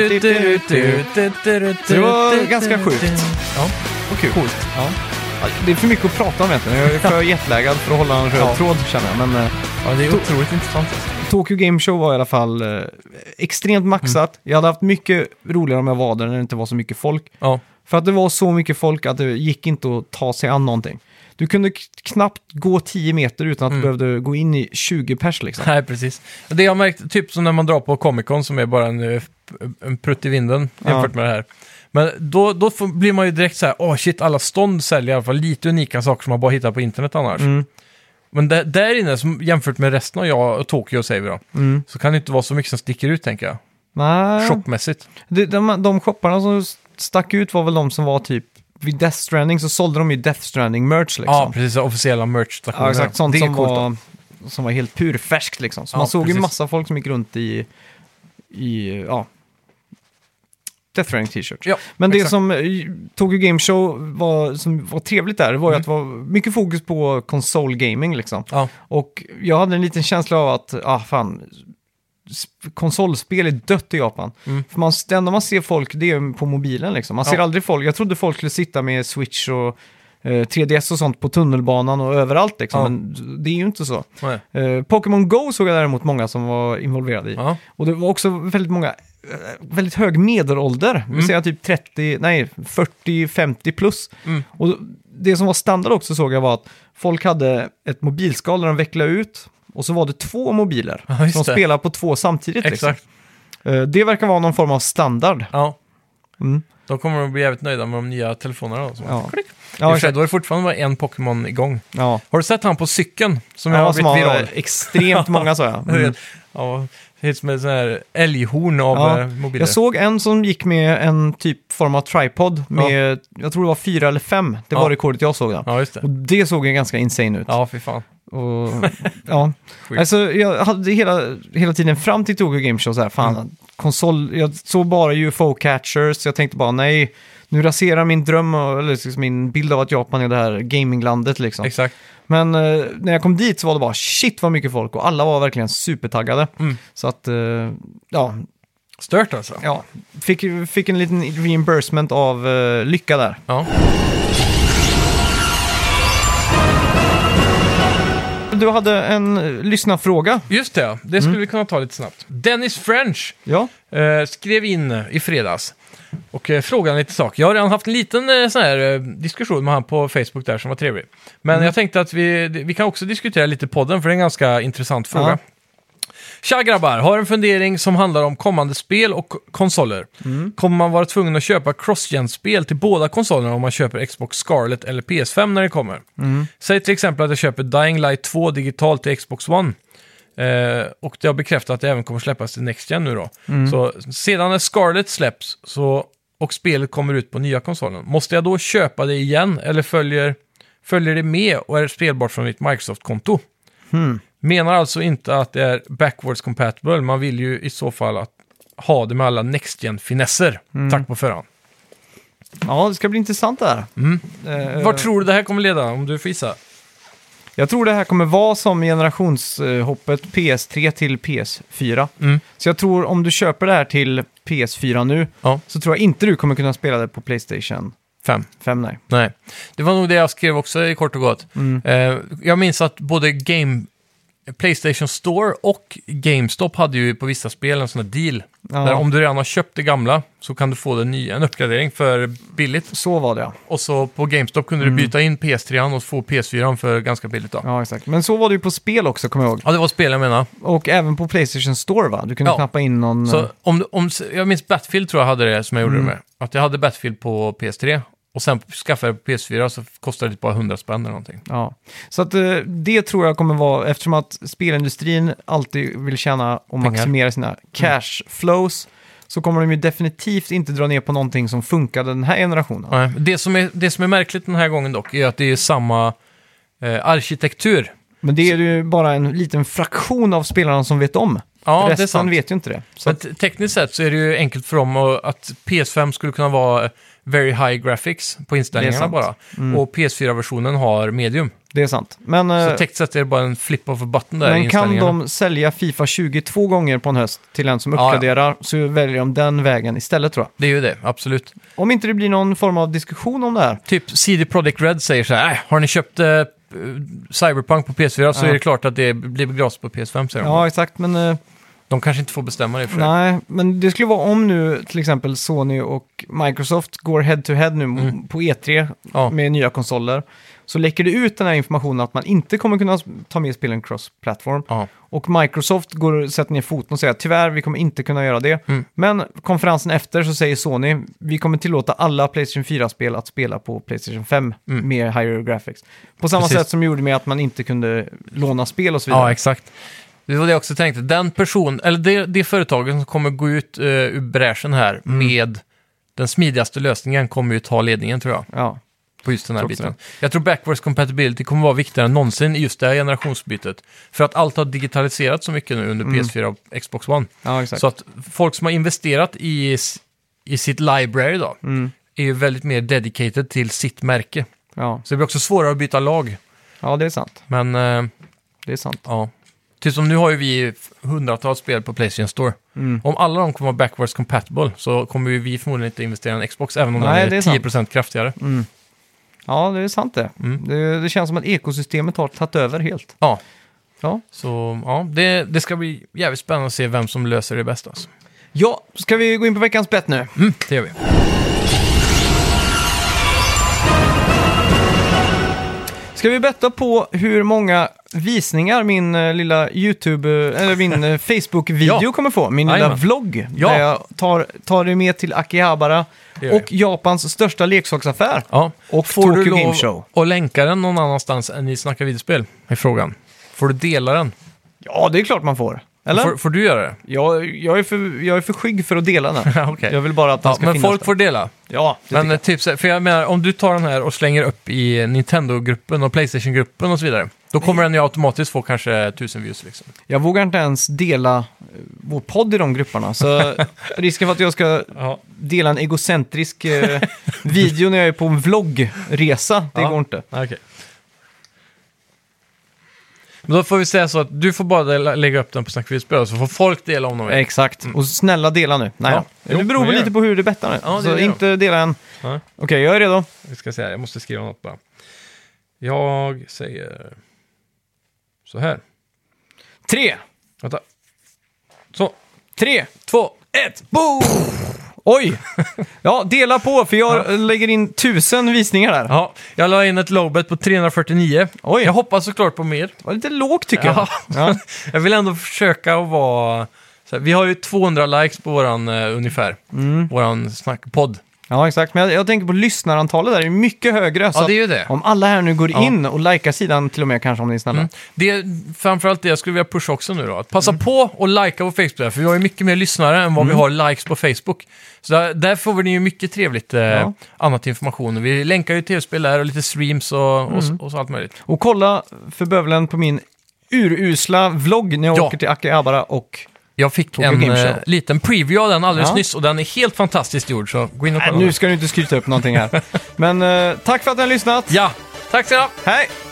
Så det var ganska sjukt. Ja, Och kul. Ja. Ja, det är för mycket att prata om egentligen. Jag är för jetlaggad för att hålla en röd tråd, känner jag. Men ja, det är otroligt intressant. Tokyo Game Show var i alla fall extremt maxat. Jag hade haft mycket roligare om jag var där när det inte var så mycket folk. Ja, För att det var så mycket folk att det gick inte att ta sig an någonting. Du kunde knappt gå 10 meter utan att du behövde gå in i 20 pers liksom. nej precis. Det jag har märkt, typ som när man drar på Comic Con som är bara en prutt i vinden jämfört med det här. Men då blir man ju direkt så här, shit, alla stånd säljer i alla fall lite unika saker som man bara hittar på internet annars. Men där inne, som jämfört med resten av jag och Tokyo säger vi då, så kan det inte vara så mycket som sticker ut tänker jag. Nej. Shopmässigt. De shopparna som stack ut var väl de som var typ vid Death Stranding, så sålde de ju Death Stranding-merch liksom. Ja, precis. Officiella merch-stationer. Ja, exakt. Sånt det är som coolt som var helt purfärskt liksom. Så Ja, man såg ju precis. massa folk som gick runt i Death Stranding t-shirts. Ja, Men det exakt. som Tokyo Game Show som var trevligt där, var ju att det var mycket fokus på konsolgaming liksom. Ja. Och jag hade en liten känsla av att, konsolspel är dött i Japan. För det enda man ser folk, det är på mobilen liksom. Man ser aldrig folk, jag trodde folk skulle sitta med Switch och 3DS och sånt på tunnelbanan och överallt liksom. Ja. Men det är ju inte så. Nej. Pokémon Go såg jag däremot många som var involverade i. Ja. Och det var också väldigt många, väldigt hög medelålder. Vi säger typ 40-50 plus. Och det som var standard också såg jag var att folk hade ett mobilskal där de vecklade ut. Och så var det 2 mobiler Ja, just som det. spelade på 2 samtidigt. Exakt. Liksom. Det verkar vara någon form av standard. Ja. Mm. Då kommer de bli jävligt nöjda med de nya telefonerna då. Ja. Klick. Ja, I då är det fortfarande bara en Pokémon igång. Ja. Har du sett han på cykeln som Ja, har som blivit har viral? extremt många så jag. Ja, det är som en sån här älghorn av Ja, mobiler. Jag såg en som gick med en typ form av tripod med, jag tror det var 4 eller 5. Det var rekordet jag såg där. Ja, just det. Och det såg ju ganska insane ut. Ja, fy fan. Och, ja. Sjukt. Alltså, jag hade hela tiden fram till Tokyo Game Show så här, fan, konsol, jag såg bara UFO-catchers, jag tänkte bara nej, nu raserar min dröm, eller liksom min bild av att Japan är det här gaminglandet liksom. Exakt. Men när jag kom dit så var det bara shit vad mycket folk och alla var verkligen supertaggade. Så att, Stört alltså. ja, fick en liten reimbursement av lycka där. Ja. Du hade en lyssnarfråga. Just det, det skulle vi kunna ta lite snabbt. Dennis French Ja. skrev in i fredags och frågade lite sak. Jag har redan haft en liten sån här diskussion med han på Facebook där som var trevlig. Men jag tänkte att vi kan också diskutera lite podden för det är en ganska intressant fråga. Ja. Tja grabbar, har en fundering som handlar om kommande spel och konsoler. Kommer man vara tvungen att köpa cross-gen-spel till båda konsolerna om man köper Xbox Scarlet eller PS5 när det kommer? Säg till exempel att jag köper Dying Light 2 digitalt till Xbox One. Och det har bekräftat att det även kommer släppas till Next Gen nu då. Så sedan när Scarlet släpps och spelet kommer ut på nya konsolen, måste jag då köpa det igen eller följer det med och är spelbart från mitt Microsoft-konto? Menar alltså inte att det är backwards compatible. Man vill ju i så fall ha det med alla Next Gen-finesser. Tack på förhand. Ja, det ska bli intressant det här. Vart tror du det här kommer leda, om du får gissa? Jag tror det här kommer vara som generationshoppet PS3 till PS4. Så jag tror om du köper det här till PS4 nu Ja. så tror jag inte du kommer kunna spela det på PlayStation 5. 5. Nej. Nej, det var nog det jag skrev också i kort och gott. Jag minns att både PlayStation Store och GameStop hade ju på vissa spel en sån här deal. Ja. Där om du redan har köpt det gamla så kan du få det nya, en uppgradering för billigt. Så var det, ja. Och så på GameStop kunde du byta in PS3 och få PS4 för ganska billigt då. Ja, exakt. Men så var det ju på spel också, kommer jag ihåg. Ja, det var spel jag menar. Och även på PlayStation Store, va? Du kunde Ja. knappa in någon... Så jag minns Battlefield tror jag hade det som jag gjorde det med. Att jag hade Battlefield på PS3 och sen skaffade jag på PS4 så kostade det bara 100 spänn eller någonting. Ja, så att det tror jag kommer vara, eftersom att spelindustrin alltid vill tjäna och maximera sina cash flows, så kommer de ju definitivt inte dra ner på någonting som funkade den här generationen. Nej, det som är märkligt den här gången dock är att det är samma arkitektur. Men det är ju bara en liten fraktion av spelarna som vet om. Ja, det är Resten sant. vet ju inte det. Så Så tekniskt sett så är det ju enkelt för dem att PS5 skulle kunna vara very high graphics på inställningarna Det är sant. bara. Och PS4-versionen har medium. det är sant. Men, Så tekniskt sett är det bara en flip of a button där i men kan inställningarna. de sälja FIFA 22 gånger på en höst till en som uppgraderar, så väljer de den vägen istället, tror jag. Det är ju det, absolut. Om inte det blir någon form av diskussion om det här. Typ CD Projekt Red säger så här, har ni köpt Cyberpunk på PS4 så är det klart att det blir begravt på PS5, säger de. Ja, exakt, men... De kanske inte får bestämma det för det. Nej, men det skulle vara om nu till exempel Sony och Microsoft går head-to-head nu på E3 Ja. med nya konsoler. Så läcker det ut den här informationen att man inte kommer kunna ta med spelen cross-platform. Ja. Och Microsoft går och sätter ner foten och säger att tyvärr, vi kommer inte kunna göra det. Men konferensen efter så säger Sony, vi kommer tillåta alla PlayStation 4-spel att spela på PlayStation 5 med higher graphics. På samma Precis. sätt som gjorde med att man inte kunde låna spel och så vidare. Ja, exakt. Det var det jag också tänkte. Den person, eller det företaget som kommer gå ut ur bräschen här med den smidigaste lösningen kommer ju ta ledningen, tror jag, Ja. på just den här Tror också biten. Jag tror backwards compatibility kommer vara viktigare än någonsin i just det här generationsbytet. För att allt har digitaliserats så mycket nu under PS4 och Xbox One. Ja, exakt. Så att folk som har investerat i sitt library då är ju väldigt mer dedicated till sitt märke. Ja. Så det blir också svårare att byta lag. Ja, det är sant. Men Det är sant. ja, typ som nu har ju vi hundratals spel på PlayStation Store. Om alla de kommer vara backwards compatible så kommer ju vi förmodligen inte investera i en Xbox även om Nej, den det är är 10% kraftigare. Ja, det är sant det. Det känns som att ekosystemet har tagit över helt. Ja, Ja. så ja, det ska bli jävligt spännande att se vem som löser det bäst. Alltså. Ja, ska vi gå in på veckans bett nu? Det gör vi. Ska vi betta på hur många visningar min lilla YouTube, eller min Facebook-video Ja. kommer få? Min lilla Jajamän. vlogg. Ja. Där jag tar det med till Akihabara Det gör vi. och Japans största leksaksaffär. Ja. Och Får du Tokyo Game lov Show. att länka den någon annanstans än i Snacka videospel? Är frågan. Får du dela den? Ja, det är klart man får. Eller? Får du göra det? Jag är för skygg för att dela den. Okej. Jag vill bara att den Ja, ska men finnas folk där. får dela. Ja, det Men tycker jag. typ, så här, för jag menar, om du tar den här och slänger upp i Nintendo-gruppen och PlayStation-gruppen och så vidare, då kommer den ju automatiskt få kanske 1000 views liksom. Jag vågar inte ens dela vår podd i de grupperna. Så risken för att jag ska Ja. dela en egocentrisk video när jag är på en vloggresa, det Ja. går inte. Okej. Men då får vi säga så att du får bara lägga upp den på Snack videospel så får folk dela om de vill. Exakt. Och snälla dela nu. Nej, Ja. det Jo, beror men väl gör lite på hur du bettar nu. Ja, det så är det inte dela en. Ja. Okej, jag är redo. Vi ska se här, jag måste skriva något bara. Jag säger så här. 3, Vänta. Så, 3, 2, 1, boom! Oj! Ja, dela på, för jag lägger in 1000 visningar där. ja, jag la in ett lowbet på 349. Oj. Jag hoppas såklart på mer. Det var lite lågt tycker jag. Ja. Ja. Jag vill ändå försöka att vara... Så här, vi har ju 200 likes på våran ungefär. Våran snackpodd. Ja, exakt. Men jag tänker på lyssnarantalet där, det är mycket högre. Så Ja, det är att ju det. om alla här nu går in och likar sidan till och med kanske om ni är snälla. Det är framförallt det jag skulle vilja pusha också nu då. Att passa på och likea på Facebook där, för vi har ju mycket mer lyssnare än vad vi har likes på Facebook. Så där får vi ju mycket trevligt annat information. Vi länkar ju tv-spel där och lite streams och så allt möjligt. Och kolla för bövelen på min urusla vlogg när jag Ja. åker till Akihabara och Jag fick Tokyo Game en Show. liten preview av den alldeles Ja. nyss och den är helt fantastiskt gjord, så gå in och kolla. Nu ska du inte skryta upp någonting här. Men tack för att ni har lyssnat. Ja, tack så mycket. Hej!